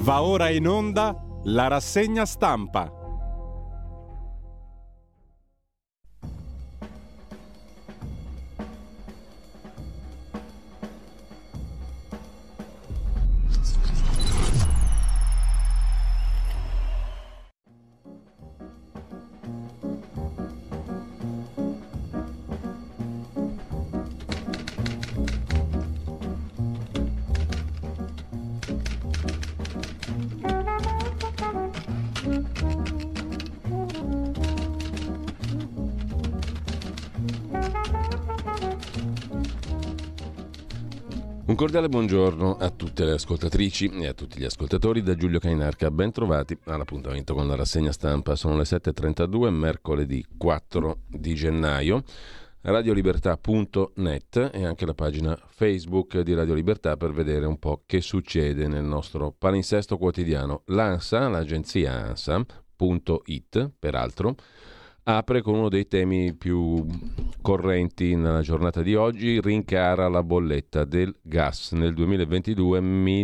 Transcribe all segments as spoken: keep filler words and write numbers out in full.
Va ora in onda la rassegna stampa. Un cordiale buongiorno a tutte le ascoltatrici e a tutti gli ascoltatori da Giulio Cainarca. Ben trovati all'appuntamento con la rassegna stampa. Sono le sette e trentadue, mercoledì quattro di gennaio. radiolibertà punto net e anche la pagina Facebook di Radio Libertà per vedere un po' che succede nel nostro palinsesto quotidiano. L'ANSA, l'agenzia ANSA punto it, peraltro, apre con uno dei temi più correnti nella giornata di oggi: rincara la bolletta del gas nel duemilaventidue,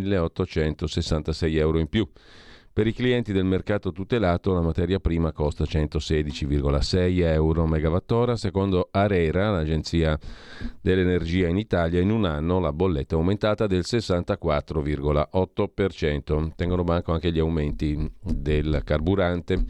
milleottocentosessantasei euro in più. Per i clienti del mercato tutelato la materia prima costa centosedici virgola sei euro megawattora. Secondo ARERA, l'agenzia dell'energia in Italia, in un anno la bolletta è aumentata del sessantaquattro virgola otto per cento. Tengono banco anche gli aumenti del carburante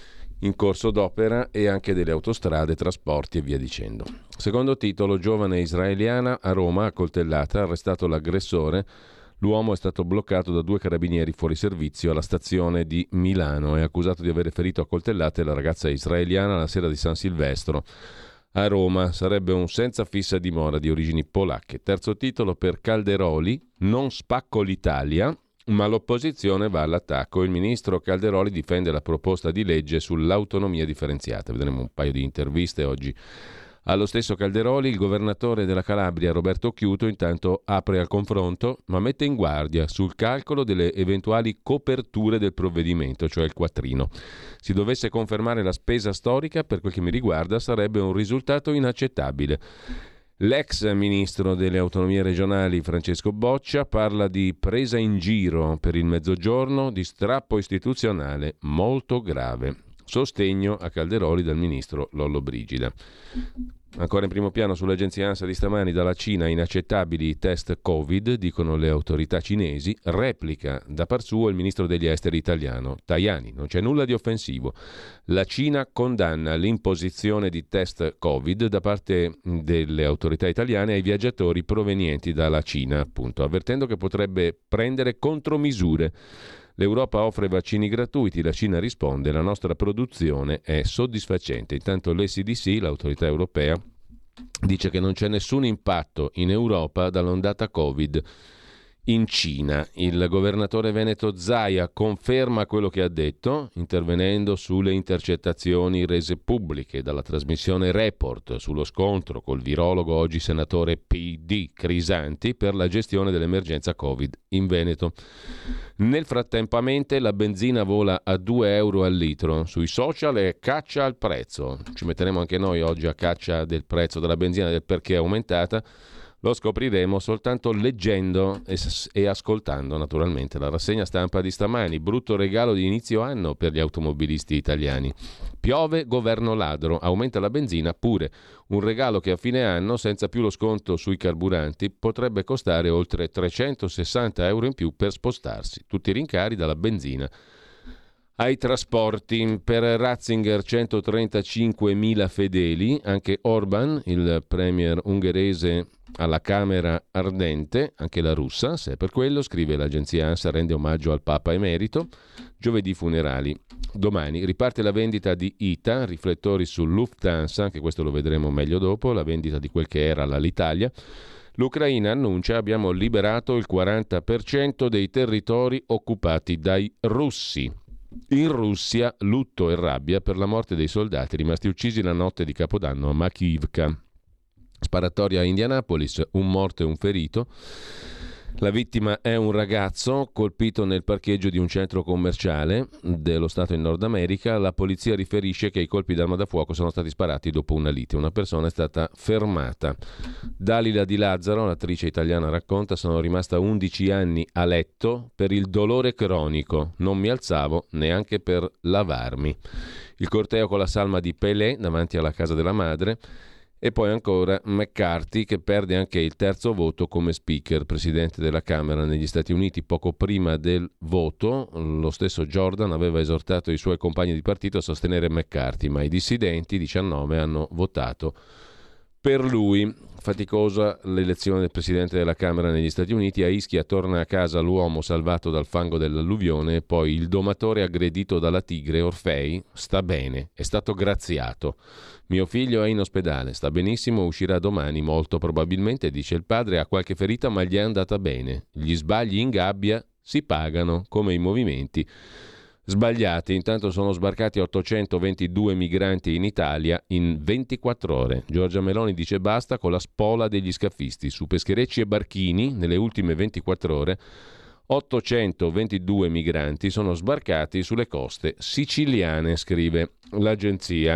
in corso d'opera e anche delle autostrade, trasporti e via dicendo. Secondo titolo: giovane israeliana a Roma accoltellata, arrestato l'aggressore. L'uomo è stato bloccato da due carabinieri fuori servizio alla stazione di Milano. È accusato di aver ferito a coltellate la ragazza israeliana la sera di San Silvestro a Roma. Sarebbe un senza fissa dimora di origini polacche. Terzo titolo per Calderoli: non spacco l'Italia, ma l'opposizione va all'attacco. Il ministro Calderoli difende la proposta di legge sull'autonomia differenziata. Vedremo un paio di interviste oggi allo stesso Calderoli. Il governatore della Calabria, Roberto Chiuto, intanto apre al confronto, ma mette in guardia sul calcolo delle eventuali coperture del provvedimento, cioè il quattrino. Si dovesse confermare la spesa storica, per quel che mi riguarda, sarebbe un risultato inaccettabile. L'ex ministro delle autonomie regionali Francesco Boccia parla di presa in giro per il Mezzogiorno, di strappo istituzionale molto grave. Sostegno a Calderoli dal ministro Lollobrigida. Ancora in primo piano sull'agenzia ANSA di stamani: dalla Cina inaccettabili i test Covid, dicono le autorità cinesi. Replica da par suo il ministro degli esteri italiano Tajani: non c'è nulla di offensivo. La Cina condanna l'imposizione di test Covid da parte delle autorità italiane ai viaggiatori provenienti dalla Cina, appunto, avvertendo che potrebbe prendere contromisure. L'Europa offre vaccini gratuiti, la Cina risponde: la nostra produzione è soddisfacente. Intanto l'E C D C, l'autorità europea, dice che non c'è nessun impatto in Europa dall'ondata Covid in Cina. Il governatore veneto Zaia conferma quello che ha detto, intervenendo sulle intercettazioni rese pubbliche dalla trasmissione Report sullo scontro col virologo, oggi senatore P D, Crisanti, per la gestione dell'emergenza Covid in Veneto. Nel frattempo a mente la benzina vola a due euro al litro. Sui social è caccia al prezzo. Ci metteremo anche noi oggi a caccia del prezzo della benzina, del perché è aumentata. Lo scopriremo soltanto leggendo e, e ascoltando naturalmente la rassegna stampa di stamani. Brutto regalo di inizio anno per gli automobilisti italiani. Piove, governo ladro, aumenta la benzina pure. Un regalo che a fine anno, senza più lo sconto sui carburanti, potrebbe costare oltre trecentosessanta euro in più per spostarsi. Tutti i rincari dalla benzina ai trasporti. Per Ratzinger centotrentacinquemila fedeli. Anche Orban, il premier ungherese, alla Camera ardente, anche la russa, se è per quello, scrive l'agenzia ANSA, rende omaggio al Papa emerito. Giovedì funerali. Domani riparte la vendita di I T A, riflettori su Lufthansa, anche questo lo vedremo meglio dopo, la vendita di quel che era l'Alitalia. L'Ucraina annuncia: abbiamo liberato il quaranta per cento dei territori occupati dai russi. In Russia lutto e rabbia per la morte dei soldati rimasti uccisi la notte di Capodanno a Makivka. Sparatoria a Indianapolis, un morto e un ferito. La vittima è un ragazzo colpito nel parcheggio di un centro commerciale dello Stato in Nord America. La polizia riferisce che i colpi d'arma da fuoco sono stati sparati dopo una lite. Una persona è stata fermata. Dalila Di Lazzaro, l'attrice italiana, racconta: sono rimasta undici anni a letto per il dolore cronico. Non mi alzavo neanche per lavarmi. Il corteo con la salma di Pelé davanti alla casa della madre. E poi ancora McCarthy, che perde anche il terzo voto come speaker, presidente della Camera negli Stati Uniti. Poco prima del voto, lo stesso Jordan aveva esortato i suoi compagni di partito a sostenere McCarthy, ma i dissidenti, diciannove, hanno votato per lui. Faticosa l'elezione del presidente della Camera negli Stati Uniti. A Ischia torna a casa l'uomo salvato dal fango dell'alluvione e poi il domatore aggredito dalla tigre Orfei sta bene, è stato graziato. Mio figlio è in ospedale, sta benissimo, uscirà domani molto probabilmente, dice il padre, ha qualche ferita ma gli è andata bene. Gli sbagli in gabbia si pagano, come i movimenti sbagliati. Intanto sono sbarcati ottocentoventidue migranti in Italia in ventiquattro ore. Giorgia Meloni dice basta con la spola degli scafisti. Su pescherecci e barchini, nelle ultime ventiquattro ore, ottocentoventidue migranti sono sbarcati sulle coste siciliane, scrive l'agenzia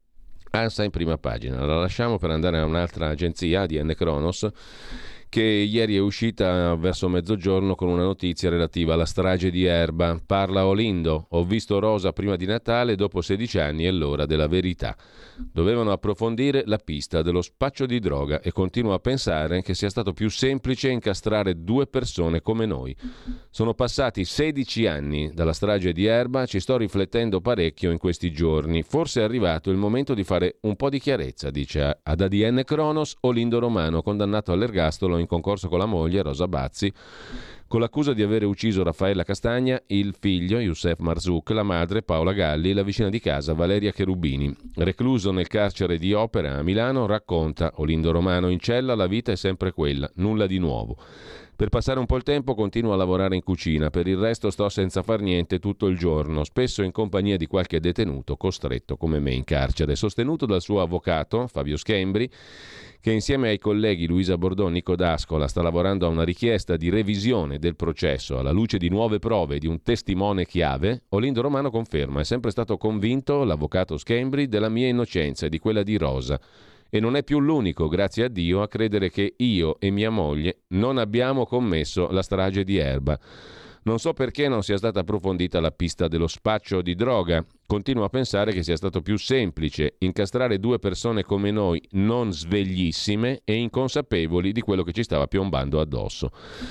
ANSA in prima pagina. La lasciamo per andare a un'altra agenzia, A D N Kronos, che ieri è uscita verso mezzogiorno con una notizia relativa alla strage di Erba. Parla Olindo: ho visto Rosa prima di Natale, dopo sedici anni è l'ora della verità. Dovevano approfondire la pista dello spaccio di droga e continuo a pensare che sia stato più semplice incastrare due persone come noi. Sono passati sedici anni dalla strage di Erba, ci sto riflettendo parecchio in questi giorni. Forse è arrivato il momento di fare un po' di chiarezza, dice ad A D N Kronos Olindo Romano, condannato all'ergastolo in concorso con la moglie Rosa Bazzi, con l'accusa di avere ucciso Raffaella Castagna, il figlio Youssef Marzouk, la madre Paola Galli e la vicina di casa Valeria Cherubini. Recluso nel carcere di Opera a Milano, racconta Olindo Romano: in cella la vita è sempre quella, nulla di nuovo. Per passare un po' il tempo continuo a lavorare in cucina, per il resto sto senza far niente tutto il giorno, spesso in compagnia di qualche detenuto costretto come me in carcere. Sostenuto dal suo avvocato Fabio Schembri, che insieme ai colleghi Luisa Bordon e Nico D'Ascola sta lavorando a una richiesta di revisione del processo alla luce di nuove prove e di un testimone chiave, Olindo Romano conferma: è sempre stato convinto l'avvocato Schembri della mia innocenza e di quella di Rosa. E non è più l'unico, grazie a Dio, a credere che io e mia moglie non abbiamo commesso la strage di Erba. Non so perché non sia stata approfondita la pista dello spaccio di droga. Continuo a pensare che sia stato più semplice incastrare due persone come noi, non sveglissime e inconsapevoli di quello che ci stava piombando addosso.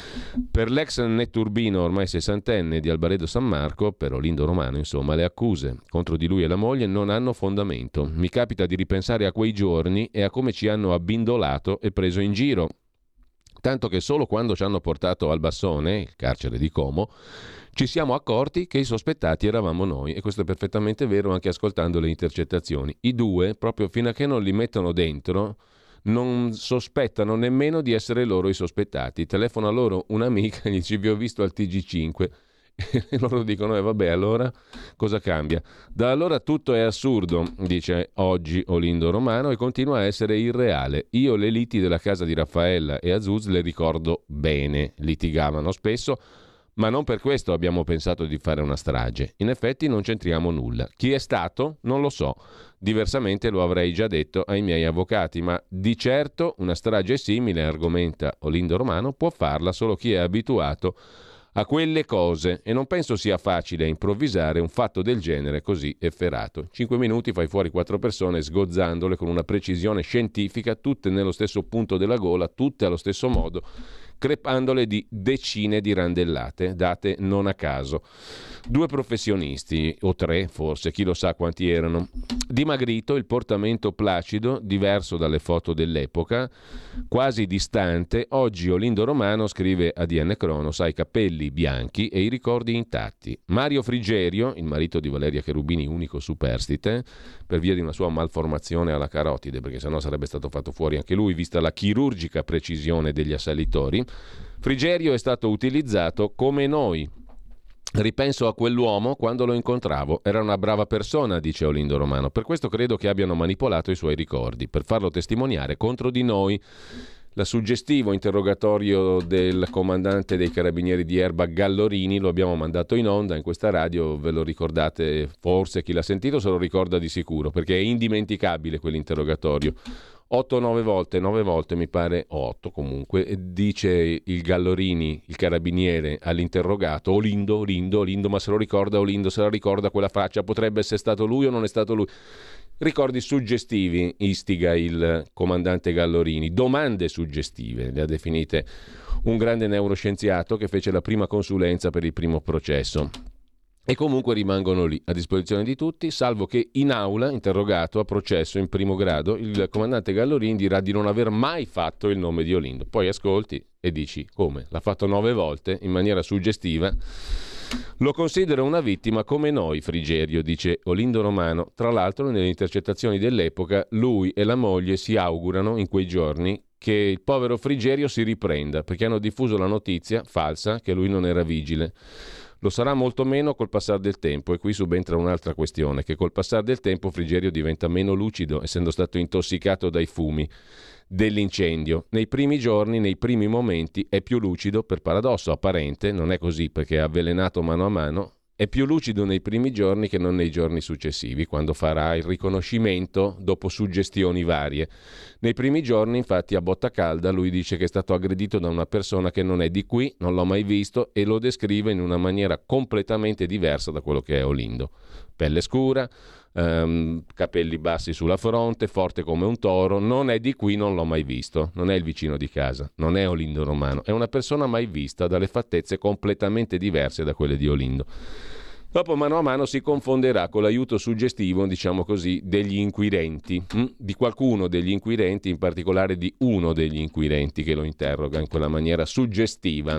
Per l'ex netturbino ormai sessantenne di Albaredo San Marco, per Olindo Romano, insomma, le accuse contro di lui e la moglie non hanno fondamento. Mi capita di ripensare a quei giorni e a come ci hanno abbindolato e preso in giro. Tanto che solo quando ci hanno portato al Bassone, il carcere di Como, ci siamo accorti che i sospettati eravamo noi, e questo è perfettamente vero anche ascoltando le intercettazioni. I due, proprio fino a che non li mettono dentro, non sospettano nemmeno di essere loro i sospettati. Telefona loro un'amica e gli dice: vi ho visto al T G cinque. E loro dicono: e eh, vabbè, allora cosa cambia? Da allora tutto è assurdo, dice oggi Olindo Romano, e continua a essere irreale. Io le liti della casa di Raffaella e Azuz le ricordo bene, litigavano spesso, ma non per questo abbiamo pensato di fare una strage. In effetti non c'entriamo nulla. Chi è stato? Non lo so. Diversamente lo avrei già detto ai miei avvocati, ma di certo una strage simile, argomenta Olindo Romano, può farla solo chi è abituato a quelle cose, e non penso sia facile improvvisare un fatto del genere così efferato. Cinque minuti fai fuori quattro persone sgozzandole con una precisione scientifica, tutte nello stesso punto della gola, tutte allo stesso modo, crepandole di decine di randellate, date non a caso. Due professionisti, o tre forse, chi lo sa quanti erano. Dimagrito, il portamento placido, diverso dalle foto dell'epoca, quasi distante. Oggi Olindo Romano, scrive A D N Kronos, ha i capelli bianchi e i ricordi intatti. Mario Frigerio, il marito di Valeria Cherubini, unico superstite, per via di una sua malformazione alla carotide, perché sennò sarebbe stato fatto fuori anche lui, vista la chirurgica precisione degli assalitori. Frigerio è stato utilizzato come noi. Ripenso a quell'uomo quando lo incontravo, era una brava persona, dice Olindo Romano, per questo credo che abbiano manipolato i suoi ricordi, per farlo testimoniare contro di noi. La suggestivo interrogatorio del comandante dei carabinieri di Erba Gallorini lo abbiamo mandato in onda in questa radio, ve lo ricordate, forse chi l'ha sentito se lo ricorda di sicuro, perché è indimenticabile quell'interrogatorio. Otto o nove volte, nove volte mi pare, o otto comunque, dice il Gallorini, il carabiniere, all'interrogato, Olindo, Olindo, Olindo, ma se lo ricorda Olindo, se la ricorda quella faccia, potrebbe essere stato lui o non è stato lui. Ricordi suggestivi istiga il comandante Gallorini, domande suggestive, le ha definite un grande neuroscienziato che fece la prima consulenza per il primo processo. E comunque rimangono lì a disposizione di tutti, salvo che in aula, interrogato a processo in primo grado, il comandante Gallorini dirà di non aver mai fatto il nome di Olindo. Poi ascolti e dici come? L'ha fatto nove volte in maniera suggestiva. Lo considero una vittima come noi, Frigerio, dice Olindo Romano. Tra l'altro, nelle intercettazioni dell'epoca, lui e la moglie si augurano in quei giorni che il povero Frigerio si riprenda, perché hanno diffuso la notizia falsa che lui non era vigile. Lo sarà molto meno col passare del tempo, e qui subentra un'altra questione, che col passare del tempo Frigerio diventa meno lucido, essendo stato intossicato dai fumi dell'incendio. Nei primi giorni, nei primi momenti è più lucido, per paradosso apparente, non è così perché è avvelenato mano a mano, è più lucido nei primi giorni che non nei giorni successivi, quando farà il riconoscimento dopo suggestioni varie. Nei primi giorni, infatti, a botta calda, lui dice che è stato aggredito da una persona che non è di qui, non l'ho mai visto, e lo descrive in una maniera completamente diversa da quello che è Olindo. Pelle scura, Um, capelli bassi sulla fronte, forte come un toro, non è di qui, non l'ho mai visto, non è il vicino di casa, non è Olindo Romano, è una persona mai vista, dalle fattezze completamente diverse da quelle di Olindo. Dopo mano a mano si confonderà con l'aiuto suggestivo, diciamo così, degli inquirenti, hm? di qualcuno degli inquirenti, in particolare di uno degli inquirenti che lo interroga in quella maniera suggestiva.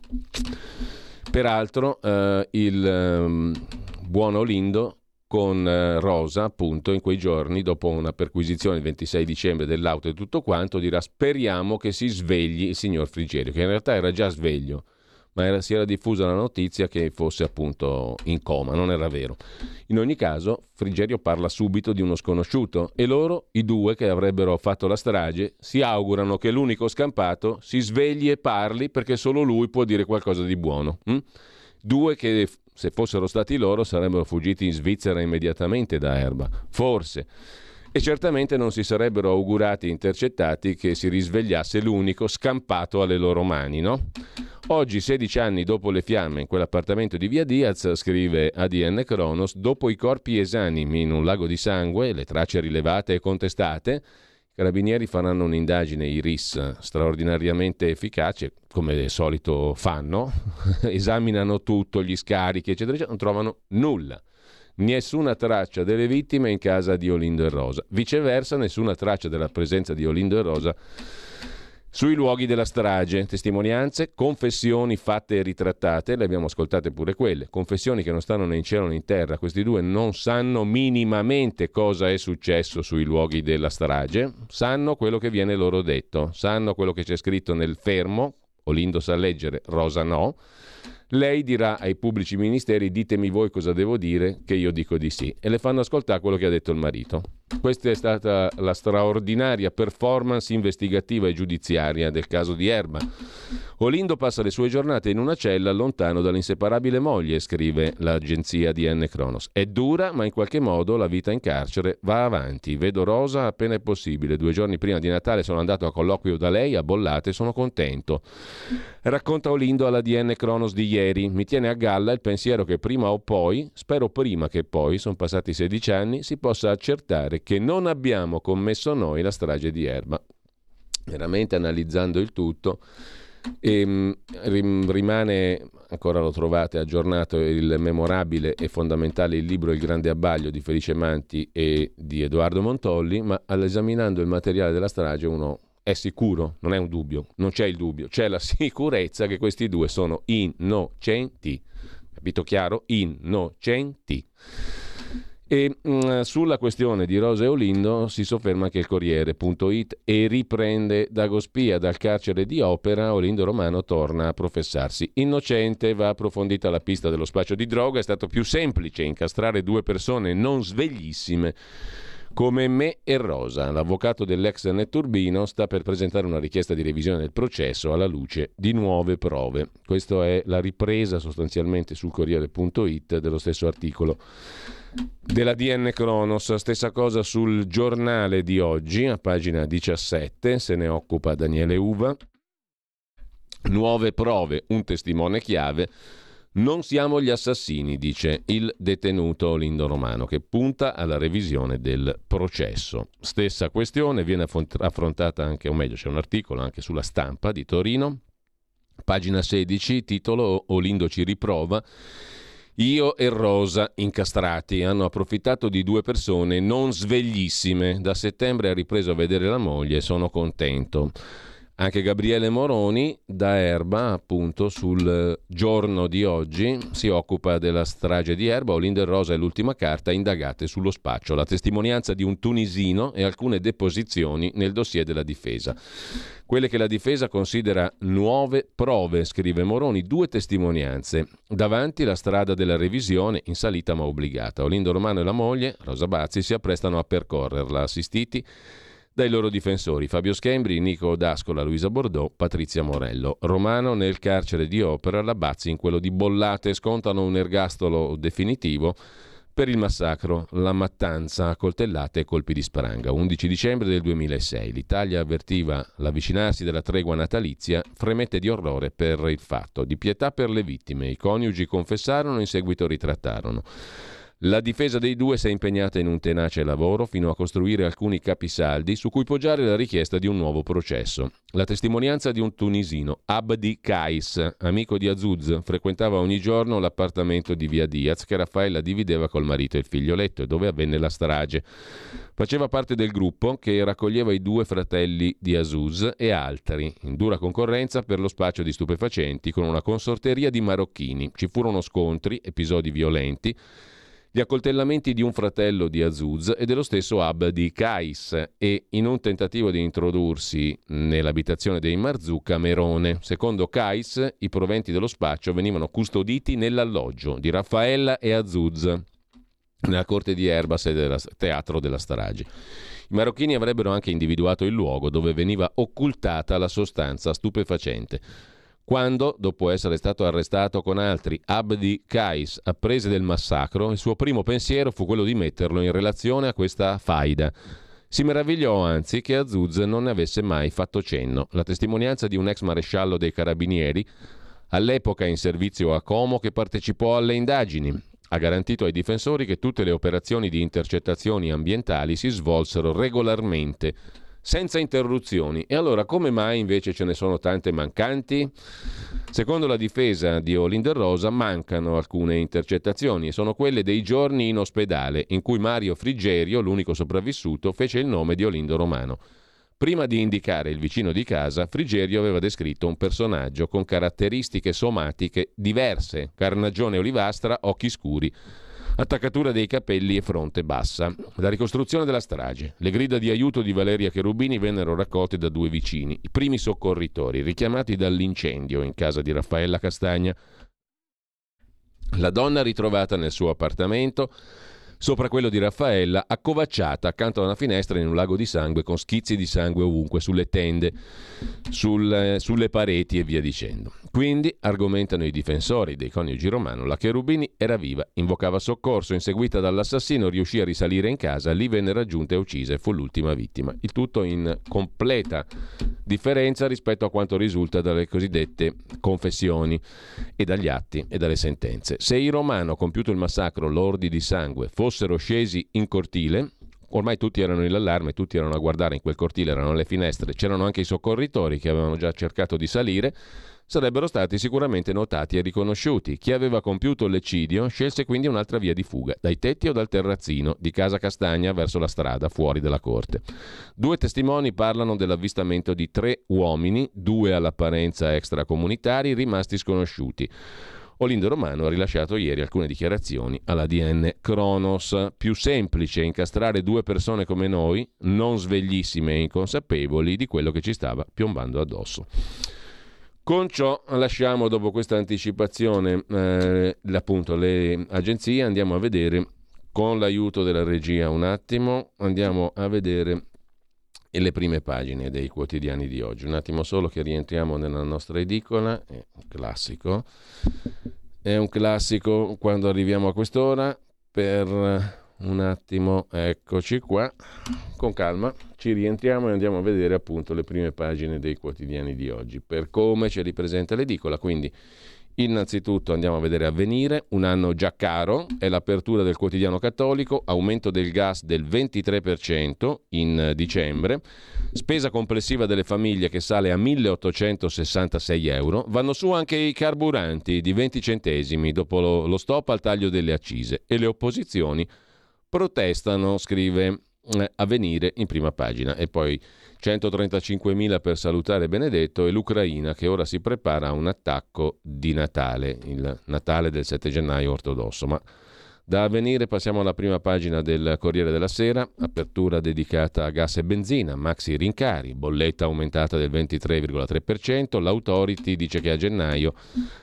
Peraltro eh, il um, buon Olindo con Rosa, appunto, in quei giorni, dopo una perquisizione il ventisei dicembre dell'auto e tutto quanto, dirà speriamo che si svegli il signor Frigerio, che in realtà era già sveglio, ma era, si era diffusa la notizia che fosse appunto in coma, non era vero. In ogni caso, Frigerio parla subito di uno sconosciuto e loro, i due che avrebbero fatto la strage, si augurano che l'unico scampato si svegli e parli perché solo lui può dire qualcosa di buono. Hm? Due che, se fossero stati loro, sarebbero fuggiti in Svizzera immediatamente da Erba, forse, e certamente non si sarebbero augurati intercettati che si risvegliasse l'unico scampato alle loro mani, no? Oggi, sedici anni dopo le fiamme in quell'appartamento di Via Diaz, scrive A D N Kronos, dopo i corpi esanimi in un lago di sangue, le tracce rilevate e contestate, i carabinieri faranno un'indagine I R I S straordinariamente efficace, come al solito fanno, esaminano tutto, gli scarichi, eccetera, eccetera, non trovano nulla. Nessuna traccia delle vittime in casa di Olindo e Rosa. Viceversa, nessuna traccia della presenza di Olindo e Rosa sui luoghi della strage. Testimonianze, confessioni fatte e ritrattate, le abbiamo ascoltate pure quelle, confessioni che non stanno né in cielo né in terra. Questi due non sanno minimamente cosa è successo sui luoghi della strage, sanno quello che viene loro detto, sanno quello che c'è scritto nel fermo. Olindo sa leggere, Rosa no. Lei dirà ai pubblici ministeri: ditemi voi cosa devo dire, che io dico di sì, e le fanno ascoltare quello che ha detto il marito. Questa è stata la straordinaria performance investigativa e giudiziaria del caso di Erba. Olindo passa le sue giornate in una cella lontano dall'inseparabile moglie, scrive l'agenzia D N Kronos. È dura, ma in qualche modo la vita in carcere va avanti. Vedo Rosa appena è possibile. Due giorni prima di Natale sono andato a colloquio da lei a Bollate, sono contento. Racconta Olindo alla D N Kronos di ieri. Mi tiene a galla il pensiero che prima o poi, spero prima che poi, sono passati sedici anni, si possa accertare che non abbiamo commesso noi la strage di Erba. Veramente analizzando il tutto, e, rimane, ancora lo trovate aggiornato, il memorabile e fondamentale il libro Il grande abbaglio di Felice Manti e di Edoardo Montolli, ma all'esaminando il materiale della strage uno è sicuro, non è un dubbio, non c'è il dubbio, c'è la sicurezza che questi due sono innocenti, capito chiaro? Innocenti. E mh, sulla questione di Rosa e Olindo si sofferma anche il Corriere punto it e riprende Dagospia dal carcere di Opera. Olindo Romano torna a professarsi innocente, va approfondita la pista dello spaccio di droga, è stato più semplice incastrare due persone non sveglissime come me e Rosa. L'avvocato dell'ex Netturbino sta per presentare una richiesta di revisione del processo alla luce di nuove prove. Questa è la ripresa sostanzialmente sul Corriere punto it dello stesso articolo della D N Cronos. Stessa cosa sul Giornale di oggi, a pagina diciassette, se ne occupa Daniele Uva. Nuove prove, un testimone chiave. Non siamo gli assassini, dice il detenuto Olindo Romano, che punta alla revisione del processo. Stessa questione viene affrontata anche, o meglio c'è un articolo anche sulla Stampa di Torino, pagina sedici, titolo Olindo ci riprova. Io e Rosa incastrati, hanno approfittato di due persone non sveglissime. Da settembre ha ripreso a vedere la moglie, sono contento. Anche Gabriele Moroni, da Erba, appunto, sul Giorno di oggi, si occupa della strage di Erba. Olindo e Rosa è l'ultima carta, indagate sullo spaccio. La testimonianza di un tunisino e alcune deposizioni nel dossier della difesa. Quelle che la difesa considera nuove prove, scrive Moroni, due testimonianze. Davanti la strada della revisione, in salita ma obbligata. Olindo Romano e la moglie, Rosa Bazzi, si apprestano a percorrerla, assistiti dai loro difensori Fabio Schembri, Nico D'Ascola, Luisa Bordeaux, Patrizia Morello. Romano nel carcere di Opera, la Bazzi in quello di Bollate, scontano un ergastolo definitivo per il massacro, la mattanza a coltellate e colpi di spranga. undici dicembre del duemilasei. L'Italia avvertiva l'avvicinarsi della tregua natalizia, fremette di orrore per il fatto, di pietà per le vittime. I coniugi confessarono e in seguito ritrattarono. La difesa dei due si è impegnata in un tenace lavoro fino a costruire alcuni capisaldi su cui poggiare la richiesta di un nuovo processo. La testimonianza di un tunisino, Abdi Kais, amico di Azuz, frequentava ogni giorno l'appartamento di via Diaz che Raffaella divideva col marito e il figlioletto e dove avvenne la strage. Faceva parte del gruppo che raccoglieva i due fratelli di Azuz e altri, in dura concorrenza per lo spaccio di stupefacenti con una consorteria di marocchini. Ci furono scontri, episodi violenti, gli accoltellamenti di un fratello di Azuz e dello stesso Abdi Kais e in un tentativo di introdursi nell'abitazione dei Marzucca a Merone. Secondo Kais, i proventi dello spaccio venivano custoditi nell'alloggio di Raffaella e Azuz nella corte di Erba, sede del teatro della strage. I marocchini avrebbero anche individuato il luogo dove veniva occultata la sostanza stupefacente. Quando, dopo essere stato arrestato con altri, Abdi Kais apprese del massacro, il suo primo pensiero fu quello di metterlo in relazione a questa faida. Si meravigliò anzi che Azuz non ne avesse mai fatto cenno. La testimonianza di un ex maresciallo dei carabinieri, all'epoca in servizio a Como, che partecipò alle indagini, ha garantito ai difensori che tutte le operazioni di intercettazioni ambientali si svolsero regolarmente, senza interruzioni. E allora come mai invece ce ne sono tante mancanti? Secondo la difesa di Olindo e Rosa mancano alcune intercettazioni e sono quelle dei giorni in ospedale in cui Mario Frigerio, l'unico sopravvissuto, fece il nome di Olindo Romano. Prima di indicare il vicino di casa, Frigerio aveva descritto un personaggio con caratteristiche somatiche diverse: carnagione olivastra, occhi scuri, attaccatura dei capelli e fronte bassa. La ricostruzione della strage. Le grida di aiuto di Valeria Cherubini vennero raccolte da due vicini, i primi soccorritori, richiamati dall'incendio in casa di Raffaella Castagna. La donna ritrovata nel suo appartamento, sopra quello di Raffaella, accovacciata accanto a una finestra in un lago di sangue con schizzi di sangue ovunque, sulle tende, sul, sulle pareti e via dicendo. Quindi, argomentano i difensori dei coniugi Romano, la Cherubini era viva, invocava soccorso, inseguita dall'assassino riuscì a risalire in casa, lì venne raggiunta e uccisa e fu l'ultima vittima. Il tutto in completa differenza rispetto a quanto risulta dalle cosiddette confessioni e dagli atti e dalle sentenze. Se i Romano, compiuto il massacro, lordi di sangue, fossero scesi in cortile, ormai tutti erano in allarme, tutti erano a guardare in quel cortile, erano alle finestre, c'erano anche i soccorritori che avevano già cercato di salire, sarebbero stati sicuramente notati e riconosciuti. Chi aveva compiuto l'eccidio scelse quindi un'altra via di fuga, dai tetti o dal terrazzino di casa Castagna verso la strada fuori dalla corte. Due testimoni parlano dell'avvistamento di tre uomini, due all'apparenza extracomunitari, rimasti sconosciuti. Olindo Romano ha rilasciato ieri alcune dichiarazioni alla D N Cronos. Più semplice incastrare due persone come noi, non sveglissime e inconsapevoli di quello che ci stava piombando addosso. Con ciò lasciamo, dopo questa anticipazione, eh, appunto le agenzie, andiamo a vedere con l'aiuto della regia un attimo andiamo a vedere le prime pagine dei quotidiani di oggi. Un attimo solo che rientriamo nella nostra edicola, è un classico, è un classico quando arriviamo a quest'ora. Per un attimo, eccoci qua, con calma, ci rientriamo e andiamo a vedere appunto le prime pagine dei quotidiani di oggi, per come ce li presenta l'edicola. Quindi innanzitutto andiamo a vedere Avvenire, un anno già caro, è l'apertura del quotidiano cattolico, aumento del gas del ventitré per cento in dicembre, spesa complessiva delle famiglie che sale a milleottocentosessantasei euro, vanno su anche i carburanti di venti centesimi dopo lo, lo stop al taglio delle accise e le opposizioni protestano, scrive eh, Avvenire in prima pagina. E poi centotrentacinquemila per salutare Benedetto e l'Ucraina che ora si prepara a un attacco di Natale, il Natale del sette gennaio ortodosso. Ma da Avvenire passiamo alla prima pagina del Corriere della Sera, apertura dedicata a gas e benzina, maxi rincari, bolletta aumentata del ventitré virgola tre per cento, l'Authority dice che a gennaio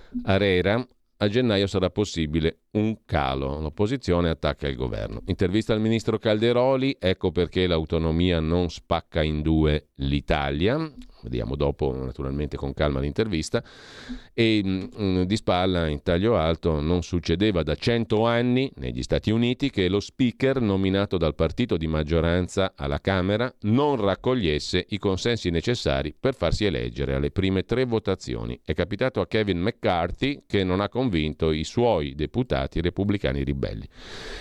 Arera a gennaio sarà possibile un calo. L'opposizione attacca il governo. Intervista al ministro Calderoli, ecco perché l'autonomia non spacca in due l'Italia. Vediamo dopo, naturalmente, con calma l'intervista. E mh, di spalla, in taglio alto, non succedeva da cento anni negli Stati Uniti che lo speaker nominato dal partito di maggioranza alla Camera non raccogliesse i consensi necessari per farsi eleggere alle prime tre votazioni. È capitato a Kevin McCarthy, che non ha convinto i suoi deputati repubblicani ribelli.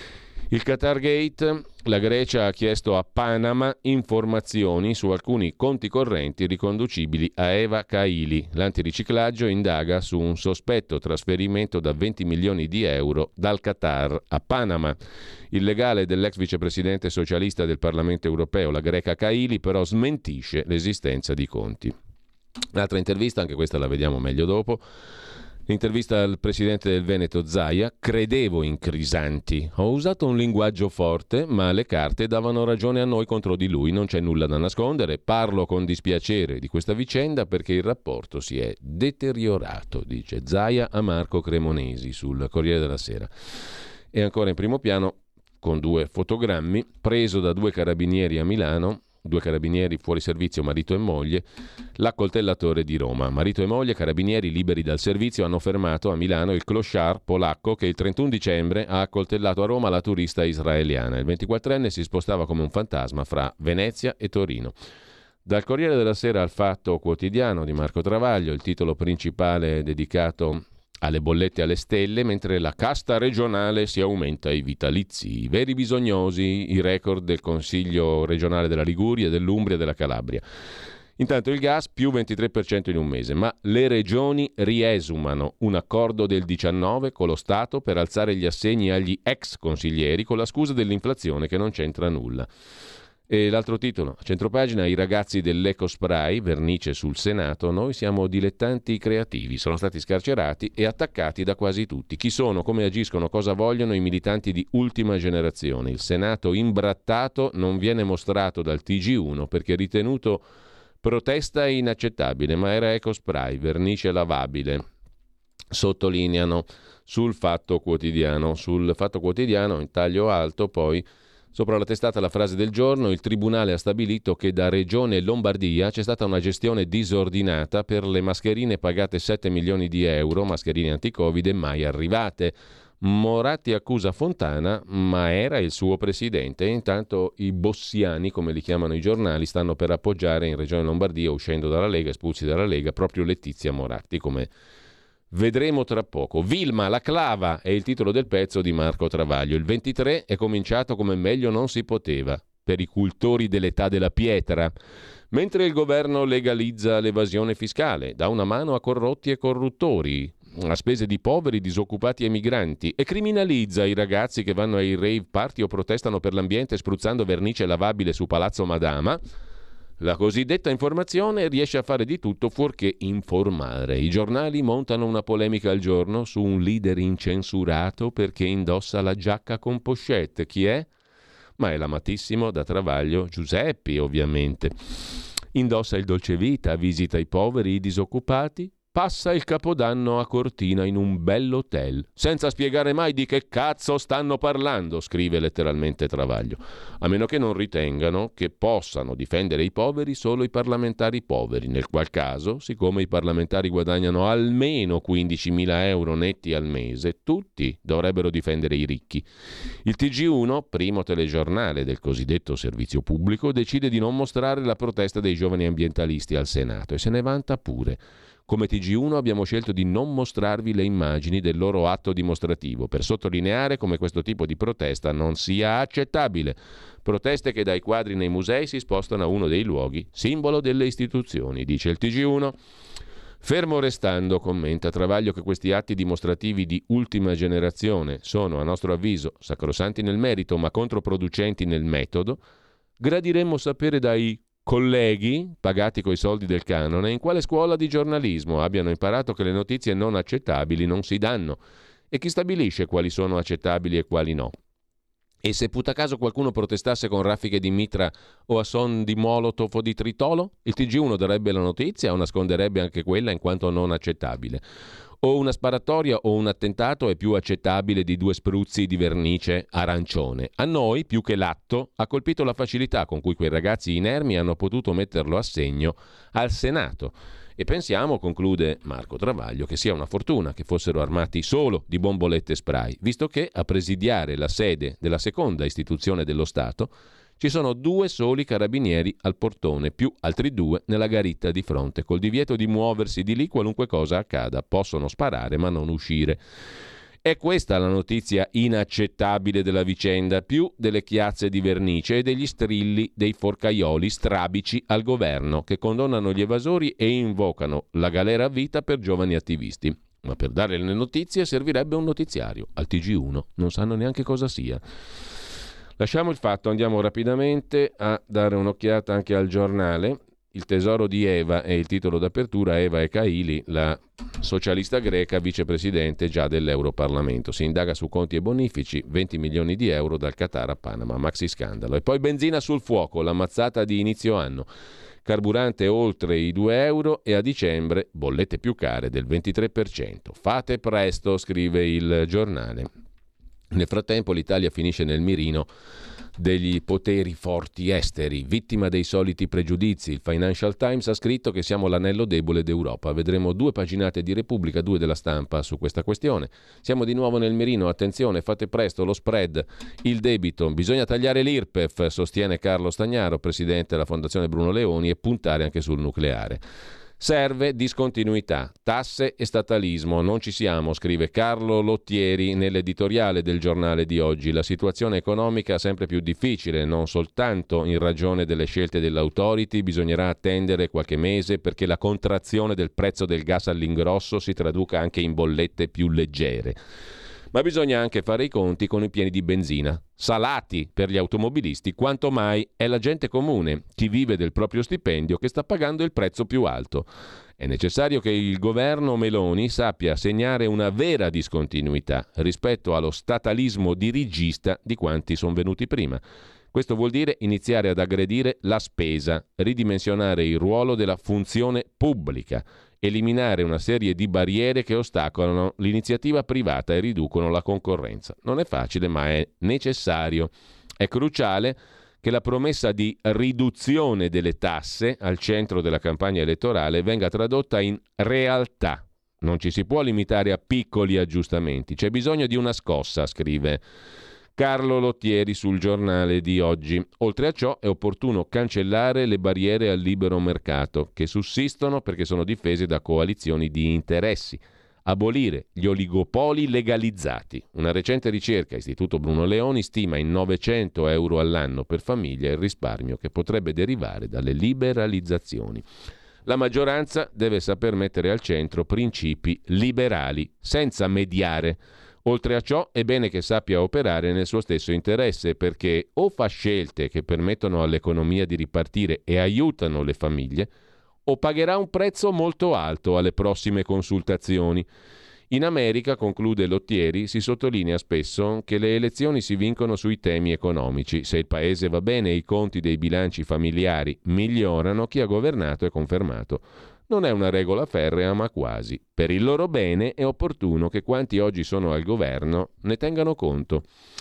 Il Qatargate, la Grecia ha chiesto a Panama informazioni su alcuni conti correnti riconducibili a Eva Kaili. L'antiriciclaggio indaga su un sospetto trasferimento da venti milioni di euro dal Qatar a Panama. Il legale dell'ex vicepresidente socialista del Parlamento europeo, la greca Kaili, però smentisce l'esistenza di conti. Un'altra intervista, anche questa la vediamo meglio dopo. L'intervista al presidente del Veneto Zaia, credevo in Crisanti, ho usato un linguaggio forte ma le carte davano ragione a noi contro di lui, non c'è nulla da nascondere, parlo con dispiacere di questa vicenda perché il rapporto si è deteriorato, dice Zaia a Marco Cremonesi sul Corriere della Sera. E ancora in primo piano, con due fotogrammi, preso da due carabinieri a Milano, due carabinieri fuori servizio, marito e moglie, l'accoltellatore di Roma. Marito e moglie, carabinieri liberi dal servizio, hanno fermato a Milano il clochard polacco che il trentuno dicembre ha accoltellato a Roma la turista israeliana. Il ventiquattrenne si spostava come un fantasma fra Venezia e Torino. Dal Corriere della Sera al Fatto Quotidiano di Marco Travaglio, il titolo principale dedicato alle bollette alle stelle, mentre la casta regionale si aumenta i vitalizi, i veri bisognosi, i record del Consiglio regionale della Liguria, dell'Umbria e della Calabria. Intanto il gas più ventitré per cento in un mese, ma le regioni riesumano un accordo del diciannove con lo Stato per alzare gli assegni agli ex consiglieri con la scusa dell'inflazione che non c'entra nulla. E l'altro titolo, a centropagina, i ragazzi dell'Ecospray, vernice sul Senato, noi siamo dilettanti creativi, sono stati scarcerati e attaccati da quasi tutti. Chi sono, come agiscono, cosa vogliono i militanti di ultima generazione? Il Senato imbrattato non viene mostrato dal T G uno perché ritenuto protesta inaccettabile, ma era Ecospray, vernice lavabile, sottolineano sul Fatto Quotidiano. Sul Fatto Quotidiano, in taglio alto, poi sopra la testata la frase del giorno, il Tribunale ha stabilito che da Regione Lombardia c'è stata una gestione disordinata per le mascherine pagate sette milioni di euro, mascherine anti-Covid e mai arrivate. Moratti accusa Fontana, ma era il suo presidente. E intanto i bossiani, come li chiamano i giornali, stanno per appoggiare in Regione Lombardia, uscendo dalla Lega, espulsi dalla Lega, proprio Letizia Moratti, come vedremo tra poco. Vilma, la clava è il titolo del pezzo di Marco Travaglio. Il ventitré è cominciato come meglio non si poteva per i cultori dell'età della pietra. Mentre il governo legalizza l'evasione fiscale, dà una mano a corrotti e corruttori, a spese di poveri, disoccupati e migranti, e criminalizza i ragazzi che vanno ai rave party o protestano per l'ambiente spruzzando vernice lavabile su Palazzo Madama, la cosiddetta informazione riesce a fare di tutto fuorché informare. I giornali montano una polemica al giorno su un leader incensurato perché indossa la giacca con pochette. Chi è? Ma è l'amatissimo da Travaglio Giuseppi, ovviamente. Indossa il dolcevita, visita i poveri, i disoccupati, passa il Capodanno a Cortina in un bell'hotel, senza spiegare mai di che cazzo stanno parlando, scrive letteralmente Travaglio, a meno che non ritengano che possano difendere i poveri solo i parlamentari poveri, nel qual caso, siccome i parlamentari guadagnano almeno quindicimila euro netti al mese, tutti dovrebbero difendere i ricchi. Il T G uno, primo telegiornale del cosiddetto servizio pubblico, decide di non mostrare la protesta dei giovani ambientalisti al Senato e se ne vanta pure. Come T G uno abbiamo scelto di non mostrarvi le immagini del loro atto dimostrativo per sottolineare come questo tipo di protesta non sia accettabile. Proteste che dai quadri nei musei si spostano a uno dei luoghi, simbolo delle istituzioni, dice il T G uno. Fermo restando, commenta Travaglio, che questi atti dimostrativi di ultima generazione sono, a nostro avviso, sacrosanti nel merito ma controproducenti nel metodo, gradiremmo sapere dai colleghi, pagati coi soldi del canone, in quale scuola di giornalismo abbiano imparato che le notizie non accettabili non si danno e chi stabilisce quali sono accettabili e quali no. E se putacaso qualcuno protestasse con raffiche di mitra o a son di molotov o di tritolo, il T G uno darebbe la notizia o nasconderebbe anche quella in quanto non accettabile? O una sparatoria o un attentato è più accettabile di due spruzzi di vernice arancione. A noi, più che l'atto, ha colpito la facilità con cui quei ragazzi inermi hanno potuto metterlo a segno al Senato. E pensiamo, conclude Marco Travaglio, che sia una fortuna che fossero armati solo di bombolette spray, visto che a presidiare la sede della seconda istituzione dello Stato ci sono due soli carabinieri al portone, più altri due nella garitta di fronte, col divieto di muoversi di lì qualunque cosa accada. Possono sparare ma non uscire. È questa la notizia inaccettabile della vicenda, più delle chiazze di vernice e degli strilli dei forcaioli strabici al governo, che condannano gli evasori e invocano la galera a vita per giovani attivisti. Ma per dare le notizie servirebbe un notiziario. Al T G uno non sanno neanche cosa sia. Lasciamo il fatto, andiamo rapidamente a dare un'occhiata anche al giornale. Il tesoro di Eva è il titolo d'apertura. Eva Ekaili, la socialista greca, vicepresidente già dell'Europarlamento. Si indaga su conti e bonifici, venti milioni di euro dal Qatar a Panama, maxi scandalo. E poi benzina sul fuoco, la mazzata di inizio anno. Carburante oltre i due euro e a dicembre bollette più care del ventitré per cento. Fate presto, scrive il giornale. Nel frattempo l'Italia finisce nel mirino degli poteri forti esteri, vittima dei soliti pregiudizi. Il Financial Times ha scritto che siamo l'anello debole d'Europa. Vedremo due paginate di Repubblica, due della Stampa su questa questione. Siamo di nuovo nel mirino, attenzione, fate presto, lo spread, il debito, bisogna tagliare l'I R P E F, sostiene Carlo Stagnaro, presidente della Fondazione Bruno Leoni, e puntare anche sul nucleare. Serve discontinuità, tasse e statalismo. Non ci siamo, scrive Carlo Lottieri nell'editoriale del giornale di oggi. La situazione economica è sempre più difficile, non soltanto in ragione delle scelte dell'autority, bisognerà attendere qualche mese perché la contrazione del prezzo del gas all'ingrosso si traduca anche in bollette più leggere. Ma bisogna anche fare i conti con i pieni di benzina, salati per gli automobilisti, quanto mai è la gente comune, chi vive del proprio stipendio, che sta pagando il prezzo più alto. È necessario che il governo Meloni sappia segnare una vera discontinuità rispetto allo statalismo dirigista di quanti sono venuti prima. Questo vuol dire iniziare ad aggredire la spesa, ridimensionare il ruolo della funzione pubblica, eliminare una serie di barriere che ostacolano l'iniziativa privata e riducono la concorrenza. Non è facile, ma è necessario. È cruciale che la promessa di riduzione delle tasse al centro della campagna elettorale venga tradotta in realtà. Non ci si può limitare a piccoli aggiustamenti, c'è bisogno di una scossa, scrive Carlo Lottieri sul giornale di oggi. Oltre a ciò è opportuno cancellare le barriere al libero mercato che sussistono perché sono difese da coalizioni di interessi. Abolire gli oligopoli legalizzati. Una recente ricerca, Istituto Bruno Leoni, stima in novecento euro all'anno per famiglia il risparmio che potrebbe derivare dalle liberalizzazioni. La maggioranza deve saper mettere al centro principi liberali, senza mediare. Oltre a ciò è bene che sappia operare nel suo stesso interesse, perché o fa scelte che permettono all'economia di ripartire e aiutano le famiglie, o pagherà un prezzo molto alto alle prossime consultazioni. In America, conclude Lottieri, si sottolinea spesso che le elezioni si vincono sui temi economici. Se il paese va bene e i conti dei bilanci familiari migliorano, chi ha governato è confermato. Non è una regola ferrea, ma quasi. Per il loro bene è opportuno che quanti oggi sono al governo ne tengano conto.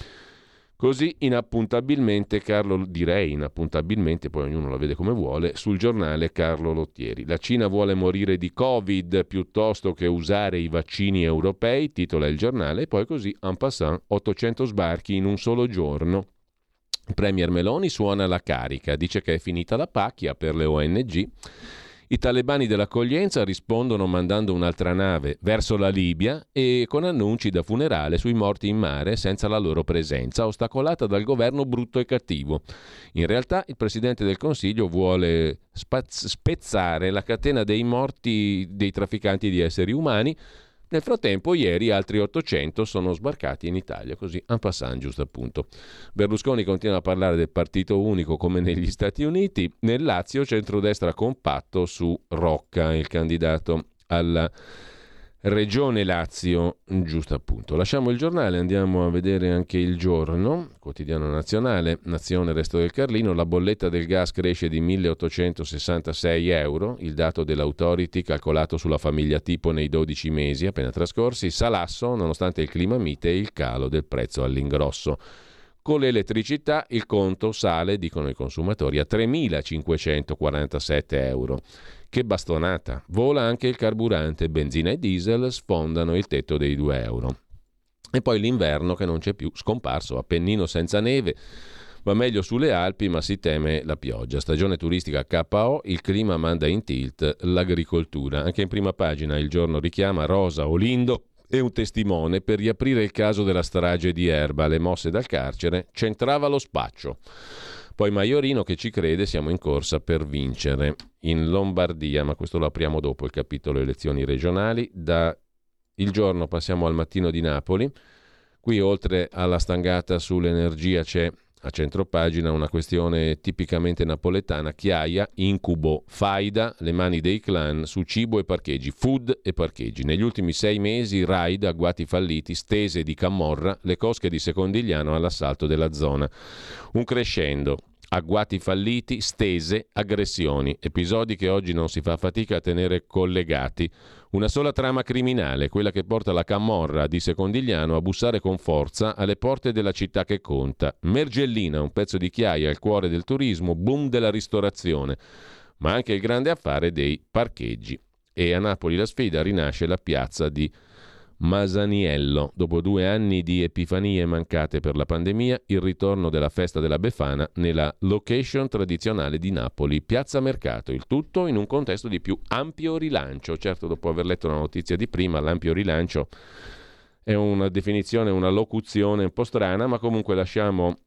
Così inappuntabilmente Carlo, direi inappuntabilmente, poi ognuno la vede come vuole, sul giornale Carlo Lottieri. La Cina vuole morire di Covid piuttosto che usare i vaccini europei, titola il giornale, e poi così en passant ottocento sbarchi in un solo giorno. Premier Meloni suona la carica, dice che è finita la pacchia per le O N G. I talebani dell'accoglienza rispondono mandando un'altra nave verso la Libia e con annunci da funerale sui morti in mare senza la loro presenza, ostacolata dal governo brutto e cattivo. In realtà il Presidente del Consiglio vuole spaz- spezzare la catena dei morti dei trafficanti di esseri umani. Nel frattempo, ieri altri ottocento sono sbarcati in Italia, così en passant, giusto appunto. Berlusconi continua a parlare del partito unico come negli Stati Uniti. Nel Lazio, centrodestra compatto su Rocca, il candidato alla Regione Lazio, giusto appunto. Lasciamo il giornale, andiamo a vedere anche Il Giorno, quotidiano nazionale, Nazione, Resto del Carlino. La bolletta del gas cresce di milleottocentosessantasei euro, il dato dell'Authority calcolato sulla famiglia tipo nei dodici mesi appena trascorsi. Salasso, nonostante il clima mite e il calo del prezzo all'ingrosso. Con l'elettricità il conto sale, dicono i consumatori, a tremilacinquecentoquarantasette euro. Che bastonata! Vola anche il carburante, benzina e diesel sfondano il tetto dei due euro. E poi l'inverno che non c'è più, scomparso, Appennino senza neve, va meglio sulle Alpi ma si teme la pioggia. Stagione turistica K O, il clima manda in tilt l'agricoltura. Anche in prima pagina Il Giorno richiama Rosa Olindo e un testimone per riaprire il caso della strage di Erba. Le mosse dal carcere, c'entrava lo spaccio. Poi Maiorino che ci crede, siamo in corsa per vincere in Lombardia, ma questo lo apriamo dopo il capitolo elezioni regionali. Da Il Giorno passiamo al Mattino di Napoli. Qui oltre alla stangata sull'energia c'è a centropagina una questione tipicamente napoletana: chiaia, incubo, faida, le mani dei clan su cibo e parcheggi, food e parcheggi. Negli ultimi sei mesi raid, agguati falliti, stese di Camorra, le cosche di Secondigliano all'assalto della zona. Un crescendo, agguati falliti, stese, aggressioni, episodi che oggi non si fa fatica a tenere collegati. Una sola trama criminale, quella che porta la Camorra di Secondigliano a bussare con forza alle porte della città che conta. Mergellina, un pezzo di chiaia al cuore del turismo, boom della ristorazione, ma anche il grande affare dei parcheggi. E a Napoli la sfida, rinasce la piazza di Masaniello. Dopo due anni di epifanie mancate per la pandemia, il ritorno della festa della Befana nella location tradizionale di Napoli, Piazza Mercato. Il tutto in un contesto di più ampio rilancio. Certo, dopo aver letto la notizia di prima, l'ampio rilancio è una definizione, una locuzione un po' strana, ma comunque lasciamo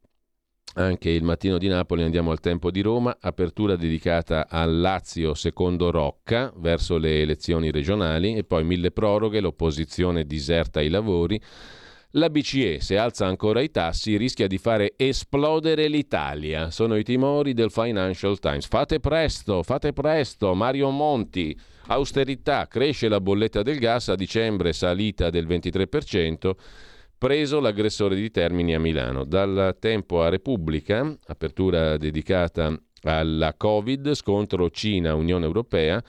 anche il Mattino di Napoli, andiamo al Tempo di Roma, apertura dedicata al Lazio secondo Rocca verso le elezioni regionali e poi mille proroghe, l'opposizione diserta i lavori, la B C E se alza ancora i tassi rischia di fare esplodere l'Italia, sono i timori del Financial Times. Fate presto, fate presto, Mario Monti, austerità, cresce la bolletta del gas, a dicembre salita del ventitré per cento, preso l'aggressore di Termini a Milano. Dal Tempo a Repubblica, apertura dedicata alla Covid, scontro Cina-Unione Europea.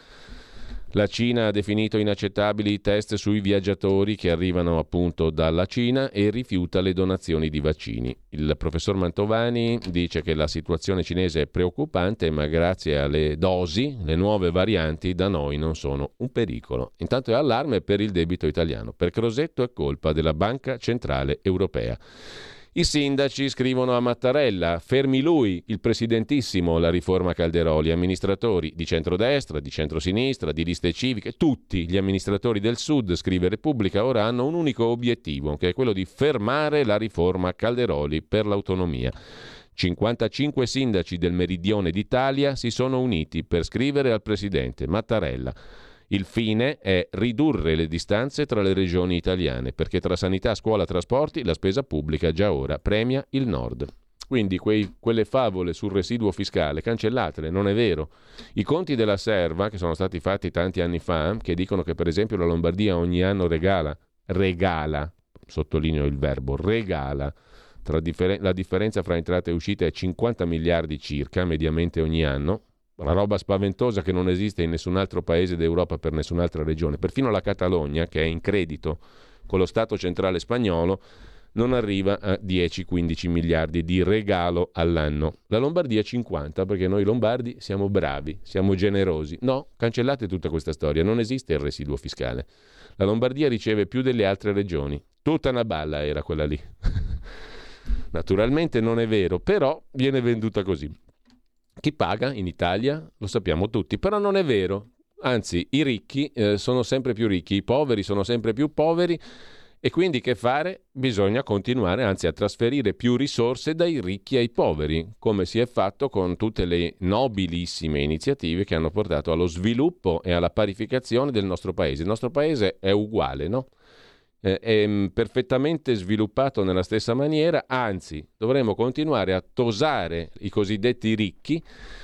La Cina ha definito inaccettabili i test sui viaggiatori che arrivano appunto dalla Cina e rifiuta le donazioni di vaccini. Il professor Mantovani dice che la situazione cinese è preoccupante, ma grazie alle dosi, le nuove varianti da noi non sono un pericolo. Intanto è allarme per il debito italiano. Per Crosetto è colpa della Banca Centrale Europea. I sindaci scrivono a Mattarella, fermi lui, il presidentissimo, la riforma Calderoli, amministratori di centrodestra, di centrosinistra, di liste civiche, tutti gli amministratori del Sud, scrive Repubblica, ora hanno un unico obiettivo, che è quello di fermare la riforma Calderoli per l'autonomia. cinquantacinque sindaci del meridione d'Italia si sono uniti per scrivere al presidente Mattarella. Il fine è ridurre le distanze tra le regioni italiane, perché tra sanità, scuola, trasporti, la spesa pubblica già ora premia il nord. Quindi quei, quelle favole sul residuo fiscale, cancellatele, non è vero. I conti della serva, che sono stati fatti tanti anni fa, che dicono che per esempio la Lombardia ogni anno regala, regala, sottolineo il verbo, regala, tra differen- la differenza fra entrate e uscite è cinquanta miliardi circa, mediamente ogni anno. una roba spaventosa che non esiste in nessun altro paese d'Europa per nessun'altra regione. Perfino la Catalogna, che è in credito con lo Stato centrale spagnolo, non arriva a dieci quindici miliardi di regalo all'anno. La Lombardia cinquanta, perché noi lombardi siamo bravi, siamo generosi. No, cancellate tutta questa storia, non esiste il residuo fiscale. La Lombardia riceve più delle altre regioni. Tutta una balla era quella lì. Naturalmente non è vero, però viene venduta così. Chi paga in Italia? Lo sappiamo tutti, però non è vero. Anzi, i ricchi eh, sono sempre più ricchi, i poveri sono sempre più poveri. E quindi che fare? Bisogna continuare, anzi a trasferire più risorse dai ricchi ai poveri, come si è fatto con tutte le nobilissime iniziative che hanno portato allo sviluppo e alla parificazione del nostro paese. Il nostro paese è uguale, no? Eh, è perfettamente sviluppato nella stessa maniera, anzi dovremmo continuare a tosare i cosiddetti ricchi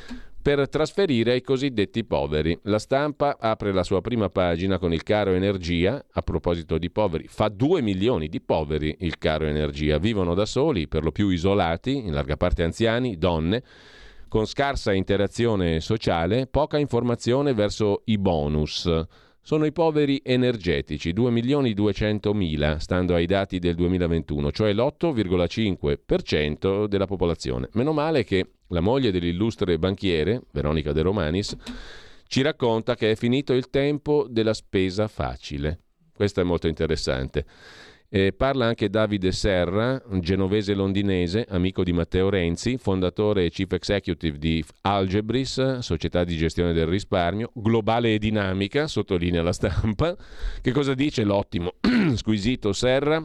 per trasferire ai cosiddetti poveri. La Stampa apre la sua prima pagina con il caro energia. A proposito di poveri, fa due milioni di poveri il caro energia. Vivono da soli, per lo più isolati, in larga parte anziani, donne, con scarsa interazione sociale, poca informazione verso i bonus. Sono i poveri energetici, due milioni duecentomila, stando ai dati del duemilaventuno, cioè l'otto virgola cinque per cento della popolazione. Meno male che la moglie dell'illustre banchiere, Veronica De Romanis, ci racconta che è finito il tempo della spesa facile. Questo è molto interessante. Eh, parla anche Davide Serra, un genovese londinese, amico di Matteo Renzi, fondatore e chief executive di Algebris, società di gestione del risparmio, globale e dinamica, sottolinea la Stampa. Che cosa dice l'ottimo, squisito Serra?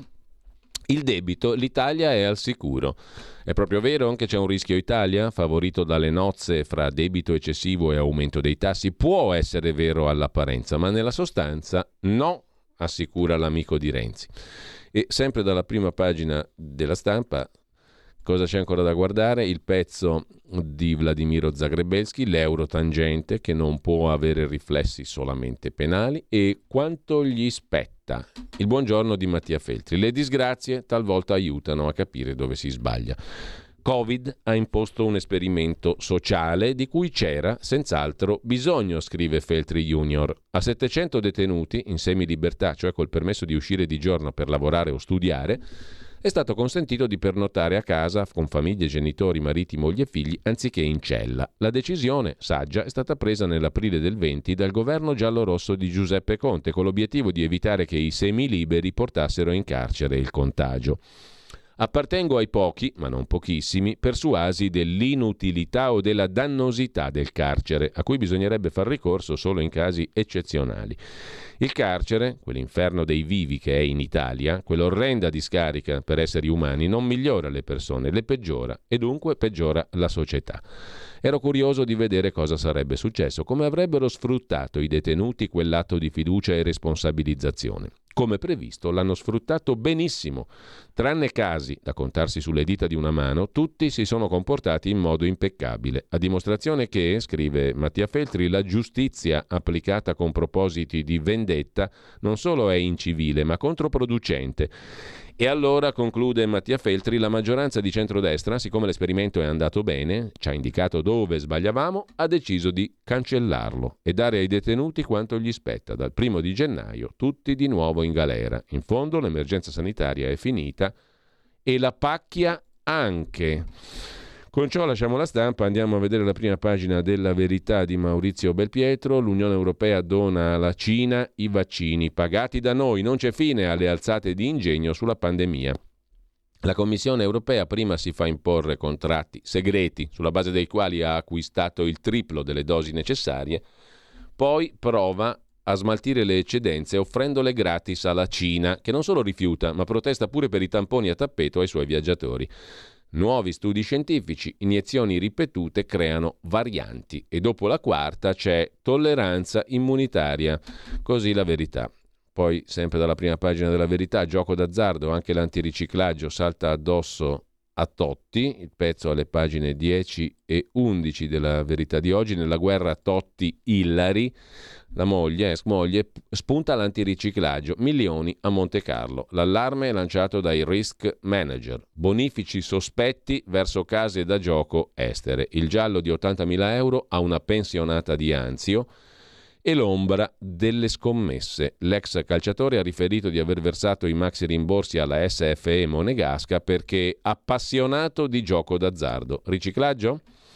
Il debito, l'Italia è al sicuro. È proprio vero che c'è un rischio Italia, favorito dalle nozze fra debito eccessivo e aumento dei tassi? Può essere vero all'apparenza, ma nella sostanza no, assicura l'amico di Renzi. E sempre dalla prima pagina della Stampa, cosa c'è ancora da guardare? Il pezzo di Vladimiro Zagrebelsky, l'euro tangente che non può avere riflessi solamente penali, e quanto gli spetta. Il buongiorno di Mattia Feltri. Le disgrazie talvolta aiutano a capire dove si sbaglia. Covid ha imposto un esperimento sociale di cui c'era senz'altro bisogno, scrive Feltri Junior. A settecento detenuti in semilibertà, cioè col permesso di uscire di giorno per lavorare o studiare, è stato consentito di pernottare a casa con famiglie, genitori, mariti, mogli e figli, anziché in cella. La decisione, saggia, è stata presa nell'aprile del venti dal governo giallorosso di Giuseppe Conte, con l'obiettivo di evitare che i semiliberi portassero in carcere il contagio. Appartengo ai pochi, ma non pochissimi, persuasi dell'inutilità o della dannosità del carcere, a cui bisognerebbe far ricorso solo in casi eccezionali. Il carcere, quell'inferno dei vivi che è in Italia, quell'orrenda discarica per esseri umani, non migliora le persone, le peggiora e dunque peggiora la società. Ero curioso di vedere cosa sarebbe successo, come avrebbero sfruttato i detenuti quell'atto di fiducia e responsabilizzazione. Come previsto, l'hanno sfruttato benissimo. Tranne casi, da contarsi sulle dita di una mano, tutti si sono comportati in modo impeccabile. A dimostrazione che, scrive Mattia Feltri, la giustizia applicata con propositi di vendetta non solo è incivile, ma controproducente. E allora, conclude Mattia Feltri, la maggioranza di centrodestra, siccome l'esperimento è andato bene, ci ha indicato dove sbagliavamo, ha deciso di cancellarlo e dare ai detenuti quanto gli spetta. Dal primo di gennaio tutti di nuovo in galera. In fondo l'emergenza sanitaria è finita e la pacchia anche. Con ciò lasciamo la Stampa, andiamo a vedere la prima pagina della Verità di Maurizio Belpietro. L'Unione Europea dona alla Cina i vaccini pagati da noi. Non c'è fine alle alzate di ingegno sulla pandemia. La Commissione Europea prima si fa imporre contratti segreti sulla base dei quali ha acquistato il triplo delle dosi necessarie, poi prova a smaltire le eccedenze offrendole gratis alla Cina, che non solo rifiuta, ma protesta pure per i tamponi a tappeto ai suoi viaggiatori. Nuovi studi scientifici, iniezioni ripetute creano varianti e dopo la quarta c'è tolleranza immunitaria. Così la Verità. Poi, sempre dalla prima pagina della Verità, gioco d'azzardo, anche l'antiriciclaggio salta addosso a Totti, il pezzo alle pagine dieci e undici della Verità di oggi. Nella guerra Totti-Hillary, la moglie, ex moglie, spunta l'antiriciclaggio, milioni a Monte Carlo. L'allarme è lanciato dai risk manager, bonifici sospetti verso case da gioco estere. Il giallo di ottantamila euro a una pensionata di Anzio e l'ombra delle scommesse. L'ex calciatore ha riferito di aver versato i maxi rimborsi alla S F E Monegasca perché appassionato di gioco d'azzardo. Riciclaggio?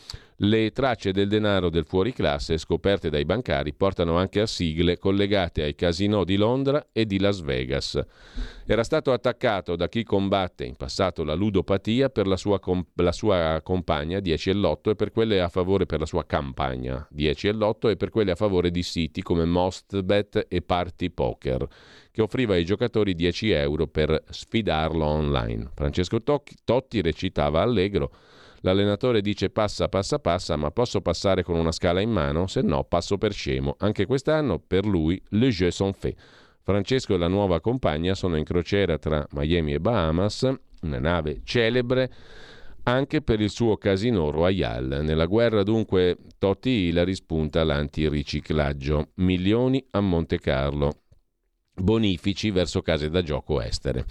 Le tracce del denaro del fuoriclasse scoperte dai bancari portano anche a sigle collegate ai casinò di Londra e di Las Vegas. Era stato attaccato da chi combatte in passato la ludopatia per la sua, comp- la sua compagna dieci e l'otto e per quelle a favore per la sua campagna dieci e l'otto e per quelle a favore di siti come Mostbet e Party Poker, che offriva ai giocatori dieci euro per sfidarlo online. Francesco Totti recitava allegro: l'allenatore dice passa, passa, passa, ma posso passare con una scala in mano? Se no passo per scemo. Anche quest'anno per lui le jeux sont faits. Francesco e la nuova compagna sono in crociera tra Miami e Bahamas, una nave celebre anche per il suo casino Royal. Nella guerra dunque Totti la rispunta l'antiriciclaggio. Milioni a Monte Carlo. Bonifici verso case da gioco estere.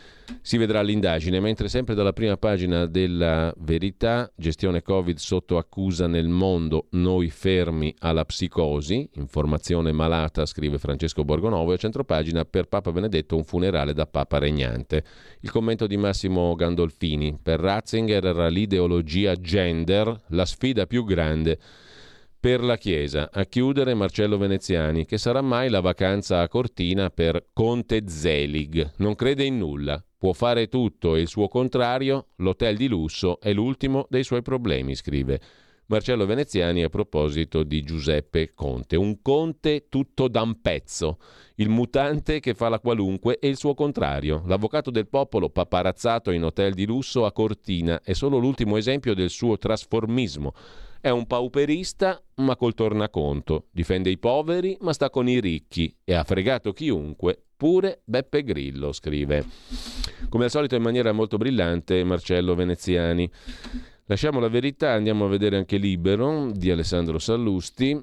Si vedrà l'indagine, mentre sempre dalla prima pagina della Verità, gestione Covid sotto accusa nel mondo, noi fermi alla psicosi, informazione malata, scrive Francesco Borgonovo, e a centropagina per Papa Benedetto un funerale da Papa regnante. Il commento di Massimo Gandolfini: per Ratzinger era l'ideologia gender la sfida più grande per la Chiesa. A chiudere Marcello Veneziani, che sarà mai la vacanza a Cortina per Conte Zelig. Non crede in nulla, può fare tutto e il suo contrario, l'hotel di lusso è l'ultimo dei suoi problemi, scrive Marcello Veneziani a proposito di Giuseppe Conte. Un Conte tutto da un pezzo, il mutante che fa la qualunque e il suo contrario. L'avvocato del popolo paparazzato in hotel di lusso a Cortina è solo l'ultimo esempio del suo trasformismo. È un pauperista, ma col tornaconto. Difende i poveri, ma sta con i ricchi. E ha fregato chiunque, pure Beppe Grillo, scrive. Come al solito in maniera molto brillante Marcello Veneziani. Lasciamo la Verità, andiamo a vedere anche Libero di Alessandro Sallusti.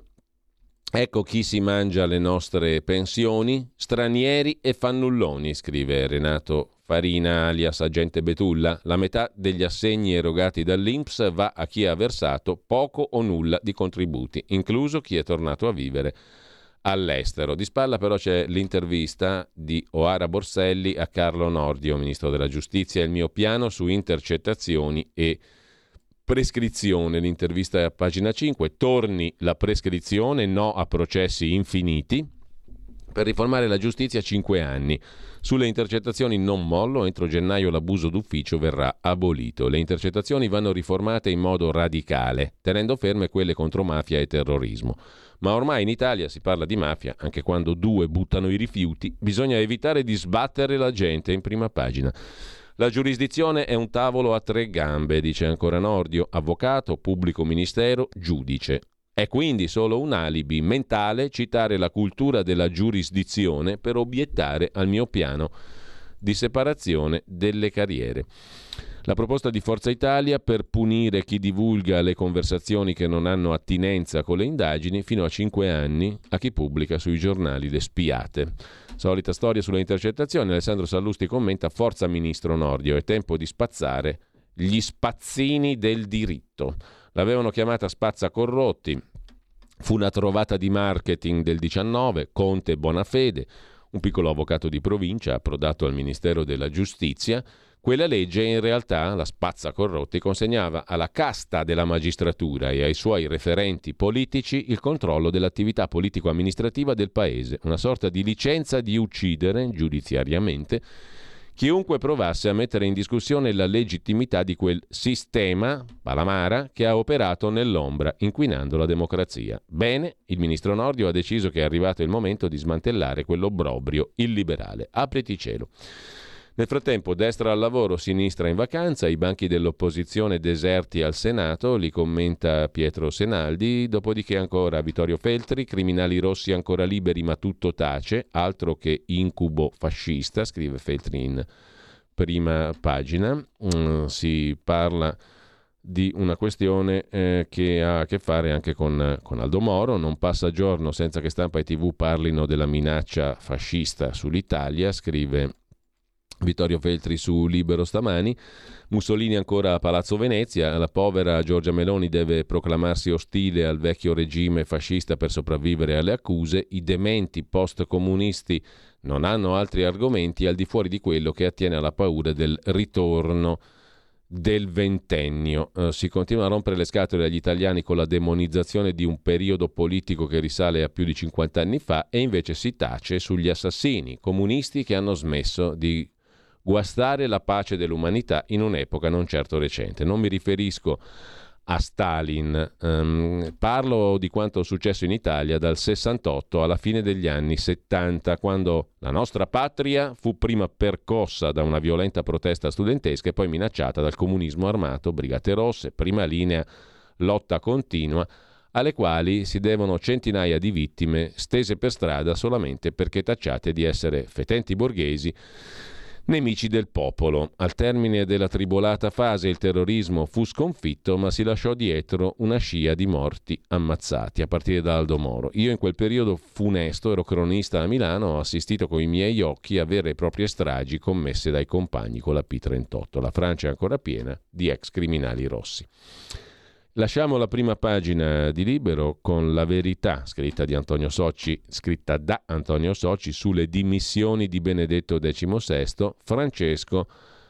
Ecco chi si mangia le nostre pensioni, stranieri e fannulloni, scrive Renato Farina alias Agente Betulla. La metà degli assegni erogati dall'I N P S va a chi ha versato poco o nulla di contributi, incluso chi è tornato a vivere all'estero. Di spalla però c'è l'intervista di Oara Borselli a Carlo Nordio, ministro della Giustizia, il mio piano su intercettazioni e prescrizione. L'intervista è a pagina cinque. Torni la prescrizione, no a processi infiniti. Per riformare la giustizia cinque anni. Sulle intercettazioni non mollo, entro gennaio l'abuso d'ufficio verrà abolito. Le intercettazioni vanno riformate in modo radicale, tenendo ferme quelle contro mafia e terrorismo. Ma ormai in Italia si parla di mafia, anche quando due buttano i rifiuti, bisogna evitare di sbattere la gente in prima pagina. La giurisdizione è un tavolo a tre gambe, dice ancora Nordio, avvocato, pubblico ministero, giudice. È quindi solo un alibi mentale citare la cultura della giurisdizione per obiettare al mio piano di separazione delle carriere. La proposta di Forza Italia per punire chi divulga le conversazioni che non hanno attinenza con le indagini fino a cinque anni a chi pubblica sui giornali le spiate. Solita storia sulle intercettazioni. Alessandro Sallusti commenta: forza ministro Nordio, è tempo di spazzare gli spazzini del diritto. L'avevano chiamata spazza corrotti, fu una trovata di marketing del diciannove, Conte Bonafede, un piccolo avvocato di provincia approdato al Ministero della Giustizia. Quella legge in realtà, la spazza corrotti, consegnava alla casta della magistratura e ai suoi referenti politici il controllo dell'attività politico-amministrativa del paese, una sorta di licenza di uccidere giudiziariamente chiunque provasse a mettere in discussione la legittimità di quel sistema, Palamara, che ha operato nell'ombra, inquinando la democrazia. Bene, il ministro Nordio ha deciso che è arrivato il momento di smantellare quell'obbrobrio illiberale. Apriti cielo. Nel frattempo, destra al lavoro, sinistra in vacanza, i banchi dell'opposizione deserti al Senato, li commenta Pietro Senaldi, dopodiché ancora Vittorio Feltri, criminali rossi ancora liberi ma tutto tace, altro che incubo fascista, scrive Feltri in prima pagina. Mm, si parla di una questione eh, che ha a che fare anche con, con Aldo Moro. Non passa giorno senza che stampa e tivù parlino della minaccia fascista sull'Italia, scrive Vittorio Feltri su Libero stamani. Mussolini ancora a Palazzo Venezia, la povera Giorgia Meloni deve proclamarsi ostile al vecchio regime fascista per sopravvivere alle accuse, i dementi post-comunisti non hanno altri argomenti al di fuori di quello che attiene alla paura del ritorno del ventennio. Eh, si continua a rompere le scatole agli italiani con la demonizzazione di un periodo politico che risale a più di cinquanta anni fa e invece si tace sugli assassini comunisti che hanno smesso di guastare la pace dell'umanità in un'epoca non certo recente. Non mi riferisco a Stalin, um, parlo di quanto successo in Italia dal sessantotto alla fine degli anni settanta, quando la nostra patria fu prima percossa da una violenta protesta studentesca e poi minacciata dal comunismo armato, brigate rosse, prima linea, lotta continua, alle quali si devono centinaia di vittime stese per strada solamente perché tacciate di essere fetenti borghesi, nemici del popolo. Al termine della tribolata fase il terrorismo fu sconfitto, ma si lasciò dietro una scia di morti ammazzati, a partire da Aldo Moro. Io in quel periodo funesto ero cronista a Milano, ho assistito con i miei occhi a vere e proprie stragi commesse dai compagni con la P trentotto. La Francia è ancora piena di ex criminali rossi. Lasciamo la prima pagina di Libero con La Verità, scritta di Antonio Socci, scritta da Antonio Socci sulle dimissioni di Benedetto diciassette. Francesco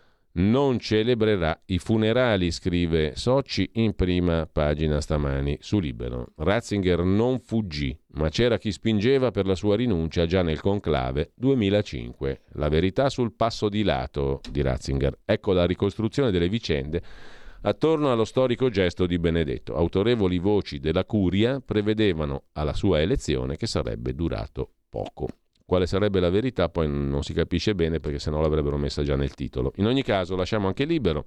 non celebrerà i funerali, scrive Socci in prima pagina stamani su Libero. Ratzinger non fuggì, ma c'era chi spingeva per la sua rinuncia già nel conclave duemilacinque. La verità sul passo di lato di Ratzinger. Ecco la ricostruzione delle vicende attorno allo storico gesto di Benedetto. Autorevoli voci della curia prevedevano alla sua elezione che sarebbe durato poco. Quale sarebbe la verità poi non si capisce bene, perché sennò l'avrebbero messa già nel titolo. In ogni caso lasciamo anche Libero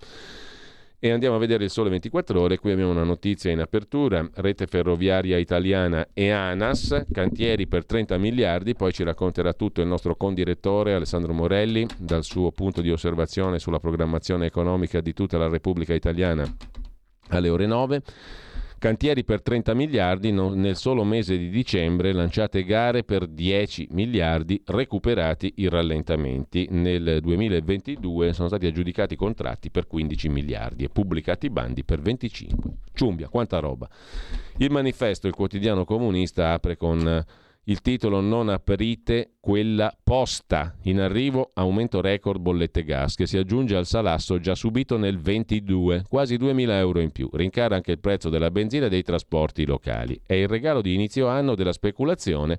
e andiamo a vedere il Sole ventiquattro Ore. Qui abbiamo una notizia in apertura: Rete Ferroviaria Italiana e ANAS, cantieri per trenta miliardi. Poi ci racconterà tutto il nostro condirettore Alessandro Morelli dal suo punto di osservazione sulla programmazione economica di tutta la Repubblica Italiana alle ore nove. Cantieri per trenta miliardi, nel solo mese di dicembre lanciate gare per dieci miliardi, recuperati i rallentamenti. Nel duemilaventidue sono stati aggiudicati contratti per quindici miliardi e pubblicati bandi per venticinque. Ciumbia, quanta roba. Il Manifesto, il quotidiano comunista, apre con il titolo "Non aprite quella posta". In arrivo aumento record bollette gas che si aggiunge al salasso già subito nel ventidue, quasi duemila euro in più. Rincara anche il prezzo della benzina e dei trasporti locali. È il regalo di inizio anno della speculazione.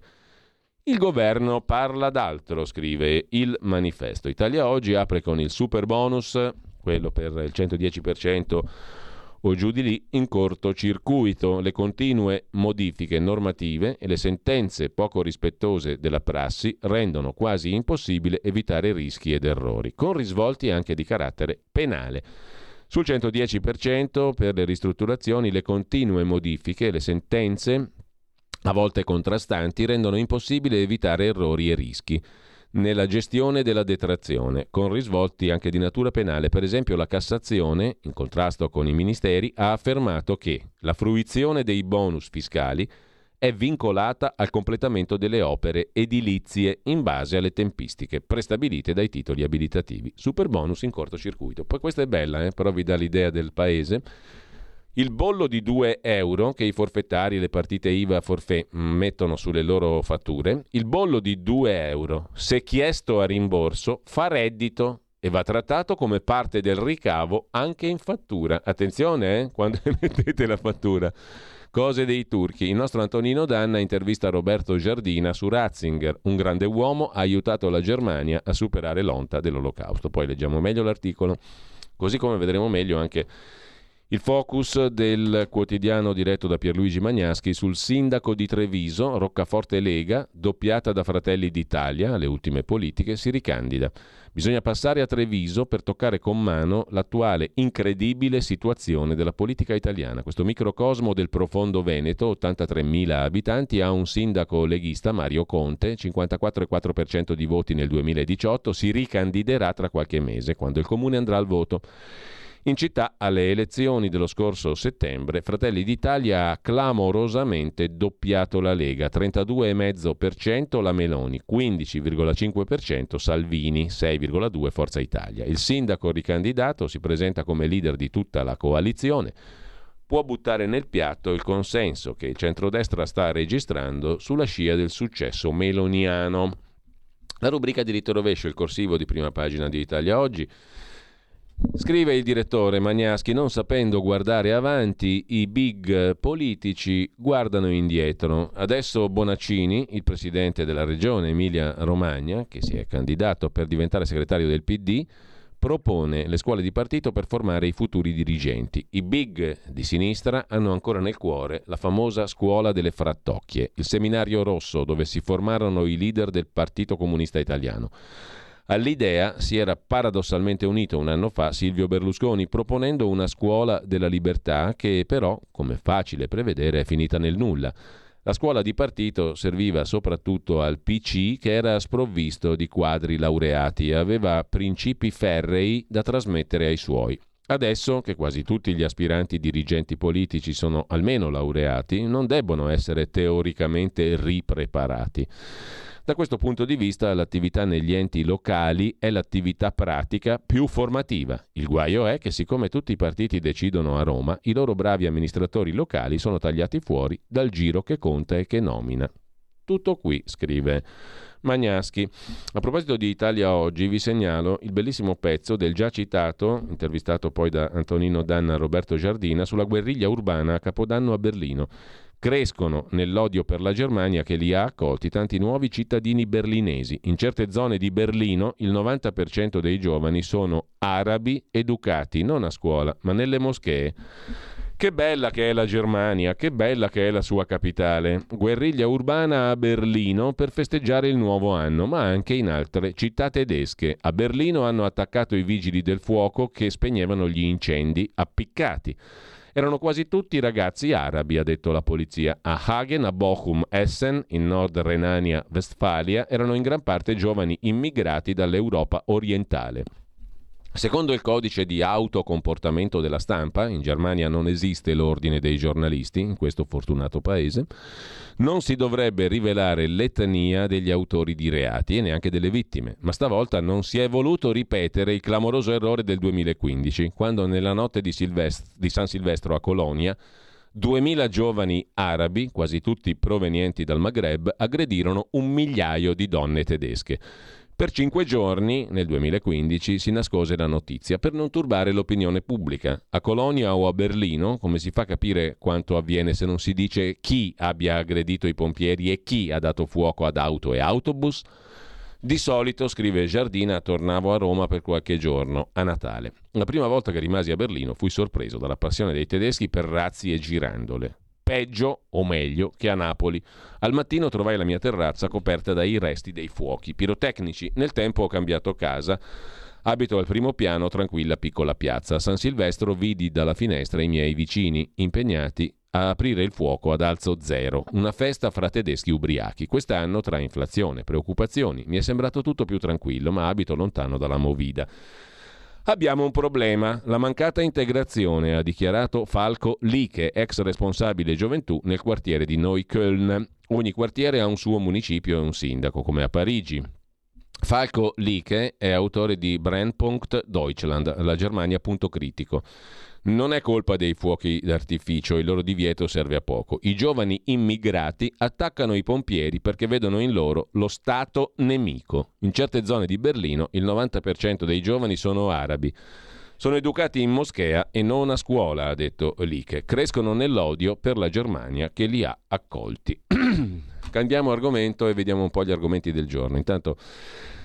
Il governo parla d'altro, scrive il Manifesto. Italia Oggi apre con il super bonus, quello per il centodieci per cento o giù di lì, in cortocircuito. Le continue modifiche normative e le sentenze poco rispettose della prassi rendono quasi impossibile evitare rischi ed errori, con risvolti anche di carattere penale. Sul centodieci per cento per le ristrutturazioni le continue modifiche e le sentenze, a volte contrastanti, rendono impossibile evitare errori e rischi nella gestione della detrazione, con risvolti anche di natura penale. Per esempio, la Cassazione, in contrasto con i ministeri, ha affermato che la fruizione dei bonus fiscali è vincolata al completamento delle opere edilizie in base alle tempistiche prestabilite dai titoli abilitativi. Super bonus in cortocircuito. Poi questa è bella, eh? Però vi dà l'idea del paese. Il bollo di due euro che i forfettari e le partite I V A forfait mettono sulle loro fatture, il bollo di due euro, se chiesto a rimborso, fa reddito e va trattato come parte del ricavo anche in fattura. Attenzione, eh, quando mettete la fattura. Cose dei turchi. Il nostro Antonino Danna intervista Roberto Giardina su Ratzinger, un grande uomo, ha aiutato la Germania a superare l'onta dell'Olocausto. Poi leggiamo meglio l'articolo, così come vedremo meglio anche Il focus del quotidiano diretto da Pierluigi Magnaschi sul sindaco di Treviso, Roccaforte Lega, doppiata da Fratelli d'Italia, alle ultime politiche, si ricandida. Bisogna passare a Treviso per toccare con mano l'attuale incredibile situazione della politica italiana. Questo microcosmo del profondo Veneto, ottantatremila abitanti, ha un sindaco leghista, Mario Conte, cinquantaquattro virgola quattro per cento di voti nel duemiladiciotto, si ricandiderà tra qualche mese, quando il comune andrà al voto. In città, alle elezioni dello scorso settembre, Fratelli d'Italia ha clamorosamente doppiato la Lega, trentadue virgola cinque per cento la Meloni, quindici virgola cinque per cento Salvini, sei virgola due per cento Forza Italia. Il sindaco ricandidato si presenta come leader di tutta la coalizione, può buttare nel piatto il consenso che il centrodestra sta registrando sulla scia del successo meloniano. La rubrica diritto rovescio, il corsivo di prima pagina di Italia Oggi. Scrive il direttore Magnaschi: non sapendo guardare avanti, i big politici guardano indietro. Adesso Bonaccini, il presidente della regione Emilia-Romagna, che si è candidato per diventare segretario del P D, propone le scuole di partito per formare i futuri dirigenti. I big di sinistra hanno ancora nel cuore la famosa scuola delle frattocchie, il seminario rosso dove si formarono i leader del Partito Comunista Italiano. All'idea si era paradossalmente unito un anno fa Silvio Berlusconi, proponendo una scuola della libertà che però, come facile prevedere, è finita nel nulla. La scuola di partito serviva soprattutto al P C, che era sprovvisto di quadri laureati e aveva principi ferrei da trasmettere ai suoi. Adesso, che quasi tutti gli aspiranti dirigenti politici sono almeno laureati, non debbono essere teoricamente ripreparati. Da questo punto di vista, l'attività negli enti locali è l'attività pratica più formativa. Il guaio è che, siccome tutti i partiti decidono a Roma, i loro bravi amministratori locali sono tagliati fuori dal giro che conta e che nomina. Tutto qui, scrive Magnaschi. A proposito di Italia Oggi, vi segnalo il bellissimo pezzo del già citato, intervistato poi da Antonino Danna a Roberto Giardina, sulla guerriglia urbana a Capodanno a Berlino. Crescono nell'odio per la Germania che li ha accolti tanti nuovi cittadini berlinesi. In certe zone di Berlino il novanta per cento dei giovani sono arabi educati non a scuola ma nelle moschee. Che bella che è la Germania, che bella che è la sua capitale. Guerriglia urbana a Berlino per festeggiare il nuovo anno, ma anche in altre città tedesche. A Berlino hanno attaccato i vigili del fuoco che spegnevano gli incendi appiccati. Erano quasi tutti ragazzi arabi, ha detto la polizia. A Hagen, a Bochum, Essen, in Nord Renania-Westfalia, erano in gran parte giovani immigrati dall'Europa orientale. Secondo il codice di autocomportamento della stampa, in Germania non esiste l'ordine dei giornalisti, in questo fortunato paese, non si dovrebbe rivelare l'etnia degli autori di reati e neanche delle vittime, ma stavolta non si è voluto ripetere il clamoroso errore del duemilaquindici, quando nella notte di, Silvest- di San Silvestro a Colonia duemila giovani arabi, quasi tutti provenienti dal Maghreb, aggredirono un migliaio di donne tedesche. Per cinque giorni, nel duemilaquindici, si nascose la notizia per non turbare l'opinione pubblica. A Colonia o a Berlino, come si fa a capire quanto avviene se non si dice chi abbia aggredito i pompieri e chi ha dato fuoco ad auto e autobus? Di solito, scrive Giardina, tornavo a Roma per qualche giorno, a Natale. La prima volta che rimasi a Berlino fui sorpreso dalla passione dei tedeschi per razzie e girandole. Peggio, o meglio, che a Napoli. Al mattino trovai la mia terrazza coperta dai resti dei fuochi pirotecnici. Nel tempo ho cambiato casa. Abito al primo piano, tranquilla piccola piazza. A San Silvestro vidi dalla finestra i miei vicini, impegnati a aprire il fuoco ad alzo zero. Una festa fra tedeschi ubriachi. Quest'anno, tra inflazione e preoccupazioni, mi è sembrato tutto più tranquillo, ma abito lontano dalla movida. Abbiamo un problema, la mancata integrazione, ha dichiarato Falco Liche, ex responsabile gioventù nel quartiere di Neukölln. Ogni quartiere ha un suo municipio e un sindaco, come a Parigi. Falco Liche è autore di Brennpunkt Deutschland, la Germania punto critico. Non è colpa dei fuochi d'artificio, il loro divieto serve a poco. I giovani immigrati attaccano i pompieri perché vedono in loro lo Stato nemico. In certe zone di Berlino il novanta per cento dei giovani sono arabi. Sono educati in moschea e non a scuola, ha detto Liche. Crescono nell'odio per la Germania che li ha accolti. Cambiamo argomento e vediamo un po' gli argomenti del giorno. Intanto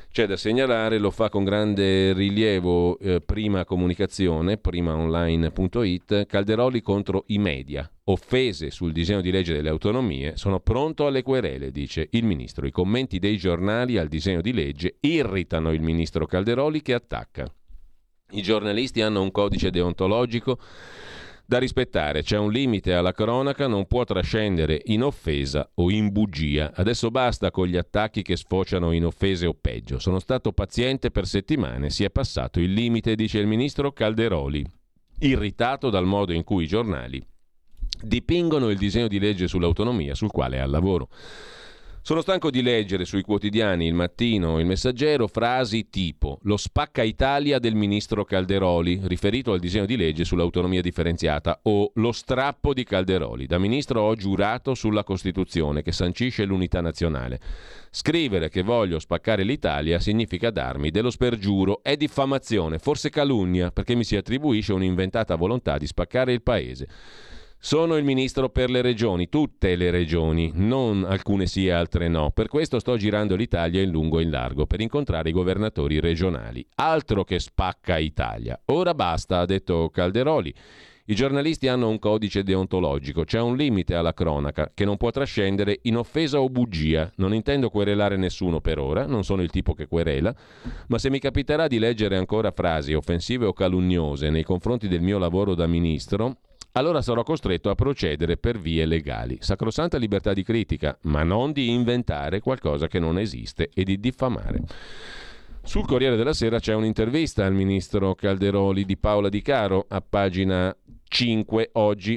C'è da segnalare, lo fa con grande rilievo eh, Prima Comunicazione, primaonline punto it, Calderoli contro i media. Offese sul disegno di legge delle autonomie, sono pronto alle querele, dice il ministro. I commenti dei giornali al disegno di legge irritano il ministro Calderoli che attacca. I giornalisti hanno un codice deontologico da rispettare, c'è un limite alla cronaca, non può trascendere in offesa o in bugia. Adesso basta con gli attacchi che sfociano in offese o peggio. Sono stato paziente per settimane, si è passato il limite, dice il ministro Calderoli, irritato dal modo in cui i giornali dipingono il disegno di legge sull'autonomia sul quale è al lavoro. Sono stanco di leggere sui quotidiani Il Mattino e Il Messaggero frasi tipo lo spacca Italia del ministro Calderoli, riferito al disegno di legge sull'autonomia differenziata, o lo strappo di Calderoli. Da ministro ho giurato sulla Costituzione che sancisce l'unità nazionale. Scrivere che voglio spaccare l'Italia significa darmi dello spergiuro, è diffamazione, forse calunnia, perché mi si attribuisce un'inventata volontà di spaccare il paese. Sono il ministro per le regioni, tutte le regioni, non alcune sì e altre no. Per questo sto girando l'Italia in lungo e in largo per incontrare i governatori regionali. Altro che spacca Italia. Ora basta, ha detto Calderoli. I giornalisti hanno un codice deontologico, c'è un limite alla cronaca che non può trascendere in offesa o bugia. Non intendo querelare nessuno per ora, non sono il tipo che querela, ma se mi capiterà di leggere ancora frasi offensive o calunniose nei confronti del mio lavoro da ministro, allora sarò costretto a procedere per vie legali. Sacrosanta libertà di critica, ma non di inventare qualcosa che non esiste e di diffamare. Sul Corriere della Sera c'è un'intervista al ministro Calderoli di Paola Di Caro a pagina cinque oggi.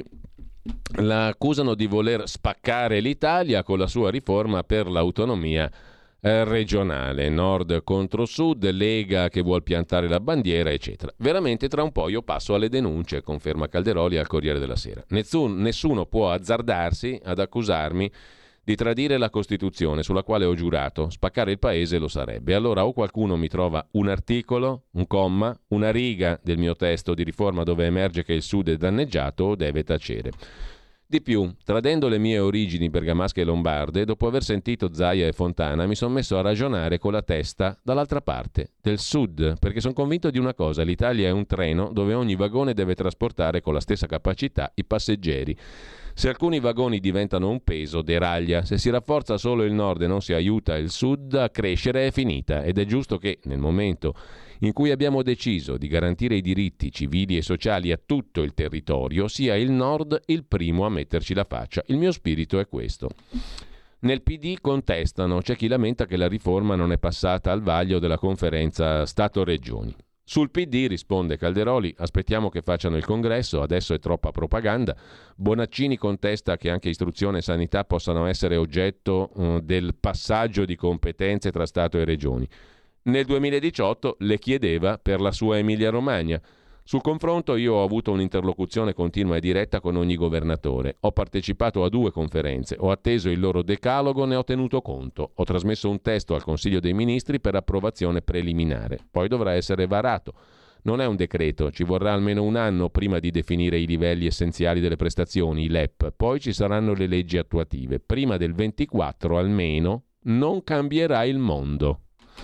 La accusano di voler spaccare l'Italia con la sua riforma per l'autonomia regionale, nord contro sud, Lega che vuol piantare la bandiera, eccetera. Veramente tra un po' io passo alle denunce, conferma Calderoli al Corriere della Sera. Nessun, nessuno può azzardarsi ad accusarmi di tradire la Costituzione sulla quale ho giurato. Spaccare il paese lo sarebbe. Allora o qualcuno mi trova un articolo, un comma, una riga del mio testo di riforma dove emerge che il Sud è danneggiato o deve tacere. Di più, tradendo le mie origini bergamasche e lombarde, dopo aver sentito Zaia e Fontana, mi sono messo a ragionare con la testa dall'altra parte, del sud, perché sono convinto di una cosa: l'Italia è un treno dove ogni vagone deve trasportare con la stessa capacità i passeggeri. Se alcuni vagoni diventano un peso, deraglia. Se si rafforza solo il nord e non si aiuta il sud a crescere, è finita. Ed è giusto che, nel momento in cui abbiamo deciso di garantire i diritti civili e sociali a tutto il territorio, sia il nord il primo a metterci la faccia. Il mio spirito è questo. Nel P D contestano, c'è chi lamenta che la riforma non è passata al vaglio della conferenza Stato-Regioni. Sul P D, risponde Calderoli, aspettiamo che facciano il congresso, adesso è troppa propaganda. Bonaccini contesta che anche istruzione e sanità possano essere oggetto uh, del passaggio di competenze tra Stato e Regioni. Nel duemiladiciotto le chiedeva per la sua Emilia-Romagna. Sul confronto io ho avuto un'interlocuzione continua e diretta con ogni governatore. Ho partecipato a due conferenze, ho atteso il loro decalogo, ne ho tenuto conto. Ho trasmesso un testo al Consiglio dei Ministri per approvazione preliminare. Poi dovrà essere varato. Non è un decreto, ci vorrà almeno un anno prima di definire i livelli essenziali delle prestazioni, i L E P. Poi ci saranno le leggi attuative. Prima del ventiquattro almeno non cambierà il mondo.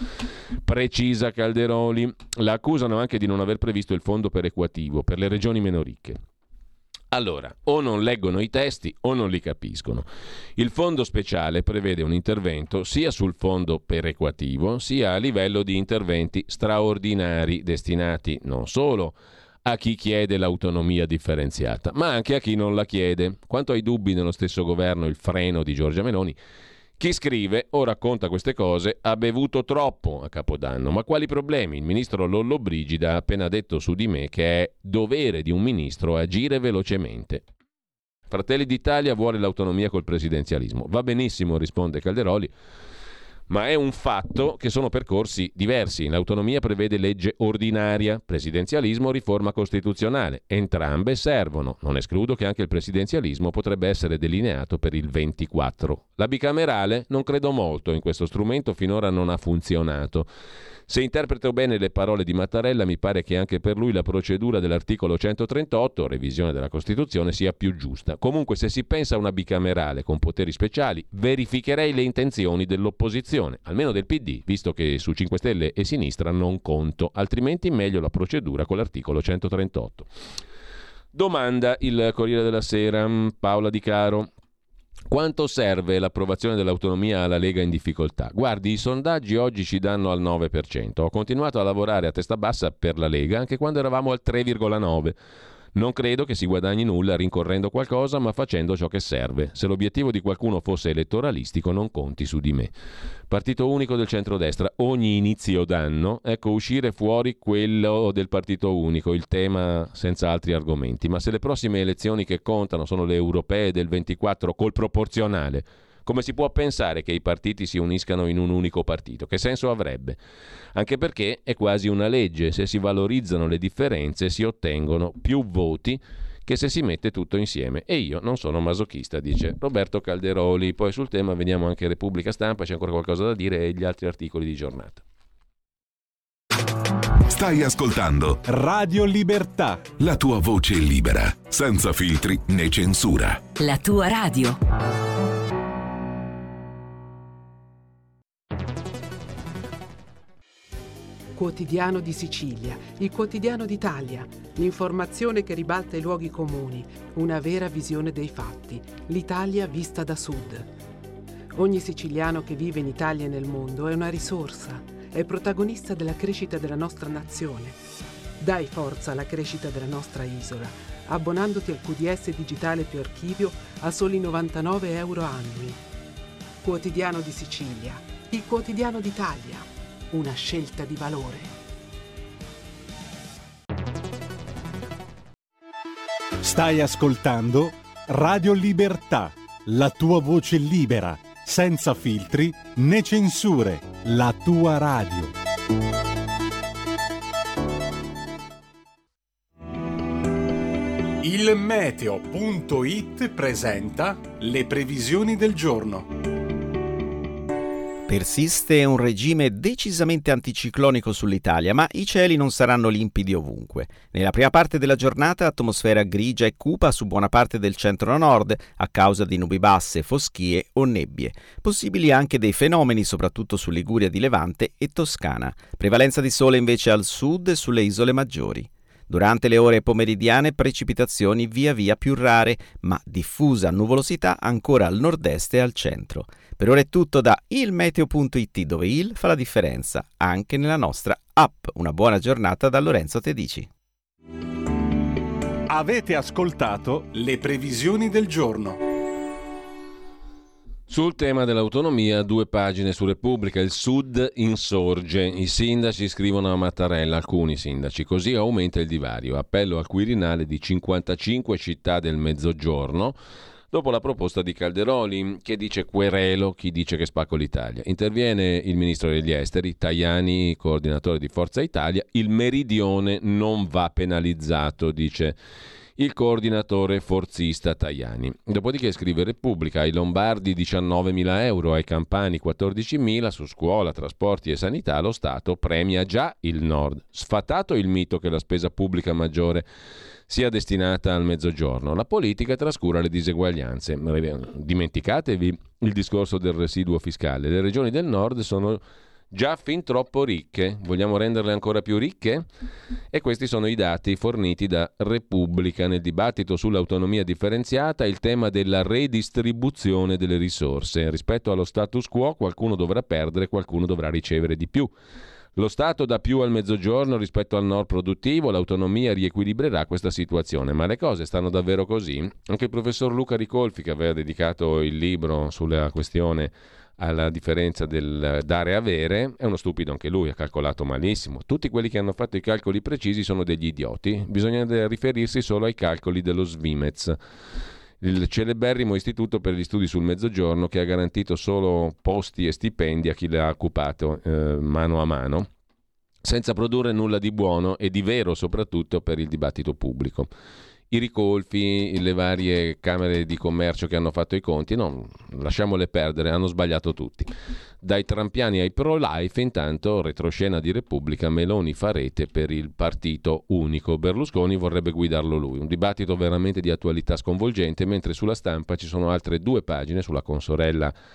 Precisa Calderoli. La accusano anche di non aver previsto il fondo perequativo per le regioni meno ricche. Allora, o non leggono i testi o non li capiscono. Il fondo speciale prevede un intervento sia sul fondo perequativo sia a livello di interventi straordinari destinati non solo a chi chiede l'autonomia differenziata, ma anche a chi non la chiede. Quanto ai dubbi nello stesso governo, il freno di Giorgia Meloni, chi scrive o racconta queste cose ha bevuto troppo a Capodanno. Ma quali problemi? Il ministro Lollobrigida ha appena detto su di me che è dovere di un ministro agire velocemente. Fratelli d'Italia vuole l'autonomia col presidenzialismo. Va benissimo, risponde Calderoli, ma è un fatto che sono percorsi diversi. L'autonomia prevede legge ordinaria, presidenzialismo riforma costituzionale. Entrambe servono. Non escludo che anche il presidenzialismo potrebbe essere delineato per il ventiquattro. La bicamerale non credo molto in questo strumento, finora non ha funzionato. Se interpreto bene le parole di Mattarella, mi pare che anche per lui la procedura dell'articolo centotrentotto, revisione della Costituzione, sia più giusta. Comunque, se si pensa a una bicamerale con poteri speciali, verificherei le intenzioni dell'opposizione. l'opposizione, almeno del P D, visto che su cinque Stelle e sinistra non conto, altrimenti meglio la procedura con l'articolo centotrentotto. Domanda il Corriere della Sera, Paola Di Caro. Quanto serve l'approvazione dell'autonomia alla Lega in difficoltà? Guardi, i sondaggi oggi ci danno al nove per cento. Ho continuato a lavorare a testa bassa per la Lega anche quando eravamo al tre virgola nove. Non credo che si guadagni nulla rincorrendo qualcosa, ma facendo ciò che serve. Se l'obiettivo di qualcuno fosse elettoralistico, non conti su di me. Partito unico del centrodestra. Ogni inizio d'anno, ecco, uscire fuori quello del partito unico, il tema senza altri argomenti. Ma se le prossime elezioni che contano sono le europee del ventiquattro col proporzionale, come si può pensare che i partiti si uniscano in un unico partito? Che senso avrebbe? Anche perché è quasi una legge, se si valorizzano le differenze si ottengono più voti che se si mette tutto insieme. E io non sono masochista, dice Roberto Calderoli. Poi sul tema vediamo anche Repubblica Stampa, c'è ancora qualcosa da dire e gli altri articoli di giornata. Stai ascoltando Radio Libertà, la tua voce libera, senza filtri né censura. La tua radio. Quotidiano di Sicilia, il quotidiano d'Italia, l'informazione che ribalta i luoghi comuni, una vera visione dei fatti, l'Italia vista da sud. Ogni siciliano che vive in Italia e nel mondo è una risorsa, è protagonista della crescita della nostra nazione. Dai forza alla crescita della nostra isola, abbonandoti al Q D S digitale più archivio a soli novantanove euro annui. Quotidiano di Sicilia, il quotidiano d'Italia. Una scelta di valore. Stai ascoltando Radio Libertà, la tua voce libera, senza filtri né censure, la tua radio. Il meteo punto it presenta le previsioni del giorno. Persiste un regime decisamente anticiclonico sull'Italia, ma i cieli non saranno limpidi ovunque. Nella prima parte della giornata atmosfera grigia e cupa su buona parte del centro-nord a causa di nubi basse, foschie o nebbie. Possibili anche dei fenomeni soprattutto su Liguria di Levante e Toscana. Prevalenza di sole invece al sud e sulle isole maggiori. Durante le ore pomeridiane precipitazioni via via più rare, ma diffusa nuvolosità ancora al nord-est e al centro. Per ora è tutto da il meteo punto it, dove il fa la differenza anche nella nostra app. Una buona giornata da Lorenzo Tedici. Avete ascoltato le previsioni del giorno. Sul tema dell'autonomia, due pagine su Repubblica. Il Sud insorge. I sindaci scrivono a Mattarella, alcuni sindaci. Così aumenta il divario. Appello al Quirinale di cinquantacinque città del Mezzogiorno, dopo la proposta di Calderoli, che dice querelo chi dice che spacco l'Italia. Interviene il ministro degli esteri, Tajani, coordinatore di Forza Italia. Il meridione non va penalizzato, dice il coordinatore forzista Tajani. Dopodiché scrive Repubblica: ai lombardi diciannovemila euro, ai campani quattordicimila, su scuola, trasporti e sanità lo Stato premia già il Nord. Sfatato il mito che la spesa pubblica maggiore sia destinata al Mezzogiorno. La politica trascura le diseguaglianze. Dimenticatevi il discorso del residuo fiscale. Le regioni del Nord sono già fin troppo ricche. Vogliamo renderle ancora più ricche? E questi sono i dati forniti da Repubblica. Nel dibattito sull'autonomia differenziata, il tema della redistribuzione delle risorse. Rispetto allo status quo, qualcuno dovrà perdere, qualcuno dovrà ricevere di più. Lo Stato dà più al Mezzogiorno rispetto al Nord produttivo, l'autonomia riequilibrerà questa situazione. Ma le cose stanno davvero così? Anche il professor Luca Ricolfi, che aveva dedicato il libro sulla questione alla differenza del dare e avere, è uno stupido anche lui, ha calcolato malissimo. Tutti quelli che hanno fatto i calcoli precisi sono degli idioti. Bisogna riferirsi solo ai calcoli dello Svimez, il celeberrimo istituto per gli studi sul Mezzogiorno, che ha garantito solo posti e stipendi a chi l'ha occupato eh, mano a mano, senza produrre nulla di buono e di vero, soprattutto per il dibattito pubblico. I Ricolfi, le varie camere di commercio che hanno fatto i conti, no, lasciamole perdere, hanno sbagliato tutti. Dai trampiani ai pro-life, intanto, retroscena di Repubblica, Meloni fa rete per il partito unico. Berlusconi vorrebbe guidarlo lui. Un dibattito veramente di attualità sconvolgente, mentre sulla Stampa ci sono altre due pagine sulla consorella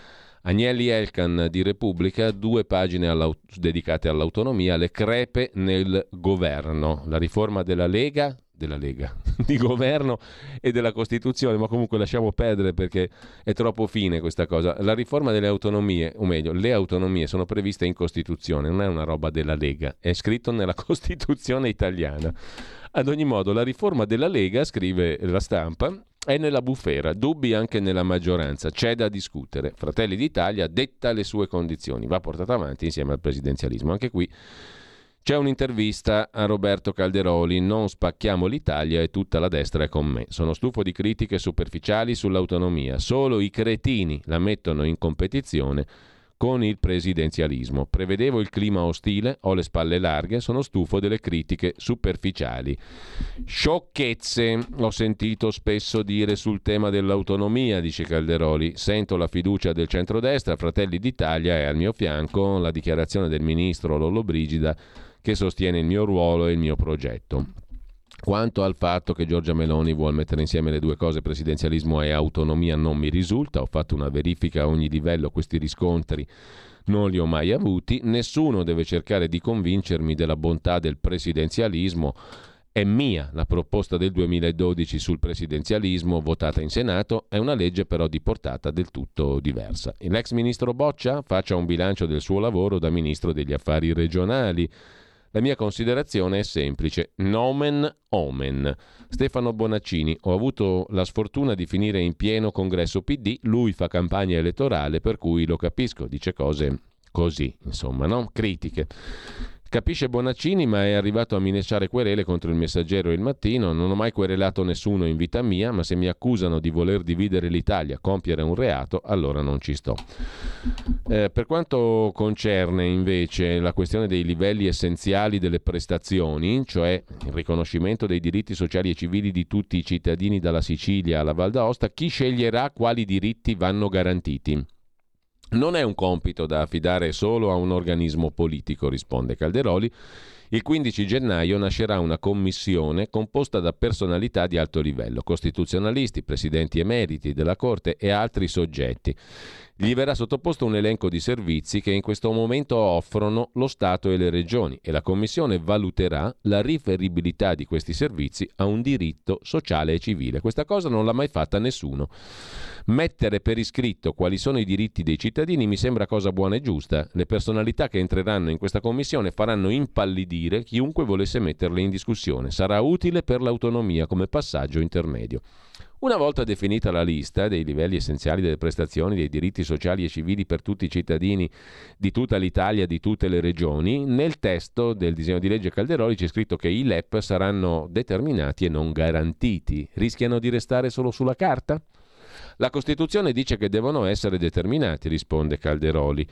Agnelli Elkan di Repubblica, due pagine all'aut- dedicate all'autonomia, le crepe nel governo, la riforma della Lega, della Lega, di governo e della Costituzione, ma comunque lasciamo perdere perché è troppo fine questa cosa. La riforma delle autonomie, o meglio, le autonomie sono previste in Costituzione, non è una roba della Lega, è scritto nella Costituzione italiana. Ad ogni modo, la riforma della Lega, scrive La Stampa, è nella bufera, dubbi anche nella maggioranza, c'è da discutere. Fratelli d'Italia detta le sue condizioni, va portata avanti insieme al presidenzialismo. Anche qui c'è un'intervista a Roberto Calderoli, non spacchiamo l'Italia e tutta la destra è con me. Sono stufo di critiche superficiali sull'autonomia, solo i cretini la mettono in competizione con il presidenzialismo. Prevedevo il clima ostile, ho le spalle larghe, sono stufo delle critiche superficiali. Sciocchezze ho sentito spesso dire sul tema dell'autonomia, dice Calderoli. Sento la fiducia del centrodestra, Fratelli d'Italia è al mio fianco, la dichiarazione del ministro Lollobrigida che sostiene il mio ruolo e il mio progetto. Quanto al fatto che Giorgia Meloni vuole mettere insieme le due cose, presidenzialismo e autonomia, non mi risulta. Ho fatto una verifica a ogni livello, questi riscontri non li ho mai avuti. Nessuno deve cercare di convincermi della bontà del presidenzialismo. È mia la proposta del duemiladodici sul presidenzialismo, votata in Senato, è una legge però di portata del tutto diversa. L'ex ministro Boccia faccia un bilancio del suo lavoro da ministro degli affari regionali. La mia considerazione è semplice, nomen omen. Stefano Bonaccini, ho avuto la sfortuna di finire in pieno congresso P D, lui fa campagna elettorale per cui lo capisco, dice cose così, insomma, no? Critiche. Capisce Bonaccini, ma è arrivato a minacciare querele contro il Messaggero e il Mattino. Non ho mai querelato nessuno in vita mia, ma se mi accusano di voler dividere l'Italia, compiere un reato, allora non ci sto. Eh, per quanto concerne invece la questione dei livelli essenziali delle prestazioni, cioè il riconoscimento dei diritti sociali e civili di tutti i cittadini dalla Sicilia alla Val d'Aosta, chi sceglierà quali diritti vanno garantiti? Non è un compito da affidare solo a un organismo politico, risponde Calderoli. Il quindici gennaio nascerà una commissione composta da personalità di alto livello, costituzionalisti, presidenti emeriti della Corte e altri soggetti. Gli verrà sottoposto un elenco di servizi che in questo momento offrono lo Stato e le regioni e la Commissione valuterà la riferibilità di questi servizi a un diritto sociale e civile. Questa cosa non l'ha mai fatta nessuno. Mettere per iscritto quali sono i diritti dei cittadini mi sembra cosa buona e giusta. Le personalità che entreranno in questa commissione faranno impallidire chiunque volesse metterle in discussione. Sarà utile per l'autonomia come passaggio intermedio. Una volta definita la lista dei livelli essenziali delle prestazioni, dei diritti sociali e civili per tutti i cittadini di tutta l'Italia, di tutte le regioni, nel testo del disegno di legge Calderoli c'è scritto che i L E P saranno determinati e non garantiti. Rischiano di restare solo sulla carta? La Costituzione dice che devono essere determinati, risponde Calderoli.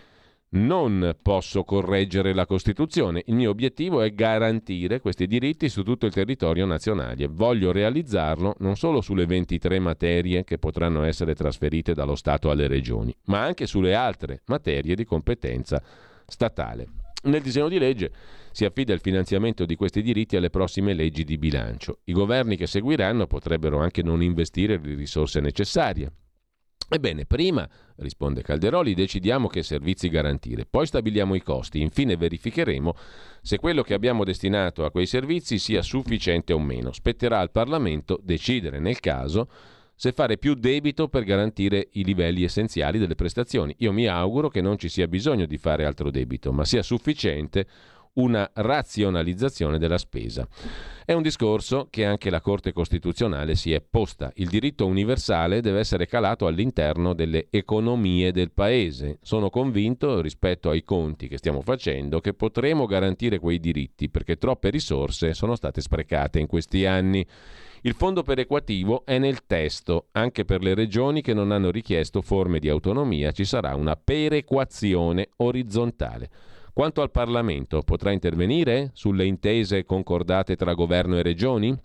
Non posso correggere la Costituzione, il mio obiettivo è garantire questi diritti su tutto il territorio nazionale. Voglio realizzarlo non solo sulle ventitré materie che potranno essere trasferite dallo Stato alle regioni, ma anche sulle altre materie di competenza statale. Nel disegno di legge si affida il finanziamento di questi diritti alle prossime leggi di bilancio. I governi che seguiranno potrebbero anche non investire le risorse necessarie. Ebbene, prima, risponde Calderoli, decidiamo che servizi garantire, poi stabiliamo i costi, infine verificheremo se quello che abbiamo destinato a quei servizi sia sufficiente o meno. Spetterà al Parlamento decidere nel caso se fare più debito per garantire i livelli essenziali delle prestazioni. Io mi auguro che non ci sia bisogno di fare altro debito, ma sia sufficiente una razionalizzazione della spesa. È un discorso che anche la Corte Costituzionale si è posta. Il diritto universale deve essere calato all'interno delle economie del Paese. Sono convinto, rispetto ai conti che stiamo facendo, che potremo garantire quei diritti perché troppe risorse sono state sprecate in questi anni. Il fondo perequativo è nel testo. Anche per le regioni che non hanno richiesto forme di autonomia ci sarà una perequazione orizzontale. Quanto al Parlamento, potrà intervenire sulle intese concordate tra governo e regioni?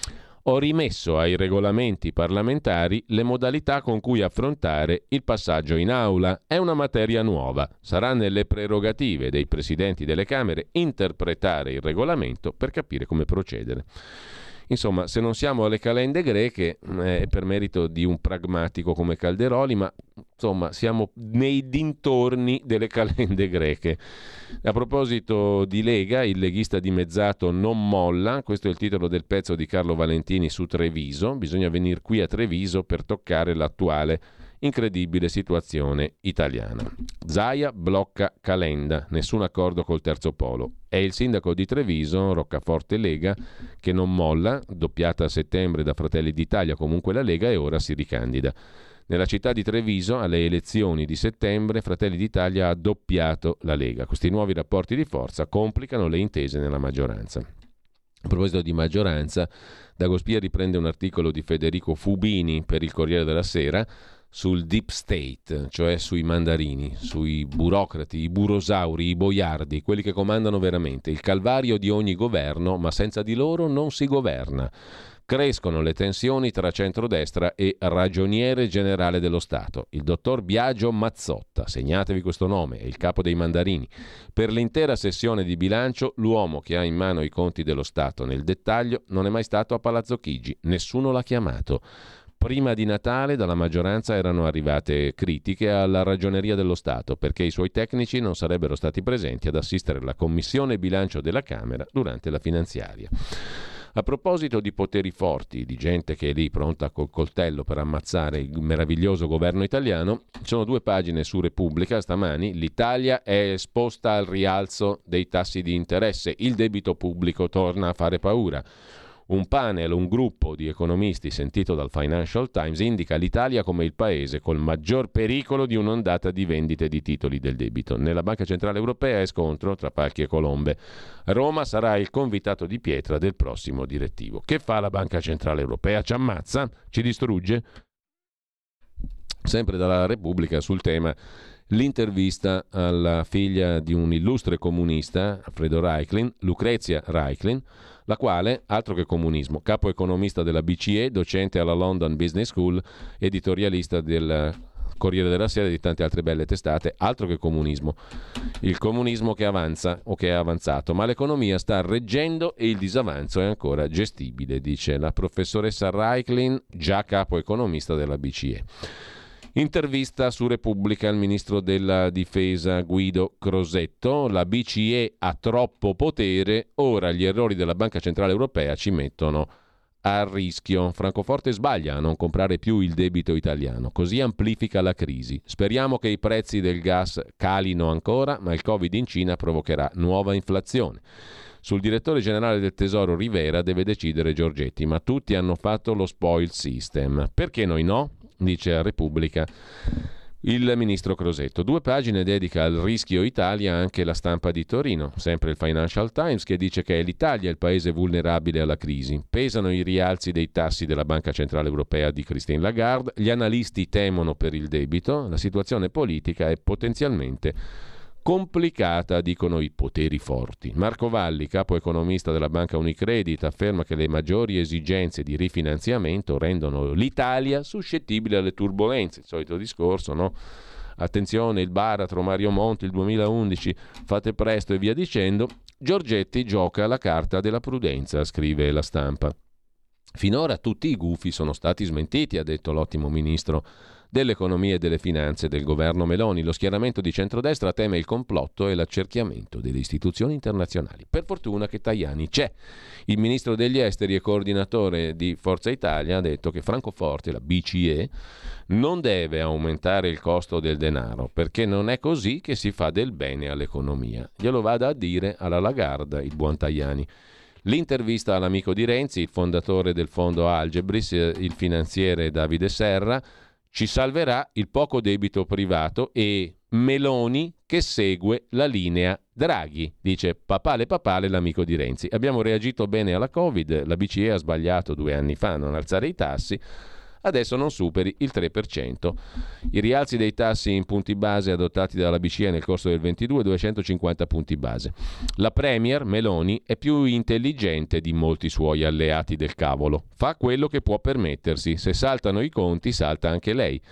Ho rimesso ai regolamenti parlamentari le modalità con cui affrontare il passaggio in aula. È una materia nuova. Sarà nelle prerogative dei presidenti delle Camere interpretare il regolamento per capire come procedere. Insomma, se non siamo alle calende greche è per merito di un pragmatico come Calderoli, ma insomma siamo nei dintorni delle calende greche. A proposito di Lega, il leghista dimezzato non molla, questo è il titolo del pezzo di Carlo Valentini su Treviso. Bisogna venire qui a Treviso per toccare l'attuale incredibile situazione italiana. Zaia blocca Calenda, nessun accordo col terzo polo. È il sindaco di Treviso, Roccaforte Lega, che non molla, doppiata a settembre da Fratelli d'Italia, comunque la Lega, e ora si ricandida. Nella città di Treviso, alle elezioni di settembre, Fratelli d'Italia ha doppiato la Lega. Questi nuovi rapporti di forza complicano le intese nella maggioranza. A proposito di maggioranza, Dagospia riprende un articolo di Federico Fubini per il Corriere della Sera sul deep state, cioè sui mandarini, sui burocrati, i burosauri, i boiardi, quelli che comandano veramente, il calvario di ogni governo, ma senza di loro non si governa. Crescono le tensioni tra centrodestra e ragioniere generale dello Stato. Il dottor Biagio Mazzotta, segnatevi questo nome, è il capo dei mandarini. Per l'intera sessione di bilancio, l'uomo che ha in mano i conti dello Stato nel dettaglio non è mai stato a Palazzo Chigi, nessuno l'ha chiamato. Prima di Natale dalla maggioranza erano arrivate critiche alla Ragioneria dello Stato perché i suoi tecnici non sarebbero stati presenti ad assistere alla Commissione Bilancio della Camera durante la finanziaria. A proposito di poteri forti, di gente che è lì pronta col coltello per ammazzare il meraviglioso governo italiano, ci sono due pagine su Repubblica stamani. L'Italia è esposta al rialzo dei tassi di interesse, il debito pubblico torna a fare paura. Un panel, un gruppo di economisti sentito dal Financial Times indica l'Italia come il paese col maggior pericolo di un'ondata di vendite di titoli del debito. Nella Banca Centrale Europea è scontro tra palchi e colombe. Roma sarà il convitato di pietra del prossimo direttivo. Che fa la Banca Centrale Europea? Ci ammazza? Ci distrugge? Sempre dalla Repubblica sul tema l'intervista alla figlia di un illustre comunista, Alfredo Reiklin, Lucrezia Reiklin, la quale, altro che comunismo, capo economista della B C E, docente alla London Business School, editorialista del Corriere della Sera e di tante altre belle testate, altro che comunismo. Il comunismo che avanza o che è avanzato, ma l'economia sta reggendo e il disavanzo è ancora gestibile, dice la professoressa Reiklin, già capo economista della B C E. Intervista su Repubblica al ministro della difesa Guido Crosetto. La B C E ha troppo potere, ora gli errori della Banca Centrale Europea ci mettono a rischio. Francoforte sbaglia a non comprare più il debito italiano, così amplifica la crisi. Speriamo che i prezzi del gas calino ancora, ma il Covid in Cina provocherà nuova inflazione. Sul direttore generale del Tesoro Rivera deve decidere Giorgetti, ma tutti hanno fatto lo spoil system. Perché noi no? Dice a Repubblica il ministro Crosetto. Due pagine dedica al rischio Italia anche la Stampa di Torino, sempre il Financial Times, che dice che è l'Italia il paese vulnerabile alla crisi. Pesano i rialzi dei tassi della Banca Centrale Europea di Christine Lagarde, gli analisti temono per il debito, la situazione politica è potenzialmente complicata, dicono i poteri forti. Marco Valli, capo economista della banca Unicredit, afferma che le maggiori esigenze di rifinanziamento rendono l'Italia suscettibile alle turbolenze. Il solito discorso, no? Attenzione, il baratro Mario Monti, il duemilaundici, fate presto e via dicendo. Giorgetti gioca la carta della prudenza, scrive la Stampa. Finora tutti i gufi sono stati smentiti, ha detto l'ottimo ministro dell'economia e delle finanze del governo Meloni. Lo schieramento di centrodestra teme il complotto e l'accerchiamento delle istituzioni internazionali. Per fortuna che Tajani c'è. Il ministro degli esteri e coordinatore di Forza Italia ha detto che Francoforte, la B C E, non deve aumentare il costo del denaro, perché non è così che si fa del bene all'economia. Glielo vada a dire alla Lagarde il buon Tajani. L'intervista all'amico di Renzi, il fondatore del fondo Algebris, il finanziere Davide Serra. Ci salverà il poco debito privato e Meloni che segue la linea Draghi, dice papale papale l'amico di Renzi. Abbiamo reagito bene alla Covid, la B C E ha sbagliato due anni fa a non alzare i tassi, adesso non superi il tre per cento. I rialzi dei tassi in punti base adottati dalla B C E nel corso del ventidue, duecentocinquanta punti base. La Premier Meloni è più intelligente di molti suoi alleati del cavolo. Fa quello che può permettersi. Se saltano i conti, salta anche lei.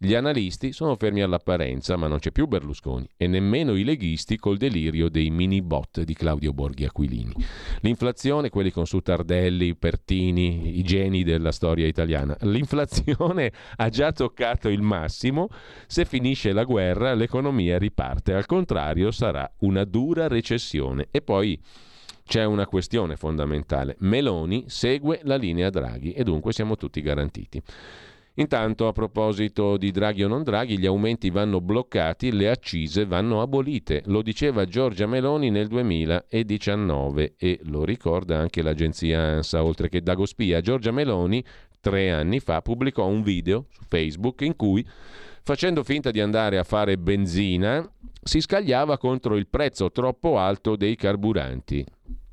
Gli analisti sono fermi all'apparenza, ma non c'è più Berlusconi e nemmeno i leghisti col delirio dei mini bot di Claudio Borghi Aquilini. L'inflazione, quelli con su Tardelli, Pertini, i geni della storia italiana, l'inflazione ha già toccato il massimo. Se finisce la guerra l'economia riparte, al contrario sarà una dura recessione. E poi c'è una questione fondamentale: Meloni segue la linea Draghi e dunque siamo tutti garantiti. Intanto, a proposito di Draghi o non Draghi, gli aumenti vanno bloccati, le accise vanno abolite. Lo diceva Giorgia Meloni nel duemiladiciannove e lo ricorda anche l'agenzia ANSA, oltre che Dagospia. Giorgia Meloni tre anni fa pubblicò un video su Facebook in cui, facendo finta di andare a fare benzina, si scagliava contro il prezzo troppo alto dei carburanti.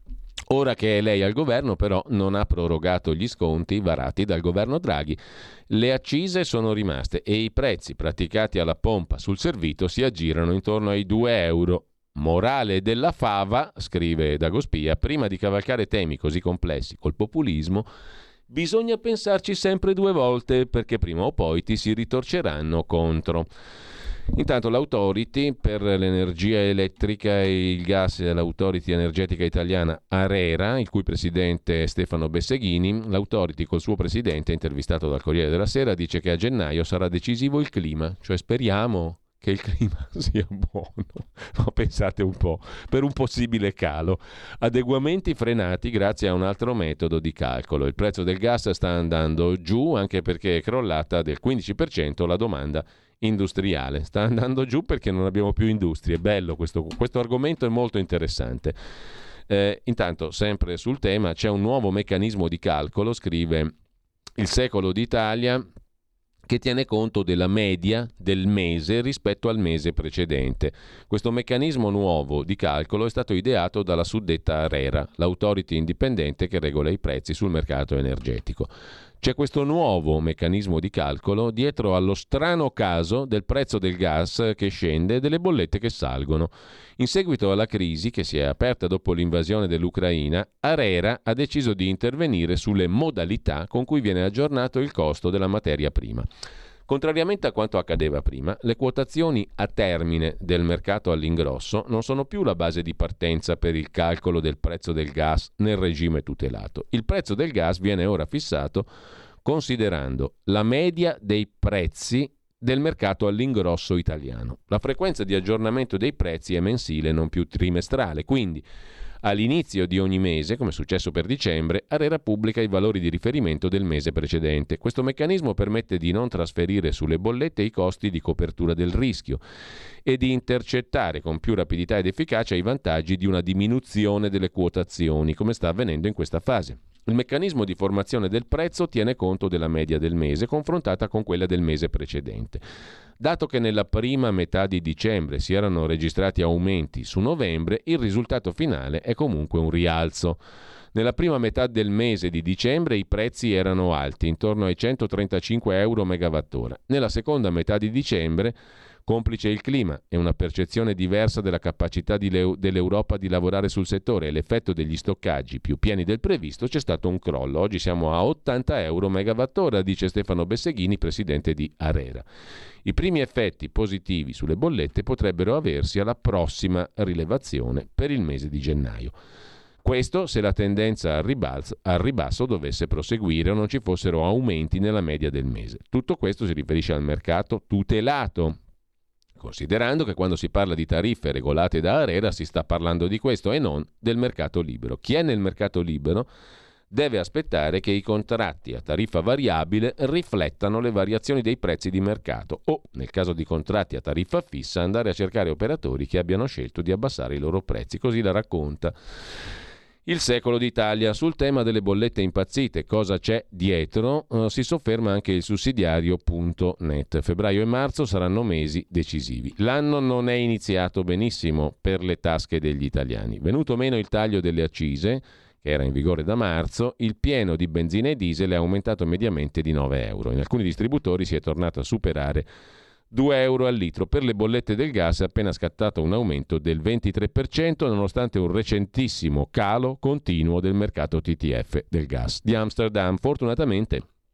Ora che è lei al governo, però, non ha prorogato gli sconti varati dal governo Draghi. Le accise sono rimaste e i prezzi praticati alla pompa sul servito si aggirano intorno ai due euro. Morale della fava, scrive Dagospia, prima di cavalcare temi così complessi col populismo, bisogna pensarci sempre due volte, perché prima o poi ti si ritorceranno contro. Intanto l'Authority per l'energia elettrica e il gas, l'Authority energetica italiana ARERA, il cui presidente è Stefano Besseghini, l'Authority col suo presidente, intervistato dal Corriere della Sera, dice che a gennaio sarà decisivo il clima, cioè speriamo che il clima sia buono, ma pensate un po', per un possibile calo. Adeguamenti frenati grazie a un altro metodo di calcolo. Il prezzo del gas sta andando giù anche perché è crollata del quindici per cento la domanda industriale. Sta andando giù perché non abbiamo più industrie. Bello questo, questo argomento, è molto interessante. Eh, intanto, sempre sul tema, c'è un nuovo meccanismo di calcolo, scrive Il Secolo d'Italia, che tiene conto della media del mese rispetto al mese precedente. Questo meccanismo nuovo di calcolo è stato ideato dalla suddetta ARERA, l'autority indipendente che regola i prezzi sul mercato energetico. C'è questo nuovo meccanismo di calcolo dietro allo strano caso del prezzo del gas che scende e delle bollette che salgono. In seguito alla crisi che si è aperta dopo l'invasione dell'Ucraina, ARERA ha deciso di intervenire sulle modalità con cui viene aggiornato il costo della materia prima. Contrariamente a quanto accadeva prima, le quotazioni a termine del mercato all'ingrosso non sono più la base di partenza per il calcolo del prezzo del gas nel regime tutelato. Il prezzo del gas viene ora fissato considerando la media dei prezzi del mercato all'ingrosso italiano. La frequenza di aggiornamento dei prezzi è mensile, non più trimestrale, quindi all'inizio di ogni mese, come è successo per dicembre, ARERA pubblica i valori di riferimento del mese precedente. Questo meccanismo permette di non trasferire sulle bollette i costi di copertura del rischio e di intercettare con più rapidità ed efficacia i vantaggi di una diminuzione delle quotazioni, come sta avvenendo in questa fase. Il meccanismo di formazione del prezzo tiene conto della media del mese confrontata con quella del mese precedente. Dato che nella prima metà di dicembre si erano registrati aumenti su novembre, il risultato finale è comunque un rialzo. Nella prima metà del mese di dicembre i prezzi erano alti, intorno ai centotrentacinque euro megawattora. Nella seconda metà di dicembre, complice il clima e una percezione diversa della capacità di le- dell'Europa di lavorare sul settore e l'effetto degli stoccaggi più pieni del previsto, c'è stato un crollo. Oggi siamo a ottanta euro megawattora, dice Stefano Besseghini, presidente di ARERA. I primi effetti positivi sulle bollette potrebbero aversi alla prossima rilevazione per il mese di gennaio. Questo se la tendenza al ribasso, al ribasso dovesse proseguire o non ci fossero aumenti nella media del mese. Tutto questo si riferisce al mercato tutelato, considerando che quando si parla di tariffe regolate da ARERA si sta parlando di questo e non del mercato libero. Chi è nel mercato libero deve aspettare che i contratti a tariffa variabile riflettano le variazioni dei prezzi di mercato o, nel caso di contratti a tariffa fissa, andare a cercare operatori che abbiano scelto di abbassare i loro prezzi. Così la racconta Il Secolo d'Italia. Sul tema delle bollette impazzite, cosa c'è dietro, uh, si sofferma anche il sussidiario punto net. Febbraio e marzo saranno mesi decisivi. L'anno non è iniziato benissimo per le tasche degli italiani. Venuto meno il taglio delle accise, che era in vigore da marzo, il pieno di benzina e diesel è aumentato mediamente di nove euro. In alcuni distributori si è tornato a superare due euro al litro. Per le bollette del gas è appena scattato un aumento del ventitré per cento nonostante un recentissimo calo continuo del mercato T T F del gas di Amsterdam. Fortunatamente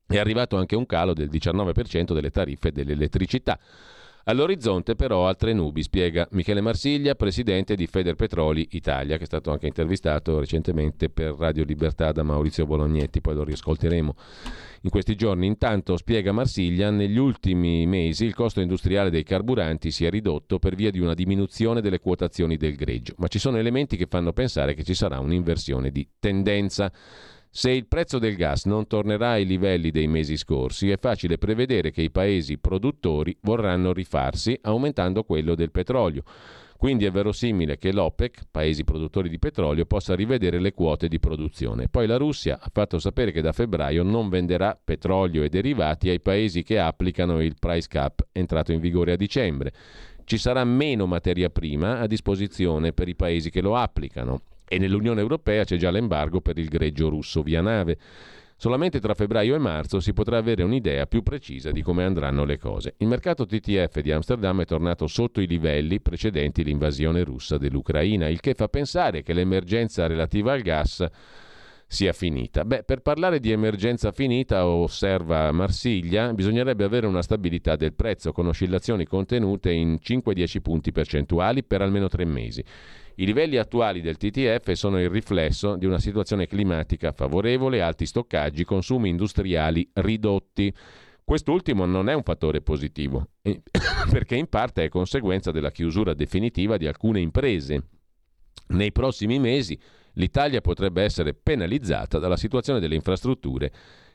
È arrivato anche un calo del diciannove per cento delle tariffe dell'elettricità. All'orizzonte però altre nubi, spiega Michele Marsiglia, presidente di Federpetroli Italia, che è stato anche intervistato recentemente per Radio Libertà da Maurizio Bolognetti, poi lo riascolteremo in questi giorni. Intanto, spiega Marsiglia, negli ultimi mesi il costo industriale dei carburanti si è ridotto per via di una diminuzione delle quotazioni del greggio, ma ci sono elementi che fanno pensare che ci sarà un'inversione di tendenza. Se il prezzo del gas non tornerà ai livelli dei mesi scorsi, è facile prevedere che i paesi produttori vorranno rifarsi aumentando quello del petrolio. Quindi è verosimile che l'OPEC, paesi produttori di petrolio, possa rivedere le quote di produzione. Poi la Russia ha fatto sapere che da febbraio non venderà petrolio e derivati ai paesi che applicano il price cap, entrato in vigore a dicembre. Ci sarà meno materia prima a disposizione per i paesi che lo applicano. E nell'Unione Europea c'è già l'embargo per il greggio russo via nave. Solamente tra febbraio e marzo si potrà avere un'idea più precisa di come andranno le cose. Il mercato T T F di Amsterdam è tornato sotto i livelli precedenti l'invasione russa dell'Ucraina, il che fa pensare che l'emergenza relativa al gas sia finita. Beh, per parlare di emergenza finita, osserva Marsiglia, bisognerebbe avere una stabilità del prezzo con oscillazioni contenute in cinque dieci punti percentuali per almeno tre mesi. I livelli attuali del T T F sono il riflesso di una situazione climatica favorevole, alti stoccaggi, consumi industriali ridotti. Quest'ultimo non è un fattore positivo, perché in parte è conseguenza della chiusura definitiva di alcune imprese. Nei prossimi mesi l'Italia potrebbe essere penalizzata dalla situazione delle infrastrutture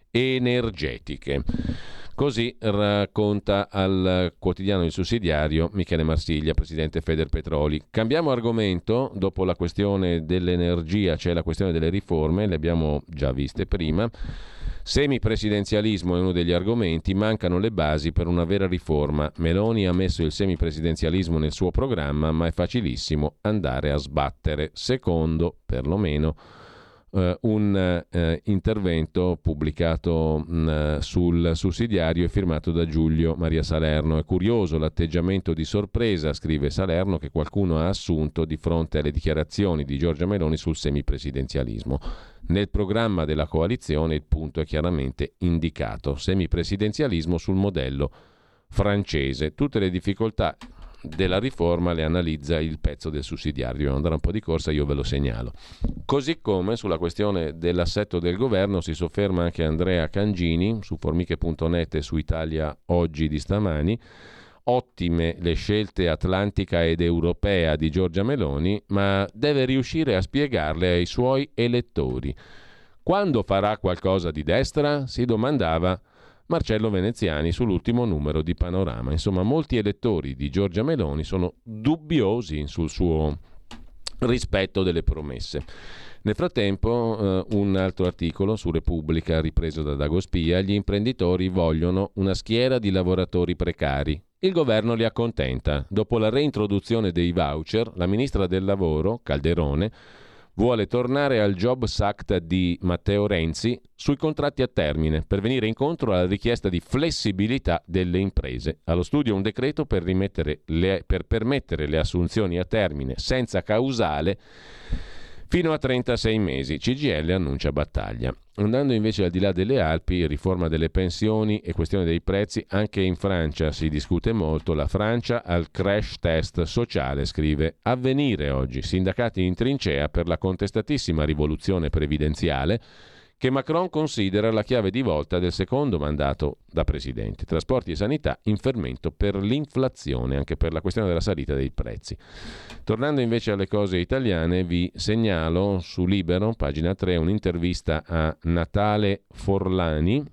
energetiche. Così racconta al quotidiano Il Sussidiario Michele Marsiglia, presidente Federpetroli. Cambiamo argomento, dopo la questione dell'energia c'è la questione delle riforme, le abbiamo già viste prima. Semipresidenzialismo è uno degli argomenti, mancano le basi per una vera riforma. Meloni ha messo il semipresidenzialismo nel suo programma, ma è facilissimo andare a sbattere, secondo perlomeno Uh, un uh, intervento pubblicato uh, sul Sussidiario e firmato da Giulio Maria Salerno. È curioso l'atteggiamento di sorpresa, scrive Salerno, che qualcuno ha assunto di fronte alle dichiarazioni di Giorgia Meloni sul semipresidenzialismo. Nel programma della coalizione il punto è chiaramente indicato: semipresidenzialismo sul modello francese. Tutte le difficoltà della riforma le analizza il pezzo del Sussidiario. Devo andare un po' di corsa, io ve lo segnalo. Così come sulla questione dell'assetto del governo si sofferma anche Andrea Cangini su formiche punto net e su Italia Oggi di stamani. Ottime le scelte atlantica ed europea di Giorgia Meloni, ma deve riuscire a spiegarle ai suoi elettori. Quando farà qualcosa di destra? Si domandava Marcello Veneziani sull'ultimo numero di Panorama. Insomma, molti elettori di Giorgia Meloni sono dubbiosi sul suo rispetto delle promesse. Nel frattempo, eh, un altro articolo su Repubblica ripreso da Dago Spia: gli imprenditori vogliono una schiera di lavoratori precari. Il governo li accontenta. Dopo la reintroduzione dei voucher, la ministra del lavoro, Calderone, vuole tornare al Jobs Act di Matteo Renzi sui contratti a termine per venire incontro alla richiesta di flessibilità delle imprese. Allo studio un decreto per, rimettere le, per permettere le assunzioni a termine senza causale fino a trentasei mesi. C G I L annuncia battaglia. Andando invece al di là delle Alpi, riforma delle pensioni e questione dei prezzi, anche in Francia si discute molto. La Francia al crash test sociale, scrive Avvenire oggi. Sindacati in trincea per la contestatissima rivoluzione previdenziale che Macron considera la chiave di volta del secondo mandato da presidente. Trasporti e sanità in fermento per l'inflazione, anche per la questione della salita dei prezzi. Tornando invece alle cose italiane, vi segnalo su Libero, pagina tre, un'intervista a Natale Forlani,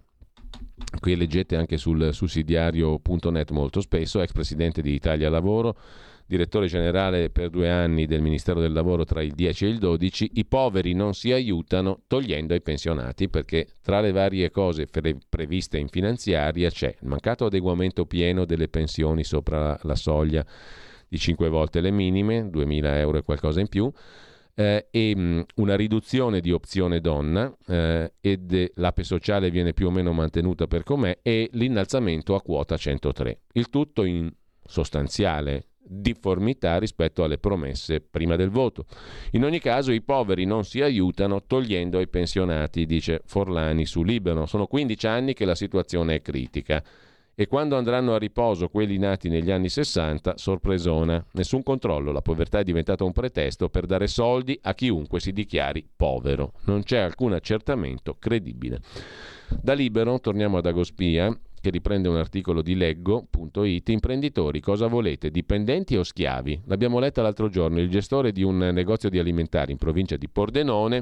qui leggete anche sul sussidiario punto net molto spesso, ex presidente di Italia Lavoro, direttore generale per due anni del Ministero del Lavoro tra il dieci e il dodici. I poveri non si aiutano togliendo ai pensionati, perché tra le varie cose pre- previste in finanziaria c'è il mancato adeguamento pieno delle pensioni sopra la soglia di cinque volte le minime, duemila euro e qualcosa in più, eh, e mh, una riduzione di opzione donna, eh, ed l'A P E sociale viene più o meno mantenuta per com'è, e l'innalzamento a quota centotré. Il tutto in sostanziale difformità rispetto alle promesse prima del voto. In ogni caso i poveri non si aiutano togliendo ai pensionati, dice Forlani su Libero. Sono quindici anni che la situazione è critica. E quando andranno a riposo quelli nati negli anni sessanta, sorpresona. Nessun controllo, la povertà è diventata un pretesto per dare soldi a chiunque si dichiari povero. Non c'è alcun accertamento credibile. Da Libero torniamo ad Agospia, che riprende un articolo di leggo punto it. Imprenditori, cosa volete? Dipendenti o schiavi? L'abbiamo letta l'altro giorno. Il gestore di un negozio di alimentari in provincia di Pordenone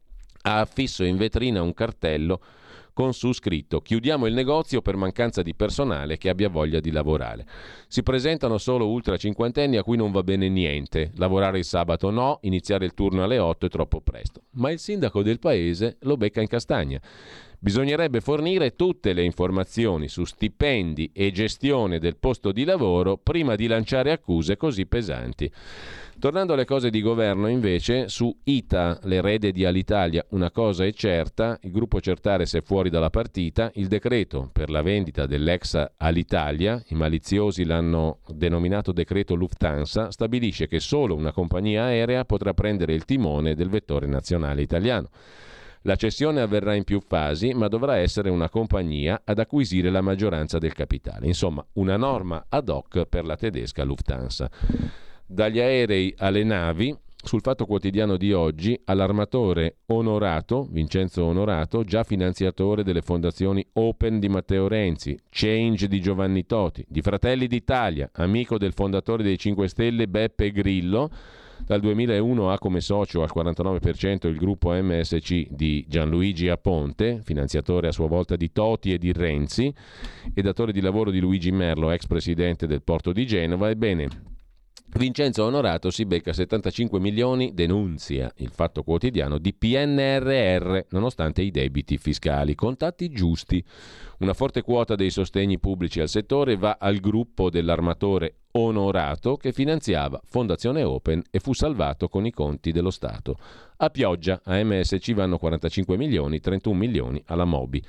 ha affisso in vetrina un cartello con su scritto: chiudiamo il negozio per mancanza di personale che abbia voglia di lavorare. Si presentano solo ultra cinquantenni a cui non va bene niente. Lavorare il sabato no, iniziare il turno alle otto è troppo presto. Ma il sindaco del paese lo becca in castagna. Bisognerebbe fornire tutte le informazioni su stipendi e gestione del posto di lavoro prima di lanciare accuse così pesanti. Tornando alle cose di governo, invece, su I T A, l'erede di Alitalia, una cosa è certa: il gruppo Certares è fuori dalla partita. Il decreto per la vendita dell'ex Alitalia, i maliziosi l'hanno denominato decreto Lufthansa, stabilisce che solo una compagnia aerea potrà prendere il timone del vettore nazionale italiano. La cessione avverrà in più fasi, ma dovrà essere una compagnia ad acquisire la maggioranza del capitale. Insomma, una norma ad hoc per la tedesca Lufthansa. Dagli aerei alle navi, sul Fatto Quotidiano di oggi, all'armatore Onorato, Vincenzo Onorato, già finanziatore delle fondazioni Open di Matteo Renzi, Change di Giovanni Toti, di Fratelli d'Italia, amico del fondatore dei cinque Stelle Beppe Grillo. Dal duemilauno ha come socio al quarantanove per cento il gruppo M S C di Gianluigi Aponte, finanziatore a sua volta di Toti e di Renzi, e datore di lavoro di Luigi Merlo, ex presidente del Porto di Genova. Ebbene, Vincenzo Onorato si becca settantacinque milioni, denunzia il Fatto Quotidiano, di P N R R, nonostante i debiti fiscali. Contatti giusti. Una forte quota dei sostegni pubblici al settore va al gruppo dell'armatore Onorato, che finanziava Fondazione Open e fu salvato con i conti dello Stato. A pioggia a M S C vanno quarantacinque milioni, trentuno milioni alla Moby.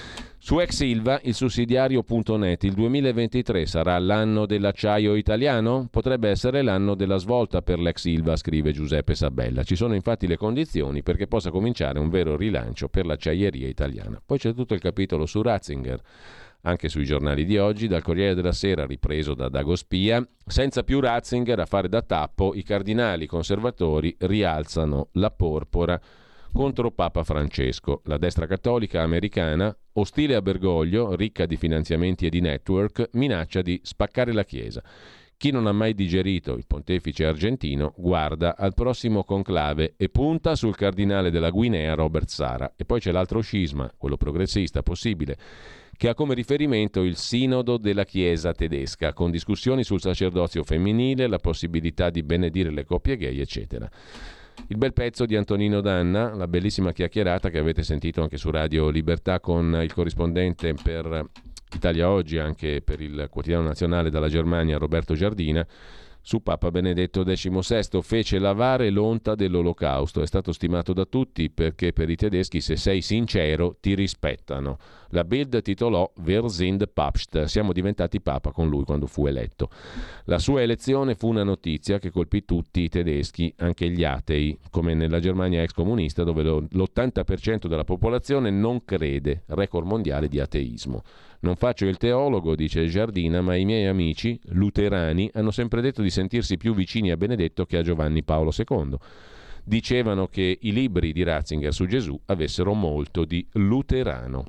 Su ex Ilva, il sussidiario punto net, il duemilaventitré sarà l'anno dell'acciaio italiano? Potrebbe essere l'anno della svolta per l'ex Ilva, scrive Giuseppe Sabella. Ci sono infatti le condizioni perché possa cominciare un vero rilancio per l'acciaieria italiana. Poi c'è tutto il capitolo su Ratzinger, anche sui giornali di oggi, dal Corriere della Sera ripreso da Dagospia. Senza più Ratzinger a fare da tappo, i cardinali conservatori rialzano la porpora contro Papa Francesco. La destra cattolica americana, ostile a Bergoglio, ricca di finanziamenti e di network, minaccia di spaccare la Chiesa. Chi non ha mai digerito il pontefice argentino guarda al prossimo conclave e punta sul cardinale della Guinea Robert Sara. E poi c'è l'altro scisma, quello progressista possibile, che ha come riferimento il Sinodo della Chiesa tedesca, con discussioni sul sacerdozio femminile, la possibilità di benedire le coppie gay, eccetera. Il bel pezzo di Antonino Danna, la bellissima chiacchierata che avete sentito anche su Radio Libertà con il corrispondente per Italia Oggi, anche per il Quotidiano Nazionale dalla Germania, Roberto Giardina, su Papa Benedetto diciassette. Fece lavare l'onta dell'Olocausto. È stato stimato da tutti perché per i tedeschi, se sei sincero, ti rispettano. La Bild titolò Wir sind Papst. Siamo diventati Papa con lui quando fu eletto. La sua elezione fu una notizia che colpì tutti i tedeschi, anche gli atei, come nella Germania ex comunista, dove l'ottanta per cento della popolazione non crede, record mondiale di ateismo. Non faccio il teologo, dice Giardina, ma i miei amici luterani hanno sempre detto di sentirsi più vicini a Benedetto che a Giovanni Paolo secondo. Dicevano che i libri di Ratzinger su Gesù avessero molto di luterano.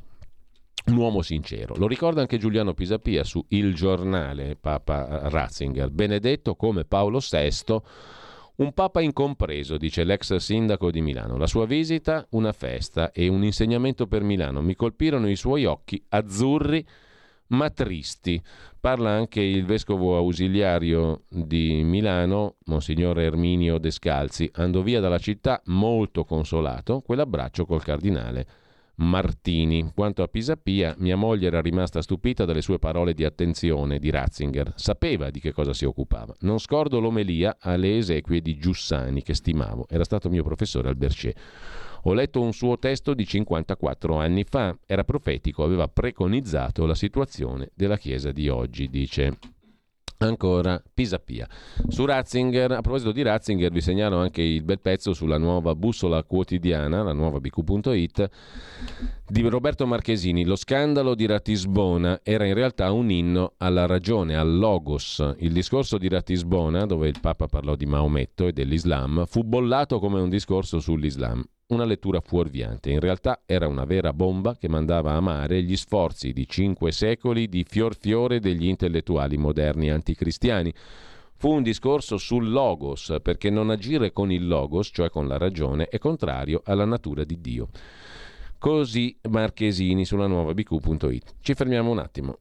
Un uomo sincero. Lo ricorda anche Giuliano Pisapia su Il Giornale, Papa Ratzinger. Benedetto come Paolo sesto, un papa incompreso, dice l'ex sindaco di Milano. La sua visita, una festa e un insegnamento per Milano. Mi colpirono i suoi occhi azzurri ma tristi. Parla anche il vescovo ausiliario di Milano, Monsignor Erminio Descalzi. Andò via dalla città molto consolato, quell'abbraccio col cardinale Martini. Quanto a Pisapia, mia moglie era rimasta stupita dalle sue parole di attenzione di Ratzinger. Sapeva di che cosa si occupava. Non scordo l'omelia alle esequie di Giussani, che stimavo. Era stato mio professore al Bercé. Ho letto un suo testo di cinquantaquattro anni fa. Era profetico, aveva preconizzato la situazione della Chiesa di oggi, dice Ancora Pisapia. Su Ratzinger, a proposito di Ratzinger, vi segnalo anche il bel pezzo sulla nuova bussola quotidiana, la nuova b q punto i t, di Roberto Marchesini. Lo scandalo di Ratisbona era in realtà un inno alla ragione, al logos. Il discorso di Ratisbona, dove il Papa parlò di Maometto e dell'Islam, fu bollato come un discorso sull'Islam. Una lettura fuorviante. In realtà era una vera bomba che mandava a mare gli sforzi di cinque secoli di fior fiore degli intellettuali moderni anticristiani. Fu un discorso sul logos, perché non agire con il logos, cioè con la ragione, è contrario alla natura di Dio. Così Marchesini sulla nuova b q punto i t. Ci fermiamo un attimo.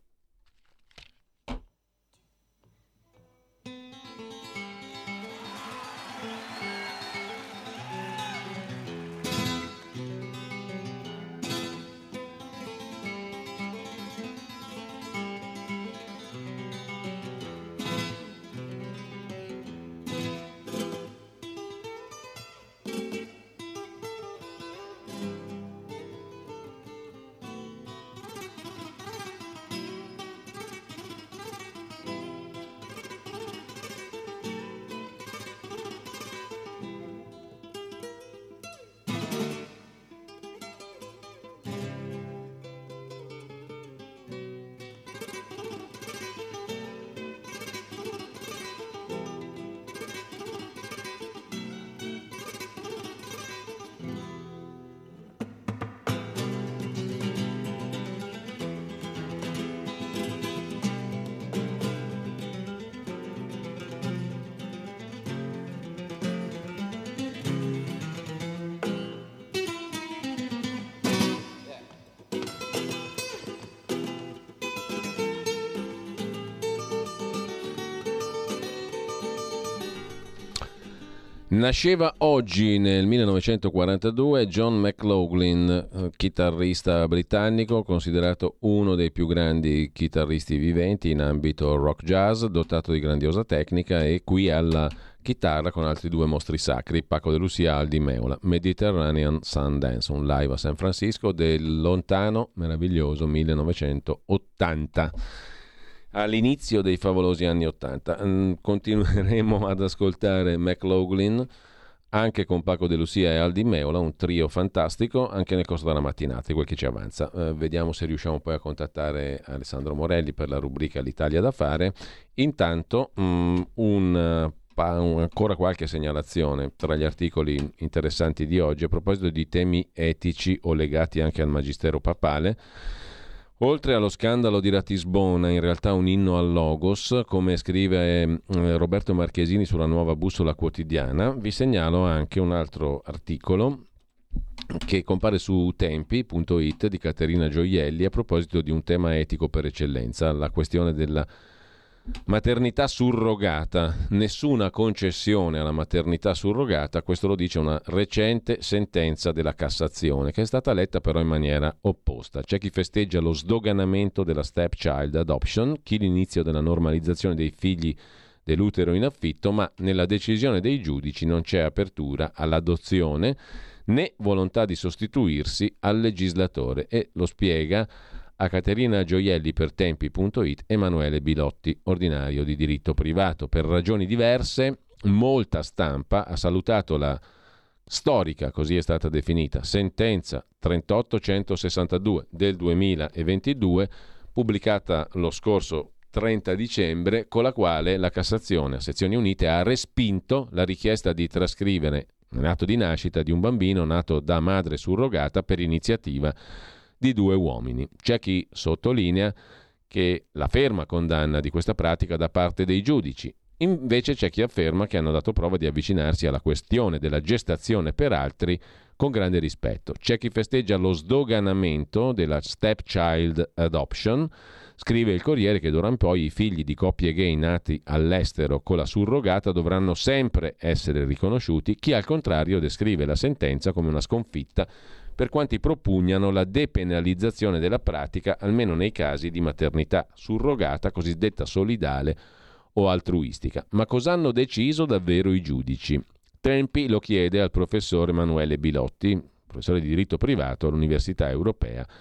Nasceva oggi nel millenovecentoquarantadue John McLaughlin, chitarrista britannico, considerato uno dei più grandi chitarristi viventi in ambito rock jazz, dotato di grandiosa tecnica, e qui alla chitarra con altri due mostri sacri, Paco de Lucia e Al Di Meola. Mediterranean Sundance, un live a San Francisco del lontano, meraviglioso millenovecentottanta. All'inizio dei favolosi anni Ottanta. Continueremo ad ascoltare McLaughlin anche con Paco de Lucia e Al Di Meola, un trio fantastico anche nel corso della mattinata, quel che ci avanza. Eh, vediamo se riusciamo poi a contattare Alessandro Morelli per la rubrica L'Italia da fare. Intanto mh, un, pa, un, ancora qualche segnalazione tra gli articoli interessanti di oggi a proposito di temi etici o legati anche al magistero papale. Oltre allo scandalo di Ratisbona, in realtà un inno al logos, come scrive eh, Roberto Marchesini sulla nuova bussola quotidiana, vi segnalo anche un altro articolo che compare su tempi punto i t di Caterina Gioielli a proposito di un tema etico per eccellenza, la questione della maternità surrogata. Nessuna concessione alla maternità surrogata, questo lo dice una recente sentenza della Cassazione, che è stata letta però in maniera opposta. C'è chi festeggia lo sdoganamento della stepchild adoption, chi l'inizio della normalizzazione dei figli dell'utero in affitto, ma nella decisione dei giudici non c'è apertura all'adozione né volontà di sostituirsi al legislatore, e lo spiega a Caterina Gioielli per tempi punto i t Emanuele Bilotti, ordinario di diritto privato. Per ragioni diverse, molta stampa ha salutato la storica, così è stata definita, sentenza trentotto centosessantadue del duemilaventidue, pubblicata lo scorso trenta dicembre, con la quale la Cassazione a sezioni unite ha respinto la richiesta di trascrivere l'atto di nascita di un bambino nato da madre surrogata per iniziativa di due uomini. C'è chi sottolinea che la ferma condanna di questa pratica da parte dei giudici. Invece c'è chi afferma che hanno dato prova di avvicinarsi alla questione della gestazione per altri con grande rispetto. C'è chi festeggia lo sdoganamento della stepchild adoption. Scrive il Corriere che d'ora in poi i figli di coppie gay nati all'estero con la surrogata dovranno sempre essere riconosciuti. Chi al contrario descrive la sentenza come una sconfitta per quanti propugnano la depenalizzazione della pratica, almeno nei casi di maternità surrogata cosiddetta solidale o altruistica. Ma cosa hanno deciso davvero i giudici? Tempi lo chiede al professor Emanuele Bilotti, professore di diritto privato all'Università Europea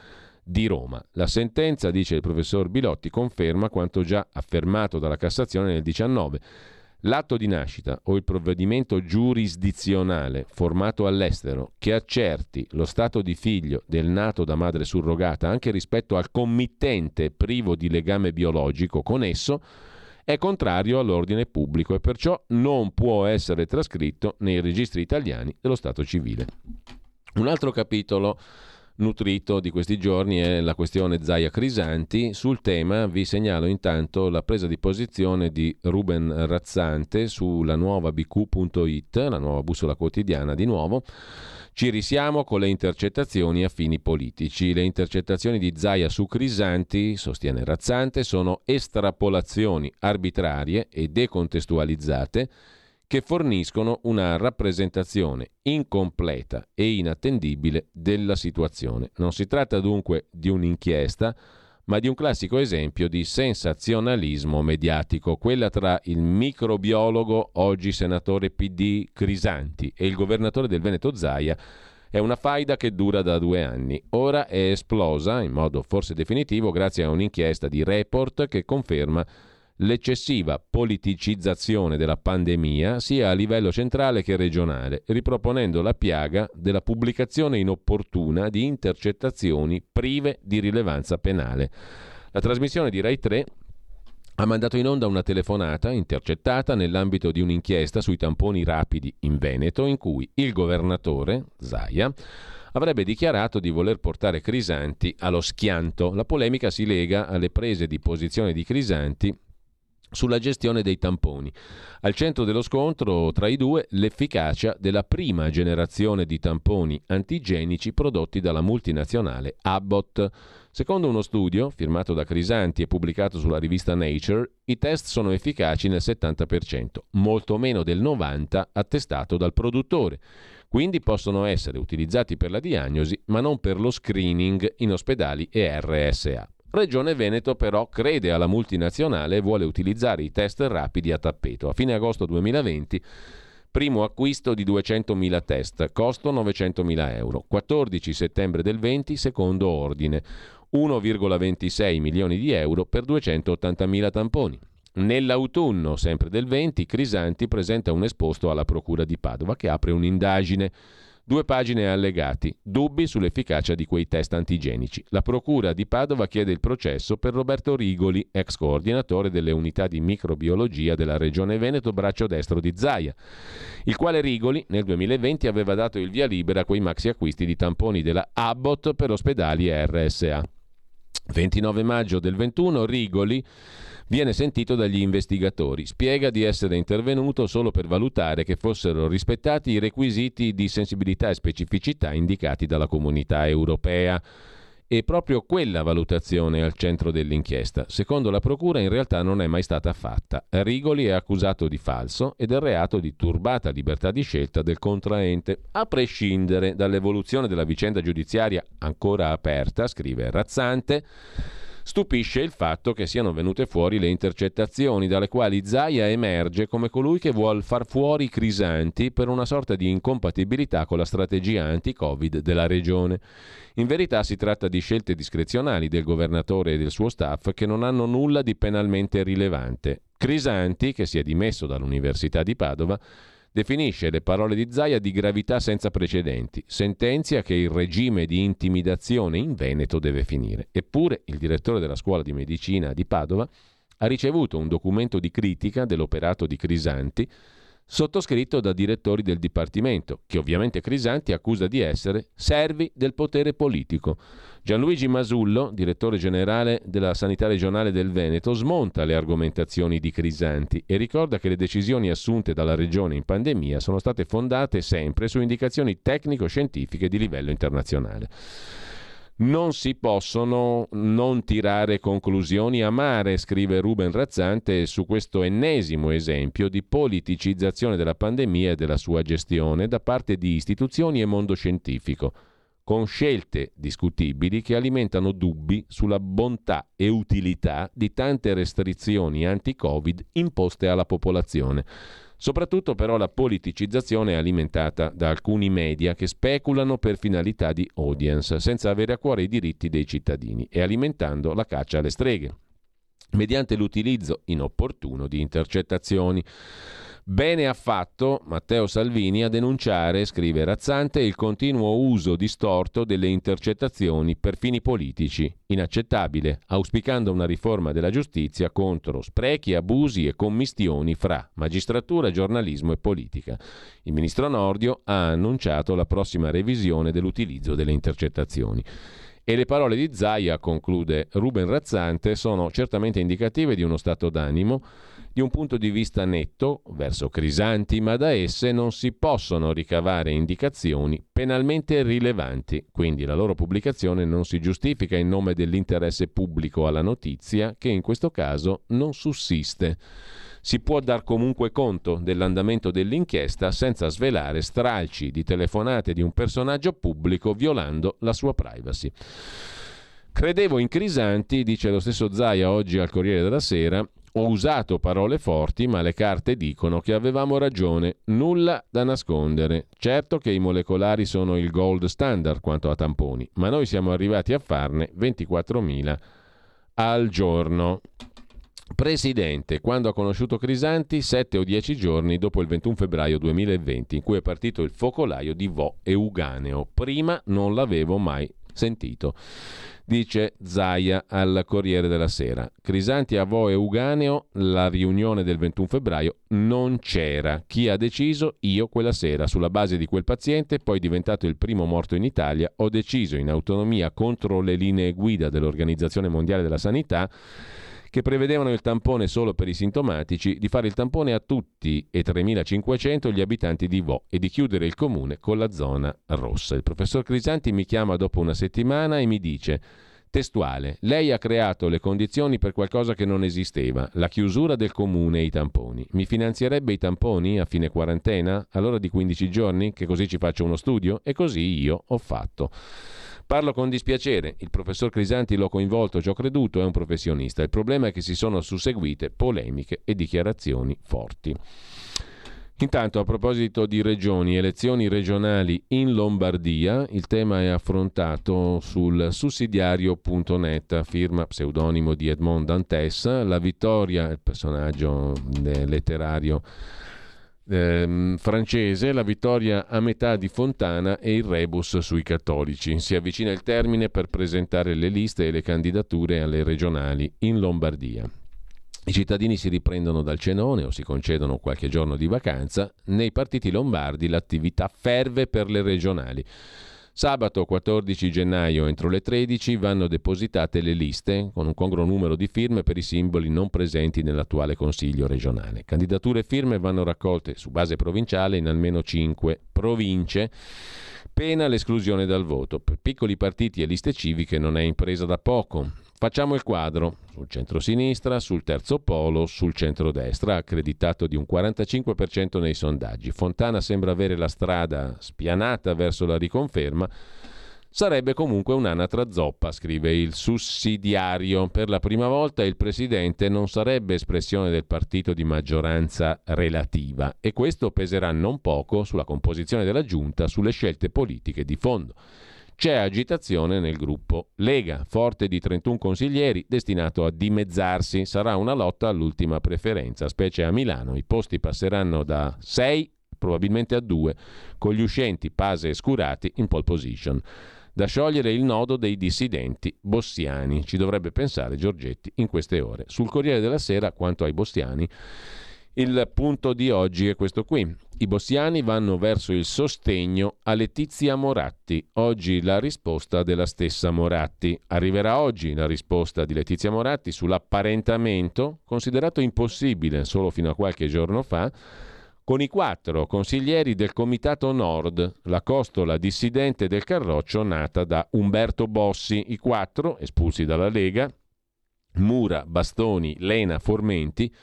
di Roma. La sentenza, dice il professor Bilotti, conferma quanto già affermato dalla Cassazione nel diciannove. L'atto di nascita o il provvedimento giurisdizionale formato all'estero che accerti lo stato di figlio del nato da madre surrogata anche rispetto al committente privo di legame biologico con esso è contrario all'ordine pubblico e perciò non può essere trascritto nei registri italiani dello stato civile. Un altro capitolo nutrito di questi giorni è la questione Zaia Crisanti. Sul tema vi segnalo intanto la presa di posizione di Ruben Razzante sulla nuova B Q punto it, la nuova bussola quotidiana di nuovo. Ci risiamo con le intercettazioni a fini politici. Le intercettazioni di Zaia su Crisanti, sostiene Razzante, sono estrapolazioni arbitrarie e decontestualizzate che forniscono una rappresentazione incompleta e inattendibile della situazione. Non si tratta dunque di un'inchiesta, ma di un classico esempio di sensazionalismo mediatico, quella tra il microbiologo, oggi senatore P D Crisanti, e il governatore del Veneto Zaia. È una faida che dura da due anni. Ora è esplosa, in modo forse definitivo, grazie a un'inchiesta di Report che conferma l'eccessiva politicizzazione della pandemia sia a livello centrale che regionale, riproponendo la piaga della pubblicazione inopportuna di intercettazioni prive di rilevanza penale. La trasmissione di Rai tre ha mandato in onda una telefonata intercettata nell'ambito di un'inchiesta sui tamponi rapidi in Veneto, in cui il governatore, Zaia, avrebbe dichiarato di voler portare Crisanti allo schianto. La polemica si lega alle prese di posizione di Crisanti sulla gestione dei tamponi. Al centro dello scontro tra i due l'efficacia della prima generazione di tamponi antigenici prodotti dalla multinazionale Abbott. Secondo uno studio firmato da Crisanti e pubblicato sulla rivista Nature, i test sono efficaci nel settanta per cento, molto meno del novanta per cento attestato dal produttore. Quindi possono essere utilizzati per la diagnosi, ma non per lo screening in ospedali e R S A. Regione Veneto però crede alla multinazionale e vuole utilizzare i test rapidi a tappeto. A fine agosto duemilaventi, primo acquisto di duecentomila test, costo novecentomila euro. quattordici settembre del venti, secondo ordine, uno virgola ventisei milioni di euro per duecentottantamila tamponi. Nell'autunno, sempre del venti, Crisanti presenta un esposto alla Procura di Padova che apre un'indagine. Due pagine allegati, dubbi sull'efficacia di quei test antigenici. La Procura di Padova chiede il processo per Roberto Rigoli, ex coordinatore delle unità di microbiologia della Regione Veneto, braccio destro di Zaia, il quale Rigoli nel duemilaventi aveva dato il via libera a quei maxi acquisti di tamponi della Abbott per ospedali e R S A. ventinove maggio del ventuno Rigoli viene sentito dagli investigatori. Spiega di essere intervenuto solo per valutare che fossero rispettati i requisiti di sensibilità e specificità indicati dalla Comunità Europea. E proprio quella valutazione è al centro dell'inchiesta. Secondo la Procura in realtà non è mai stata fatta. Rigoli è accusato di falso e del reato di turbata libertà di scelta del contraente. A prescindere dall'evoluzione della vicenda giudiziaria ancora aperta, scrive Razzante, stupisce il fatto che siano venute fuori le intercettazioni dalle quali Zaia emerge come colui che vuol far fuori Crisanti per una sorta di incompatibilità con la strategia anti-Covid della regione. In verità si tratta di scelte discrezionali del governatore e del suo staff che non hanno nulla di penalmente rilevante. Crisanti, che si è dimesso dall'Università di Padova, definisce le parole di Zaia di gravità senza precedenti, sentenzia che il regime di intimidazione in Veneto deve finire. Eppure il direttore della scuola di medicina di Padova ha ricevuto un documento di critica dell'operato di Crisanti sottoscritto da direttori del Dipartimento, che ovviamente Crisanti accusa di essere servi del potere politico. Gianluigi Masullo, direttore generale della Sanità regionale del Veneto, smonta le argomentazioni di Crisanti e ricorda che le decisioni assunte dalla regione in pandemia sono state fondate sempre su indicazioni tecnico-scientifiche di livello internazionale. Non si possono non tirare conclusioni amare, scrive Ruben Razzante su questo ennesimo esempio di politicizzazione della pandemia e della sua gestione da parte di istituzioni e mondo scientifico, con scelte discutibili che alimentano dubbi sulla bontà e utilità di tante restrizioni anti-Covid imposte alla popolazione. Soprattutto però la politicizzazione è alimentata da alcuni media che speculano per finalità di audience, senza avere a cuore i diritti dei cittadini e alimentando la caccia alle streghe, mediante l'utilizzo inopportuno di intercettazioni. Bene ha fatto Matteo Salvini a denunciare, scrive Razzante, il continuo uso distorto delle intercettazioni per fini politici, inaccettabile, auspicando una riforma della giustizia contro sprechi, abusi e commistioni fra magistratura, giornalismo e politica. Il ministro Nordio ha annunciato la prossima revisione dell'utilizzo delle intercettazioni. E le parole di Zaia, conclude Ruben Razzante, sono certamente indicative di uno stato d'animo, di un punto di vista netto verso Crisanti, ma da esse non si possono ricavare indicazioni penalmente rilevanti, quindi la loro pubblicazione non si giustifica in nome dell'interesse pubblico alla notizia, che in questo caso non sussiste. Si può dar comunque conto dell'andamento dell'inchiesta senza svelare stralci di telefonate di un personaggio pubblico violando la sua privacy. Credevo in Crisanti, dice lo stesso Zaia oggi al Corriere della Sera. Ho usato parole forti, ma le carte dicono che avevamo ragione, nulla da nascondere. Certo che i molecolari sono il gold standard quanto a tamponi, ma noi siamo arrivati a farne ventiquattromila al giorno. Presidente, quando ha conosciuto Crisanti, sette o dieci giorni dopo il ventuno febbraio duemilaventi, in cui è partito il focolaio di Vo Euganeo. Prima non l'avevo mai sentito, dice Zaia al Corriere della Sera. Crisanti a Vo Euganeo, la riunione del ventuno febbraio non c'era. Chi ha deciso? Io quella sera, sulla base di quel paziente, poi diventato il primo morto in Italia, ho deciso in autonomia contro le linee guida dell'Organizzazione Mondiale della Sanità, che prevedevano il tampone solo per i sintomatici, di fare il tampone a tutti e tremilacinquecento gli abitanti di Vo e di chiudere il comune con la zona rossa. Il professor Crisanti mi chiama dopo una settimana e mi dice, testuale, lei ha creato le condizioni per qualcosa che non esisteva, la chiusura del comune e i tamponi. Mi finanzierebbe i tamponi a fine quarantena? Allora di quindici giorni, che così ci faccio uno studio? E così io ho fatto. Parlo con dispiacere, il professor Crisanti l'ho coinvolto, ci ho creduto, è un professionista. Il problema è che si sono susseguite polemiche e dichiarazioni forti. Intanto, a proposito di regioni, elezioni regionali in Lombardia, il tema è affrontato sul sussidiario punto net, firma pseudonimo di Edmond Dantes. La vittoria, il personaggio letterario Eh, francese, la vittoria a metà di Fontana e il rebus sui cattolici. Si avvicina il termine per presentare le liste e le candidature alle regionali in Lombardia. I cittadini si riprendono dal cenone o si concedono qualche giorno di vacanza. Nei partiti lombardi l'attività ferve per le regionali. Sabato quattordici gennaio entro le tredici vanno depositate le liste con un congruo numero di firme per i simboli non presenti nell'attuale Consiglio regionale. Candidature e firme vanno raccolte su base provinciale in almeno cinque province, pena l'esclusione dal voto. Per piccoli partiti e liste civiche non è impresa da poco. Facciamo il quadro. Sul centro-sinistra, sul terzo polo, sul centro-destra, accreditato di un quarantacinque per cento nei sondaggi. Fontana sembra avere la strada spianata verso la riconferma. Sarebbe comunque un'anatra zoppa, scrive il sussidiario. Per la prima volta il presidente non sarebbe espressione del partito di maggioranza relativa e questo peserà non poco sulla composizione della giunta, sulle scelte politiche di fondo. C'è agitazione nel gruppo Lega, forte di trentuno consiglieri, destinato a dimezzarsi. Sarà una lotta all'ultima preferenza, specie a Milano. I posti passeranno da sei probabilmente a due, con gli uscenti Pase e Scurati in pole position. Da sciogliere il nodo dei dissidenti bossiani. Ci dovrebbe pensare Giorgetti in queste ore. Sul Corriere della Sera, quanto ai bossiani, il punto di oggi è questo qui. I bossiani vanno verso il sostegno a Letizia Moratti. Oggi la risposta della stessa Moratti. Arriverà oggi la risposta di Letizia Moratti sull'apparentamento, considerato impossibile solo fino a qualche giorno fa, con i quattro consiglieri del Comitato Nord, la costola dissidente del Carroccio nata da Umberto Bossi. I quattro, espulsi dalla Lega, Mura, Bastoni, Lena, Formenti,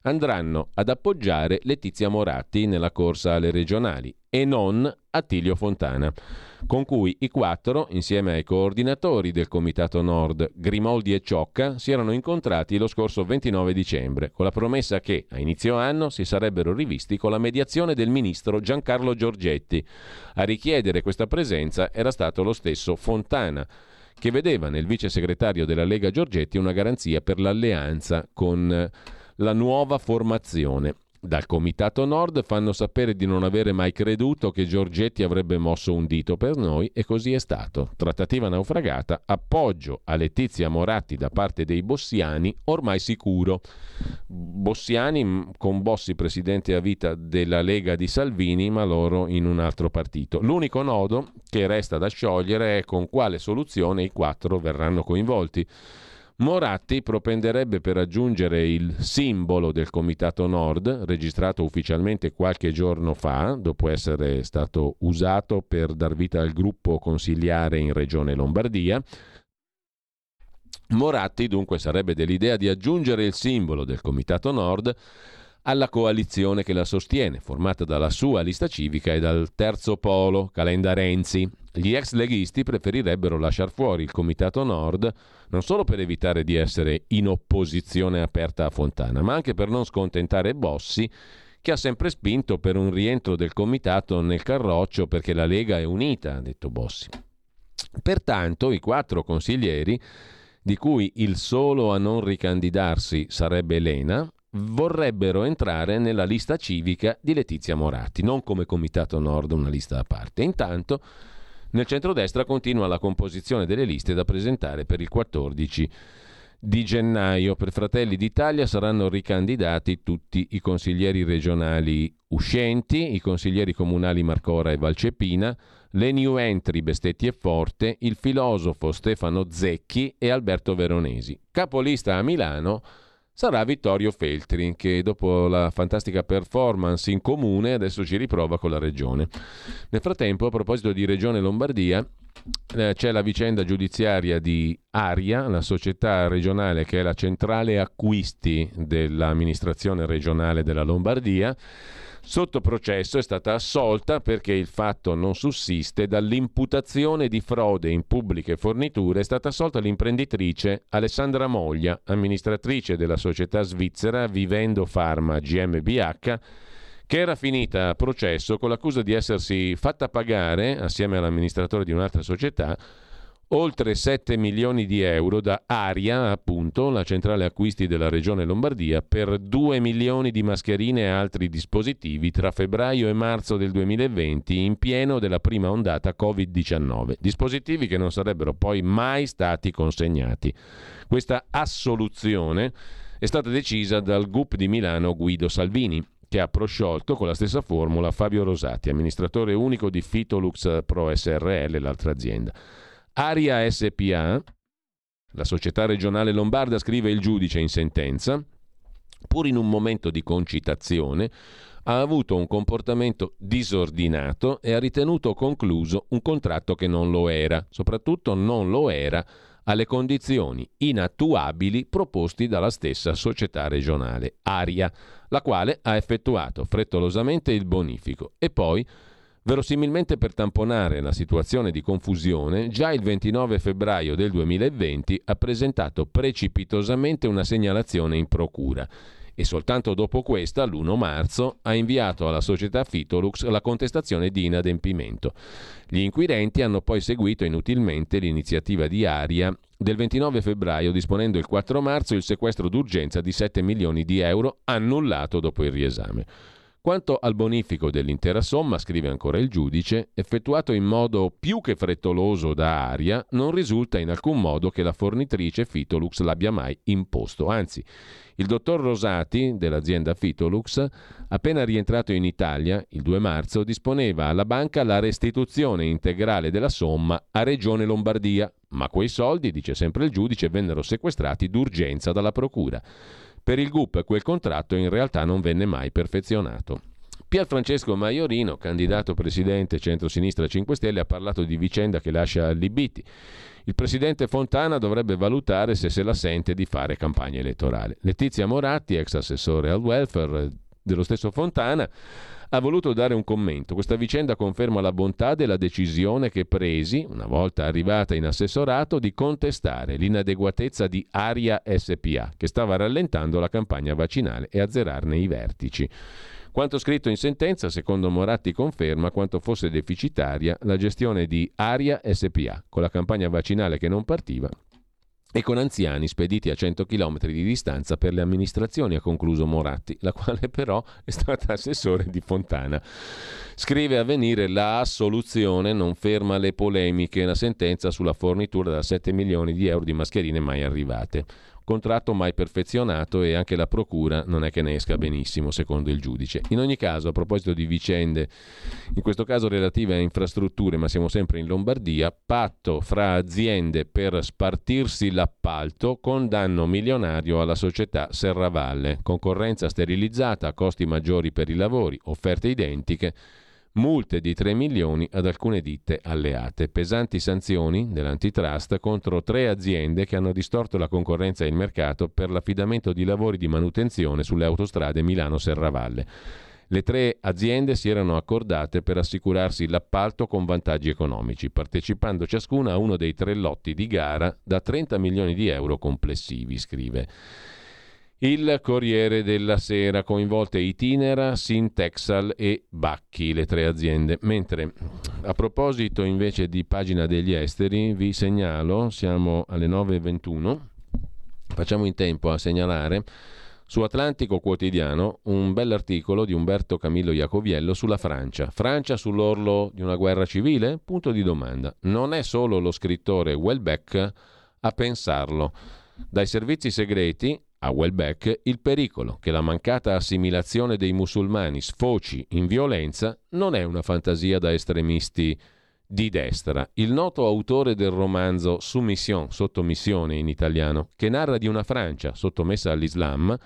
andranno ad appoggiare Letizia Moratti nella corsa alle regionali e non Attilio Fontana, con cui i quattro, insieme ai coordinatori del Comitato Nord, Grimoldi e Ciocca, si erano incontrati lo scorso ventinove dicembre, con la promessa che a inizio anno si sarebbero rivisti con la mediazione del ministro Giancarlo Giorgetti. A richiedere questa presenza era stato lo stesso Fontana, che vedeva nel vice segretario della Lega Giorgetti una garanzia per l'alleanza con la nuova formazione. Dal Comitato Nord fanno sapere di non avere mai creduto che Giorgetti avrebbe mosso un dito per noi e così è stato. Trattativa naufragata, appoggio a Letizia Moratti da parte dei bossiani ormai sicuro. Bossiani con Bossi presidente a vita della Lega di Salvini, ma loro in un altro partito. L'unico nodo che resta da sciogliere è con quale soluzione i quattro verranno coinvolti. Moratti propenderebbe per aggiungere il simbolo del Comitato Nord, registrato ufficialmente qualche giorno fa, dopo essere stato usato per dar vita al gruppo consiliare in Regione Lombardia. Moratti dunque sarebbe dell'idea di aggiungere il simbolo del Comitato Nord alla coalizione che la sostiene, formata dalla sua lista civica e dal terzo polo, Calenda Renzi. Gli ex leghisti preferirebbero lasciar fuori il Comitato Nord non solo per evitare di essere in opposizione aperta a Fontana, ma anche per non scontentare Bossi, che ha sempre spinto per un rientro del Comitato nel carroccio perché la Lega è unita, ha detto Bossi. Pertanto i quattro consiglieri, di cui il solo a non ricandidarsi sarebbe Elena, vorrebbero entrare nella lista civica di Letizia Moratti, non come Comitato Nord, una lista a parte. Intanto nel centrodestra continua la composizione delle liste da presentare per il quattordici di gennaio. Per Fratelli d'Italia saranno ricandidati tutti i consiglieri regionali uscenti, i consiglieri comunali Marcora e Valcepina, le new entry Bestetti e Forte, il filosofo Stefano Zecchi e Alberto Veronesi. Capolista a Milano sarà Vittorio Feltri, che dopo la fantastica performance in comune adesso ci riprova con la regione. Nel frattempo, a proposito di Regione Lombardia, eh, c'è la vicenda giudiziaria di Aria, la società regionale che è la centrale acquisti dell'amministrazione regionale della Lombardia. Sotto processo è stata assolta perché il fatto non sussiste. Dall'imputazione di frode in pubbliche forniture è stata assolta l'imprenditrice Alessandra Moglia, amministratrice della società svizzera Vivendo Pharma G m B H, che era finita a processo con l'accusa di essersi fatta pagare, assieme all'amministratore di un'altra società, oltre sette milioni di euro da Aria, appunto, la centrale acquisti della regione Lombardia, per due milioni di mascherine e altri dispositivi tra febbraio e marzo del duemilaventi, in pieno della prima ondata covid diciannove. Dispositivi che non sarebbero poi mai stati consegnati. Questa assoluzione è stata decisa dal G U P di Milano Guido Salvini, che ha prosciolto con la stessa formula Fabio Rosati, amministratore unico di Fitolux Pro S R L, l'altra azienda. Aria S P A, la società regionale lombarda, scrive il giudice in sentenza, pur in un momento di concitazione, ha avuto un comportamento disordinato e ha ritenuto concluso un contratto che non lo era, soprattutto non lo era alle condizioni inattuabili proposti dalla stessa società regionale, Aria, la quale ha effettuato frettolosamente il bonifico e poi, verosimilmente per tamponare la situazione di confusione, già il ventinove febbraio del duemilaventi ha presentato precipitosamente una segnalazione in procura e soltanto dopo questa, l'primo marzo, ha inviato alla società Fitolux la contestazione di inadempimento. Gli inquirenti hanno poi seguito inutilmente l'iniziativa di Aria del ventinove febbraio, disponendo il quattro marzo il sequestro d'urgenza di sette milioni di euro, annullato dopo il riesame. Quanto al bonifico dell'intera somma, scrive ancora il giudice, effettuato in modo più che frettoloso da Aria, non risulta in alcun modo che la fornitrice Fitolux l'abbia mai imposto. Anzi, il dottor Rosati, dell'azienda Fitolux, appena rientrato in Italia, il due marzo, disponeva alla banca la restituzione integrale della somma a Regione Lombardia, ma quei soldi, dice sempre il giudice, vennero sequestrati d'urgenza dalla procura. Per il G U P quel contratto in realtà non venne mai perfezionato. Pierfrancesco Maiorino, candidato presidente centrosinistra cinque Stelle, ha parlato di vicenda che lascia allibiti. Il presidente Fontana dovrebbe valutare se se la sente di fare campagna elettorale. Letizia Moratti, ex assessore al welfare dello stesso Fontana, ha voluto dare un commento. Questa vicenda conferma la bontà della decisione che presi, una volta arrivata in assessorato, di contestare l'inadeguatezza di Aria S P A, che stava rallentando la campagna vaccinale, e azzerarne i vertici. Quanto scritto in sentenza, secondo Moratti, conferma quanto fosse deficitaria la gestione di Aria S P A, con la campagna vaccinale che non partiva e con anziani spediti a cento chilometri di distanza per le amministrazioni, ha concluso Moratti, la quale però è stata assessore di Fontana. Scrive Avvenire: la assoluzione non ferma le polemiche, la sentenza sulla fornitura da sette milioni di euro di mascherine mai arrivate. Contratto mai perfezionato, e anche la procura non è che ne esca benissimo, secondo il giudice. In ogni caso, a proposito di vicende, in questo caso relative a infrastrutture, ma siamo sempre in Lombardia, patto fra aziende per spartirsi l'appalto con danno milionario alla società Serravalle, concorrenza sterilizzata, costi maggiori per i lavori, offerte identiche, multe di tre milioni ad alcune ditte alleate, pesanti sanzioni dell'antitrust contro tre aziende che hanno distorto la concorrenza e il mercato per l'affidamento di lavori di manutenzione sulle autostrade Milano-Serravalle. Le tre aziende si erano accordate per assicurarsi l'appalto con vantaggi economici, partecipando ciascuna a uno dei tre lotti di gara da trenta milioni di euro complessivi, scrive il Corriere della Sera. Coinvolte Itinera, Sintexal e Bacchi, le tre aziende. Mentre, a proposito invece di pagina degli esteri, vi segnalo, siamo alle nove e ventuno, facciamo in tempo a segnalare su Atlantico Quotidiano un bell'articolo di Umberto Camillo Iacoviello sulla Francia. Francia sull'orlo di una guerra civile? Punto di domanda. Non è solo lo scrittore Houellebecq a pensarlo. Dai servizi segreti a Houellebecq il pericolo che la mancata assimilazione dei musulmani sfoci in violenza non è una fantasia da estremisti di destra. Il noto autore del romanzo Soumission, sottomissione in italiano, che narra di una Francia sottomessa all'Islam,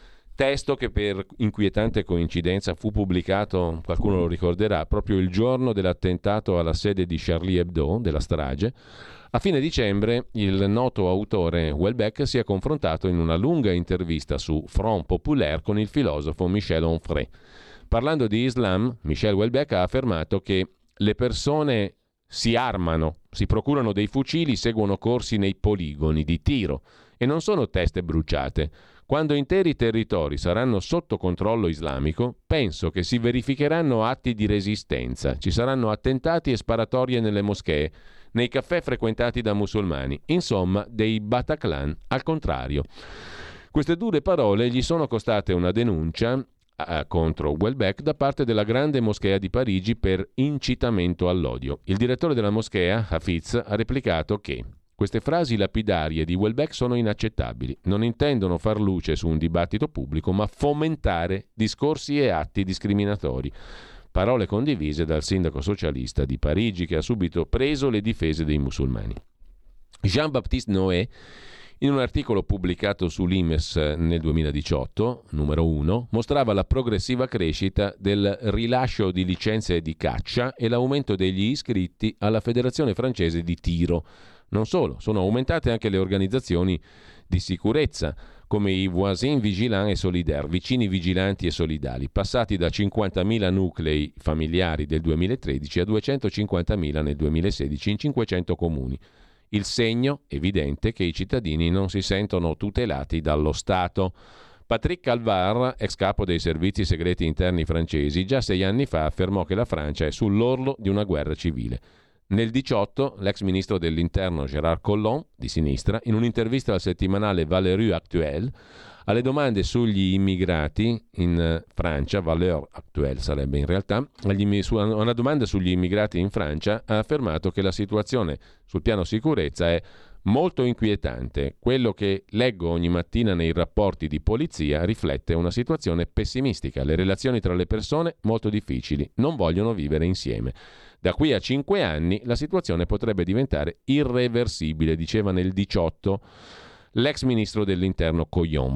testo che per inquietante coincidenza fu pubblicato, qualcuno lo ricorderà, proprio il giorno dell'attentato alla sede di Charlie Hebdo, della strage. A fine dicembre il noto autore Houellebecq si è confrontato in una lunga intervista su Front Populaire con il filosofo Michel Onfray. Parlando di Islam, Michel Houellebecq ha affermato che le persone si armano, si procurano dei fucili, seguono corsi nei poligoni di tiro e non sono teste bruciate. Quando interi territori saranno sotto controllo islamico, penso che si verificheranno atti di resistenza, ci saranno attentati e sparatorie nelle moschee, nei caffè frequentati da musulmani, insomma dei Bataclan al contrario. Queste dure parole gli sono costate una denuncia eh, contro Houellebecq da parte della Grande Moschea di Parigi per incitamento all'odio. Il direttore della moschea, Hafiz, ha replicato che queste frasi lapidarie di Houellebecq sono inaccettabili, non intendono far luce su un dibattito pubblico, ma fomentare discorsi e atti discriminatori. Parole condivise dal sindaco socialista di Parigi, che ha subito preso le difese dei musulmani. Jean-Baptiste Noé, in un articolo pubblicato sull'I M E S nel duemiladiciotto, numero uno, mostrava la progressiva crescita del rilascio di licenze di caccia e l'aumento degli iscritti alla Federazione francese di tiro. Non solo, sono aumentate anche le organizzazioni di sicurezza, come i Voisins Vigilants et Solidaires, vicini vigilanti e solidali, passati da cinquantamila nuclei familiari del duemilatredici a duecentocinquantamila nel duemilasedici in cinquecento comuni. Il segno evidente che i cittadini non si sentono tutelati dallo Stato. Patrick Calvar, ex capo dei servizi segreti interni francesi, già sei anni fa affermò che la Francia è sull'orlo di una guerra civile. Nel diciotto, l'ex ministro dell'Interno Gérard Collomb, di sinistra, in un'intervista al settimanale Valeurs Actuelles, alle domande sugli immigrati in Francia, Valeurs Actuelles sarebbe in realtà, agli, su una domanda sugli immigrati in Francia, ha affermato che la situazione sul piano sicurezza è molto inquietante. Quello che leggo ogni mattina nei rapporti di polizia riflette una situazione pessimistica. Le relazioni tra le persone molto difficili, non vogliono vivere insieme. Da qui a cinque anni la situazione potrebbe diventare irreversibile, diceva nel diciotto l'ex ministro dell'Interno Collomb.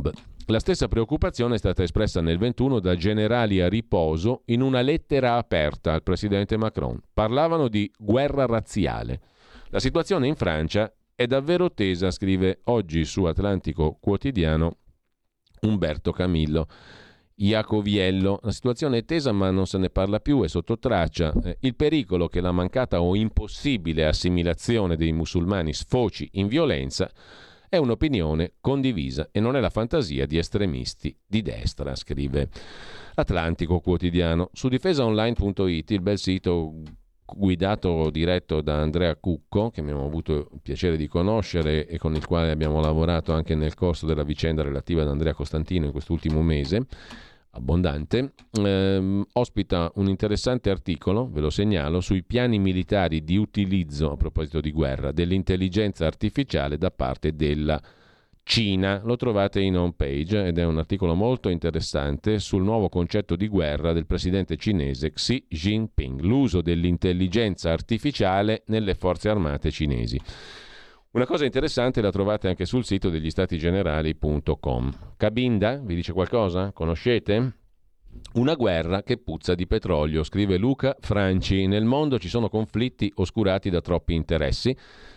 La stessa preoccupazione è stata espressa nel ventuno da generali a riposo in una lettera aperta al presidente Macron. Parlavano di guerra razziale. La situazione in Francia è davvero tesa, scrive oggi su Atlantico Quotidiano Umberto Camillo Iacoviello. La situazione è tesa ma non se ne parla più, è sotto traccia. Eh, il pericolo che la mancata o impossibile assimilazione dei musulmani sfoci in violenza è un'opinione condivisa e non è la fantasia di estremisti di destra, scrive Atlantico Quotidiano. Su difesaonline punto it, il bel sito guidato, diretto da Andrea Cucco, che abbiamo avuto il piacere di conoscere e con il quale abbiamo lavorato anche nel corso della vicenda relativa ad Andrea Costantino in quest'ultimo mese, abbondante, ehm, ospita un interessante articolo, ve lo segnalo, sui piani militari di utilizzo, a proposito di guerra, dell'intelligenza artificiale da parte della Cina. Lo trovate in home page ed è un articolo molto interessante sul nuovo concetto di guerra del presidente cinese Xi Jinping, l'uso dell'intelligenza artificiale nelle forze armate cinesi. Una cosa interessante la trovate anche sul sito degli stati generali punto com. Cabinda, vi dice qualcosa? Conoscete? Una guerra che puzza di petrolio, scrive Luca Franci. Nel mondo ci sono conflitti oscurati da troppi interessi,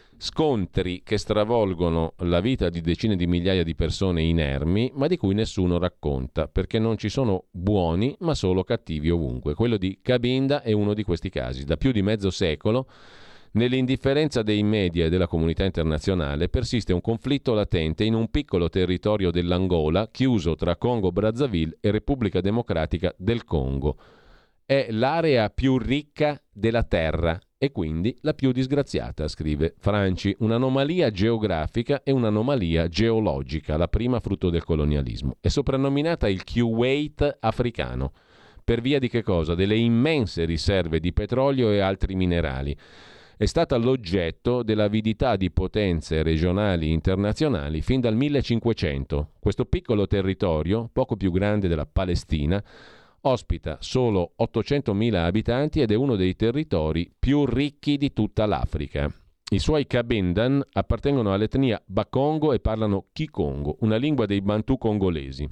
scontri che stravolgono la vita di decine di migliaia di persone inermi, ma di cui nessuno racconta, perché non ci sono buoni, ma solo cattivi ovunque. Quello di Cabinda è uno di questi casi. Da più di mezzo secolo, nell'indifferenza dei media e della comunità internazionale, persiste un conflitto latente in un piccolo territorio dell'Angola, chiuso tra Congo Brazzaville e Repubblica Democratica del Congo. È l'area più ricca della terra e quindi la più disgraziata, scrive Franci. Un'anomalia geografica e un'anomalia geologica, la prima frutto del colonialismo. È soprannominata il Kuwait africano. Per via di che cosa? Delle immense riserve di petrolio e altri minerali. È stata l'oggetto dell'avidità di potenze regionali e internazionali fin dal millecinquecento. Questo piccolo territorio, poco più grande della Palestina, ospita solo ottocentomila abitanti ed è uno dei territori più ricchi di tutta l'Africa. I suoi Kabendan appartengono all'etnia Bakongo e parlano Kikongo, una lingua dei Bantu congolesi.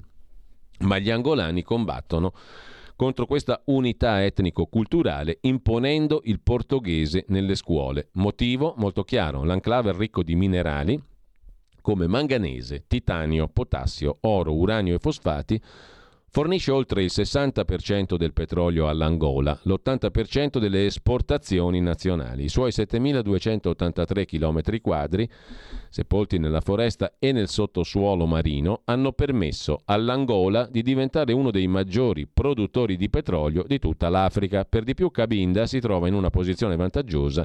Ma gli angolani combattono contro questa unità etnico-culturale imponendo il portoghese nelle scuole. Motivo molto chiaro: l'enclave ricco di minerali come manganese, titanio, potassio, oro, uranio e fosfati fornisce oltre il sessanta per cento del petrolio all'Angola, l'ottanta per cento delle esportazioni nazionali. I suoi settemiladuecentottantatré chilometri quadri, sepolti nella foresta e nel sottosuolo marino, hanno permesso all'Angola di diventare uno dei maggiori produttori di petrolio di tutta l'Africa. Per di più Cabinda si trova in una posizione vantaggiosa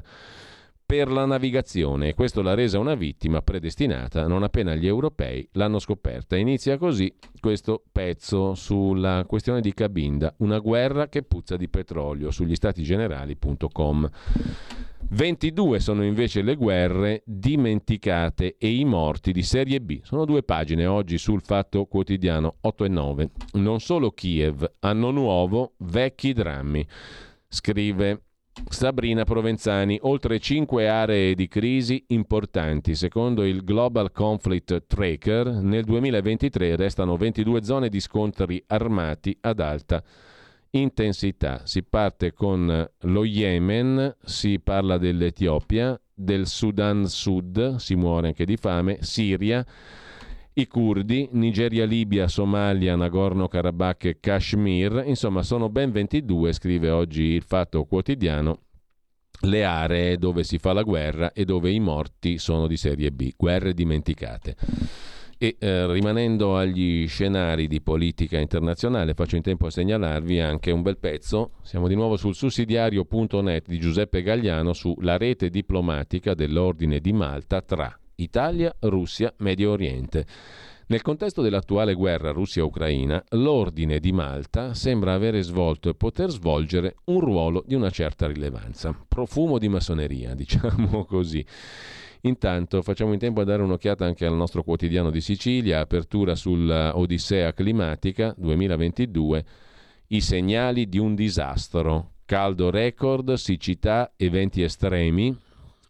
per la navigazione e questo l'ha resa una vittima predestinata non appena gli europei l'hanno scoperta. Inizia così questo pezzo sulla questione di Cabinda, una guerra che puzza di petrolio, sugli stati generali punto com. ventidue sono invece le guerre dimenticate e i morti di serie B. Sono due pagine oggi sul Fatto Quotidiano otto e nove. Non solo Kiev, anno nuovo, vecchi drammi, scrive Sabrina Provenzani. Oltre cinque aree di crisi importanti. Secondo il Global Conflict Tracker, nel duemilaventitré restano ventidue zone di scontri armati ad alta intensità. Si parte con lo Yemen, si parla dell'Etiopia, del Sudan Sud, si muore anche di fame, Siria, i curdi, Nigeria, Libia, Somalia, Nagorno-Karabakh e Kashmir. Insomma, sono ben ventidue, scrive oggi il Fatto Quotidiano, le aree dove si fa la guerra e dove i morti sono di serie B, guerre dimenticate. E eh, rimanendo agli scenari di politica internazionale, faccio in tempo a segnalarvi anche un bel pezzo. Siamo di nuovo sul sussidiario punto net di Giuseppe Gagliano sulla rete diplomatica dell'Ordine di Malta tra Italia, Russia, Medio Oriente. Nel contesto dell'attuale guerra Russia-Ucraina, l'Ordine di Malta sembra avere svolto e poter svolgere un ruolo di una certa rilevanza. Profumo di massoneria, diciamo così. Intanto facciamo in tempo a dare un'occhiata anche al nostro quotidiano di Sicilia, apertura sulla Odissea climatica duemilaventidue, i segnali di un disastro, caldo record, siccità, eventi estremi.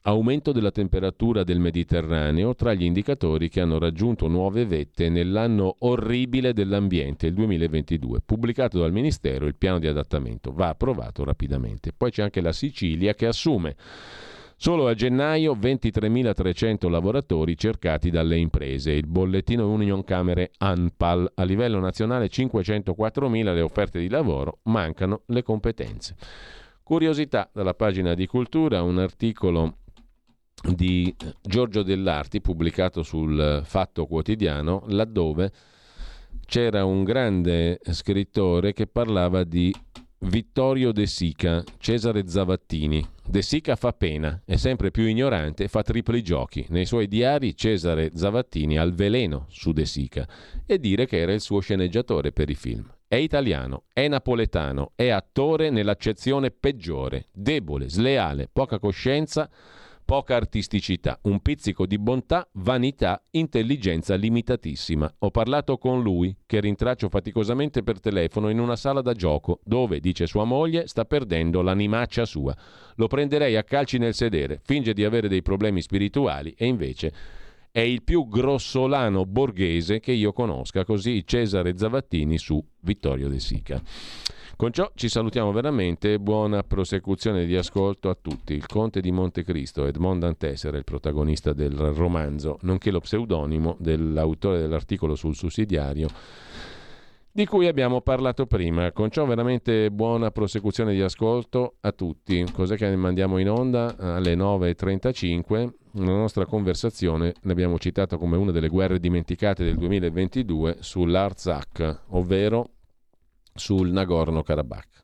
Aumento della temperatura del Mediterraneo tra gli indicatori che hanno raggiunto nuove vette nell'anno orribile dell'ambiente, il duemilaventidue. Pubblicato dal Ministero il piano di adattamento, va approvato rapidamente. Poi c'è anche la Sicilia che assume. Solo a gennaio ventitremilatrecento lavoratori cercati dalle imprese. Il bollettino Union Camere ANPAL. A livello nazionale cinquecentoquattromila le offerte di lavoro, mancano le competenze. Curiosità dalla pagina di Cultura, un articolo di Giorgio Dell'Arti pubblicato sul Fatto Quotidiano, laddove c'era un grande scrittore che parlava di Vittorio De Sica, Cesare Zavattini. De Sica fa pena, è sempre più ignorante, fa tripli giochi. Nei suoi diari Cesare Zavattini ha il veleno su De Sica e dire che era il suo sceneggiatore per i film. È italiano, è napoletano, è attore nell'accezione peggiore, debole, sleale, poca coscienza, poca artisticità, un pizzico di bontà, vanità, intelligenza limitatissima. Ho parlato con lui, che rintraccio faticosamente per telefono in una sala da gioco, dove, dice sua moglie, sta perdendo l'animaccia sua. Lo prenderei a calci nel sedere, finge di avere dei problemi spirituali e invece è il più grossolano borghese che io conosca. Così Cesare Zavattini su Vittorio De Sica. Con ciò ci salutiamo veramente, buona prosecuzione di ascolto a tutti. Il Conte di Montecristo, Edmond Dantès, era il protagonista del romanzo, nonché lo pseudonimo dell'autore dell'articolo sul sussidiario di cui abbiamo parlato prima. Con ciò veramente buona prosecuzione di ascolto a tutti. Cos'è che mandiamo in onda? Alle nove e trentacinque. La nostra conversazione l'abbiamo citata come una delle guerre dimenticate del duemilaventidue sull'Artsakh, ovvero sul Nagorno-Karabakh.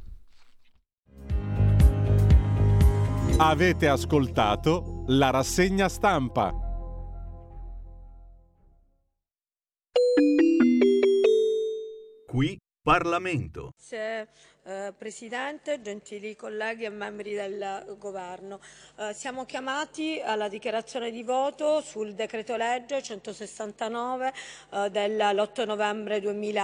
Avete ascoltato la rassegna stampa. Qui Parlamento. Se, eh, Presidente, gentili colleghi e membri del Governo, eh, siamo chiamati alla dichiarazione di voto sul decreto legge centosessantanove eh, dell'otto novembre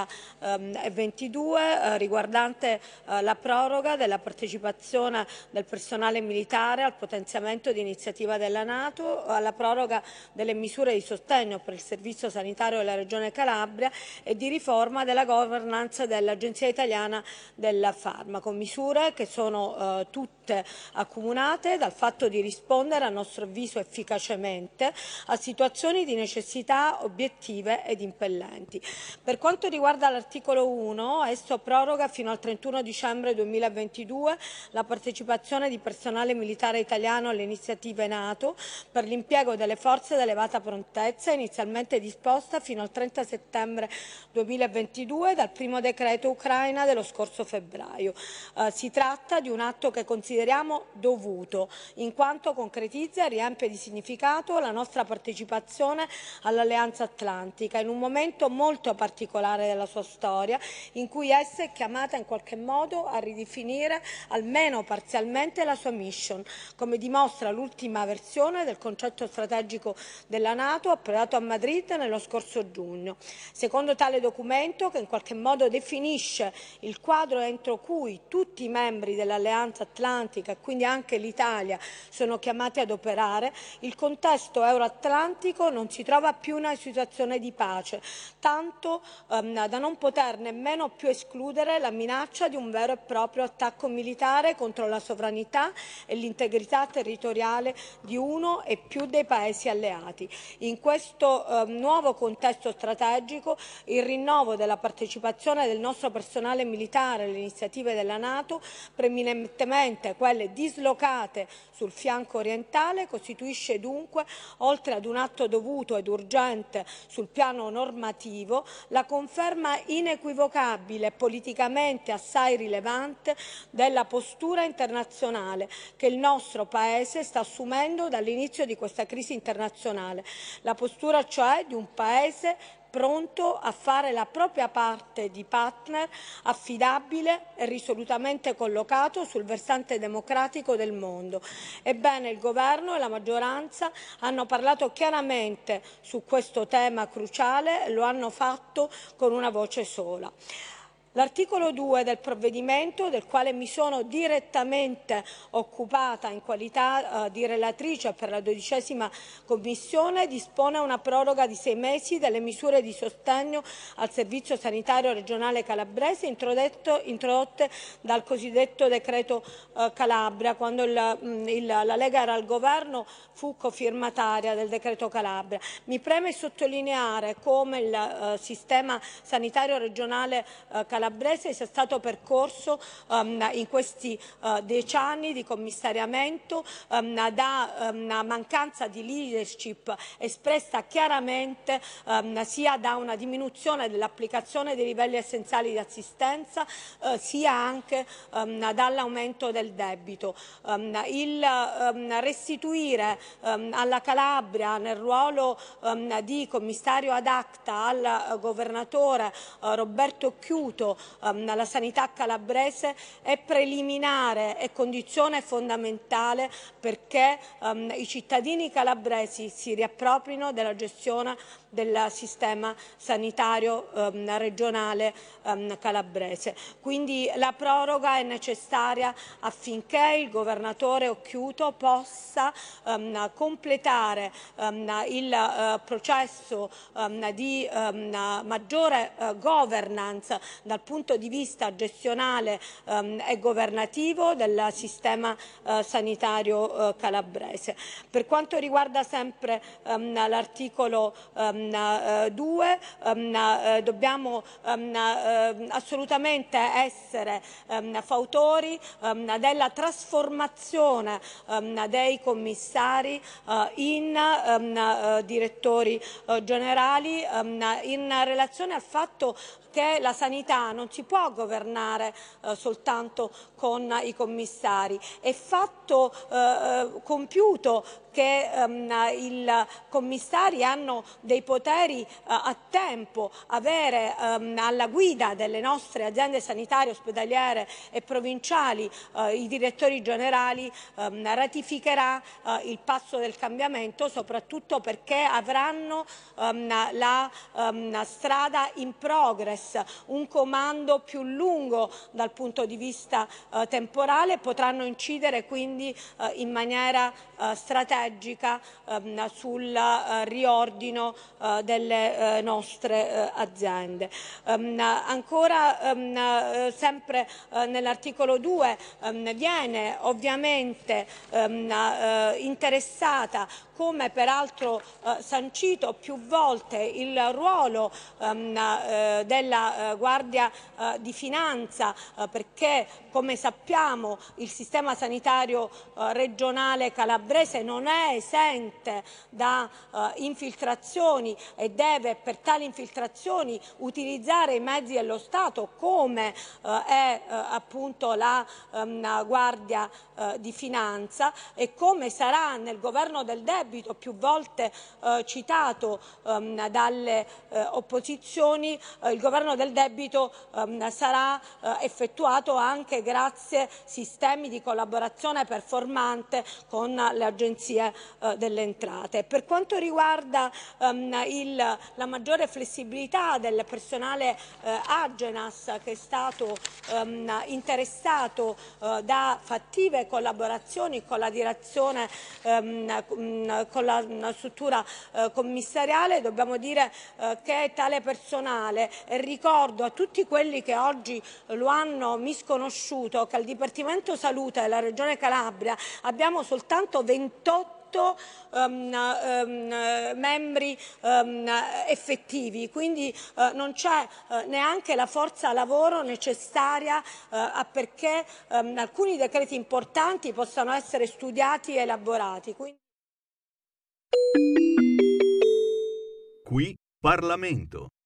duemilaventidue eh, riguardante eh, la proroga della partecipazione del personale militare al potenziamento di iniziativa della NATO, alla proroga delle misure di sostegno per il servizio sanitario della Regione Calabria e di riforma della governance dell'Agenzia Italiana del Farmaco, misure che sono eh, tutte accomunate dal fatto di rispondere a nostro avviso efficacemente a situazioni di necessità obiettive ed impellenti. Per quanto riguarda l'articolo uno, esso proroga fino al trentuno dicembre duemilaventidue la partecipazione di personale militare italiano alle iniziative NATO per l'impiego delle forze ad elevata prontezza, inizialmente disposta fino al trenta settembre duemilaventidue dal primo decreto Ucraina dello scorso febbraio. Eh, si tratta di un atto che consideriamo dovuto, in quanto concretizza e riempie di significato la nostra partecipazione all'Alleanza Atlantica in un momento molto particolare della sua storia, in cui essa è chiamata in qualche modo a ridefinire almeno parzialmente la sua mission, come dimostra l'ultima versione del concetto strategico della NATO approvato a Madrid nello scorso giugno. Secondo tale documento, che in qualche modo definisce il quadro entro cui tutti i membri dell'Alleanza Atlantica e quindi anche l'Italia sono chiamati ad operare, il contesto euroatlantico non si trova più in una situazione di pace, tanto um, da non poter nemmeno più escludere la minaccia di un vero e proprio attacco militare contro la sovranità e l'integrità territoriale di uno e più dei Paesi alleati. In questo um, nuovo contesto strategico, il rinnovo della partecipazione del nostro personale militare alle iniziative della NATO, preminentemente quelle dislocate sul fianco orientale, costituisce dunque, oltre ad un atto dovuto ed urgente sul piano normativo, la conferma inequivocabile e politicamente assai rilevante della postura internazionale che il nostro Paese sta assumendo dall'inizio di questa crisi internazionale, la postura cioè di un Paese pronto a fare la propria parte di partner affidabile e risolutamente collocato sul versante democratico del mondo. Ebbene, il Governo e la maggioranza hanno parlato chiaramente su questo tema cruciale e lo hanno fatto con una voce sola. L'articolo due del provvedimento, del quale mi sono direttamente occupata in qualità eh, di relatrice per la dodicesima commissione, dispone una proroga di sei mesi delle misure di sostegno al Servizio Sanitario Regionale Calabrese introdotte dal cosiddetto decreto eh, Calabria. Quando il, il, la Lega era al governo fu cofirmataria del decreto Calabria. Mi preme sottolineare come il eh, sistema sanitario regionale eh, calabrese sia stato percorso um, in questi uh, dieci anni di commissariamento um, da um, una mancanza di leadership espressa chiaramente um, sia da una diminuzione dell'applicazione dei livelli essenziali di assistenza uh, sia anche um, dall'aumento del debito. Um, il um, restituire um, alla Calabria nel ruolo um, di commissario ad acta al uh, governatore uh, Roberto Occhiuto Um, la sanità calabrese è preliminare e condizione fondamentale perché um, i cittadini calabresi si riapproprino della gestione del sistema sanitario um, regionale um, calabrese. Quindi la proroga è necessaria affinché il governatore Occhiuto possa um, completare um, il uh, processo um, di um, maggiore uh, governance dal punto di vista gestionale um, e governativo del sistema uh, sanitario uh, calabrese. Per quanto riguarda sempre um, l'articolo um, due, um, uh, dobbiamo um, uh, assolutamente essere um, fautori um, della trasformazione um, dei commissari uh, in um, uh, direttori uh, generali um, in relazione al fatto che la sanità non si può governare eh, soltanto con i commissari. È fatto eh, compiuto che ehm, i commissari hanno dei poteri eh, a tempo, avere ehm, alla guida delle nostre aziende sanitarie, ospedaliere e provinciali eh, i direttori generali, ehm, ratificherà eh, il passo del cambiamento, soprattutto perché avranno ehm, la ehm, strada in progress, un comando più lungo dal punto di vista eh, temporale, potranno incidere quindi eh, in maniera eh, strategica ehm, sul eh, riordino eh, delle eh, nostre eh, aziende. Um, ancora um, eh, sempre eh, nell'articolo due um, viene ovviamente um, eh, interessata, come peraltro eh, sancito più volte, il ruolo um, eh, della eh, Guardia eh, di Finanza, eh, perché come sappiamo il sistema sanitario eh, regionale calabrese non è esente da eh, infiltrazioni e deve per tali infiltrazioni utilizzare i mezzi dello Stato, come eh, è eh, appunto la um, Guardia eh, di Finanza, e come sarà nel governo del debito più volte eh, citato um, dalle eh, opposizioni. Eh, il governo del debito um, sarà eh, effettuato anche grazie a sistemi di collaborazione performante con le agenzie eh, delle entrate. Per quanto riguarda um, il, la maggiore flessibilità del personale eh, Agenas, che è stato um, interessato uh, da fattive collaborazioni con la direzione um, con la una struttura eh, commissariale, dobbiamo dire eh, che tale personale, e ricordo a tutti quelli che oggi lo hanno misconosciuto che al Dipartimento Salute della Regione Calabria abbiamo soltanto ventotto Um, um, membri um, effettivi, quindi uh, non c'è uh, neanche la forza lavoro necessaria uh, a perché um, alcuni decreti importanti possano essere studiati e elaborati. Quindi... Qui Parlamento.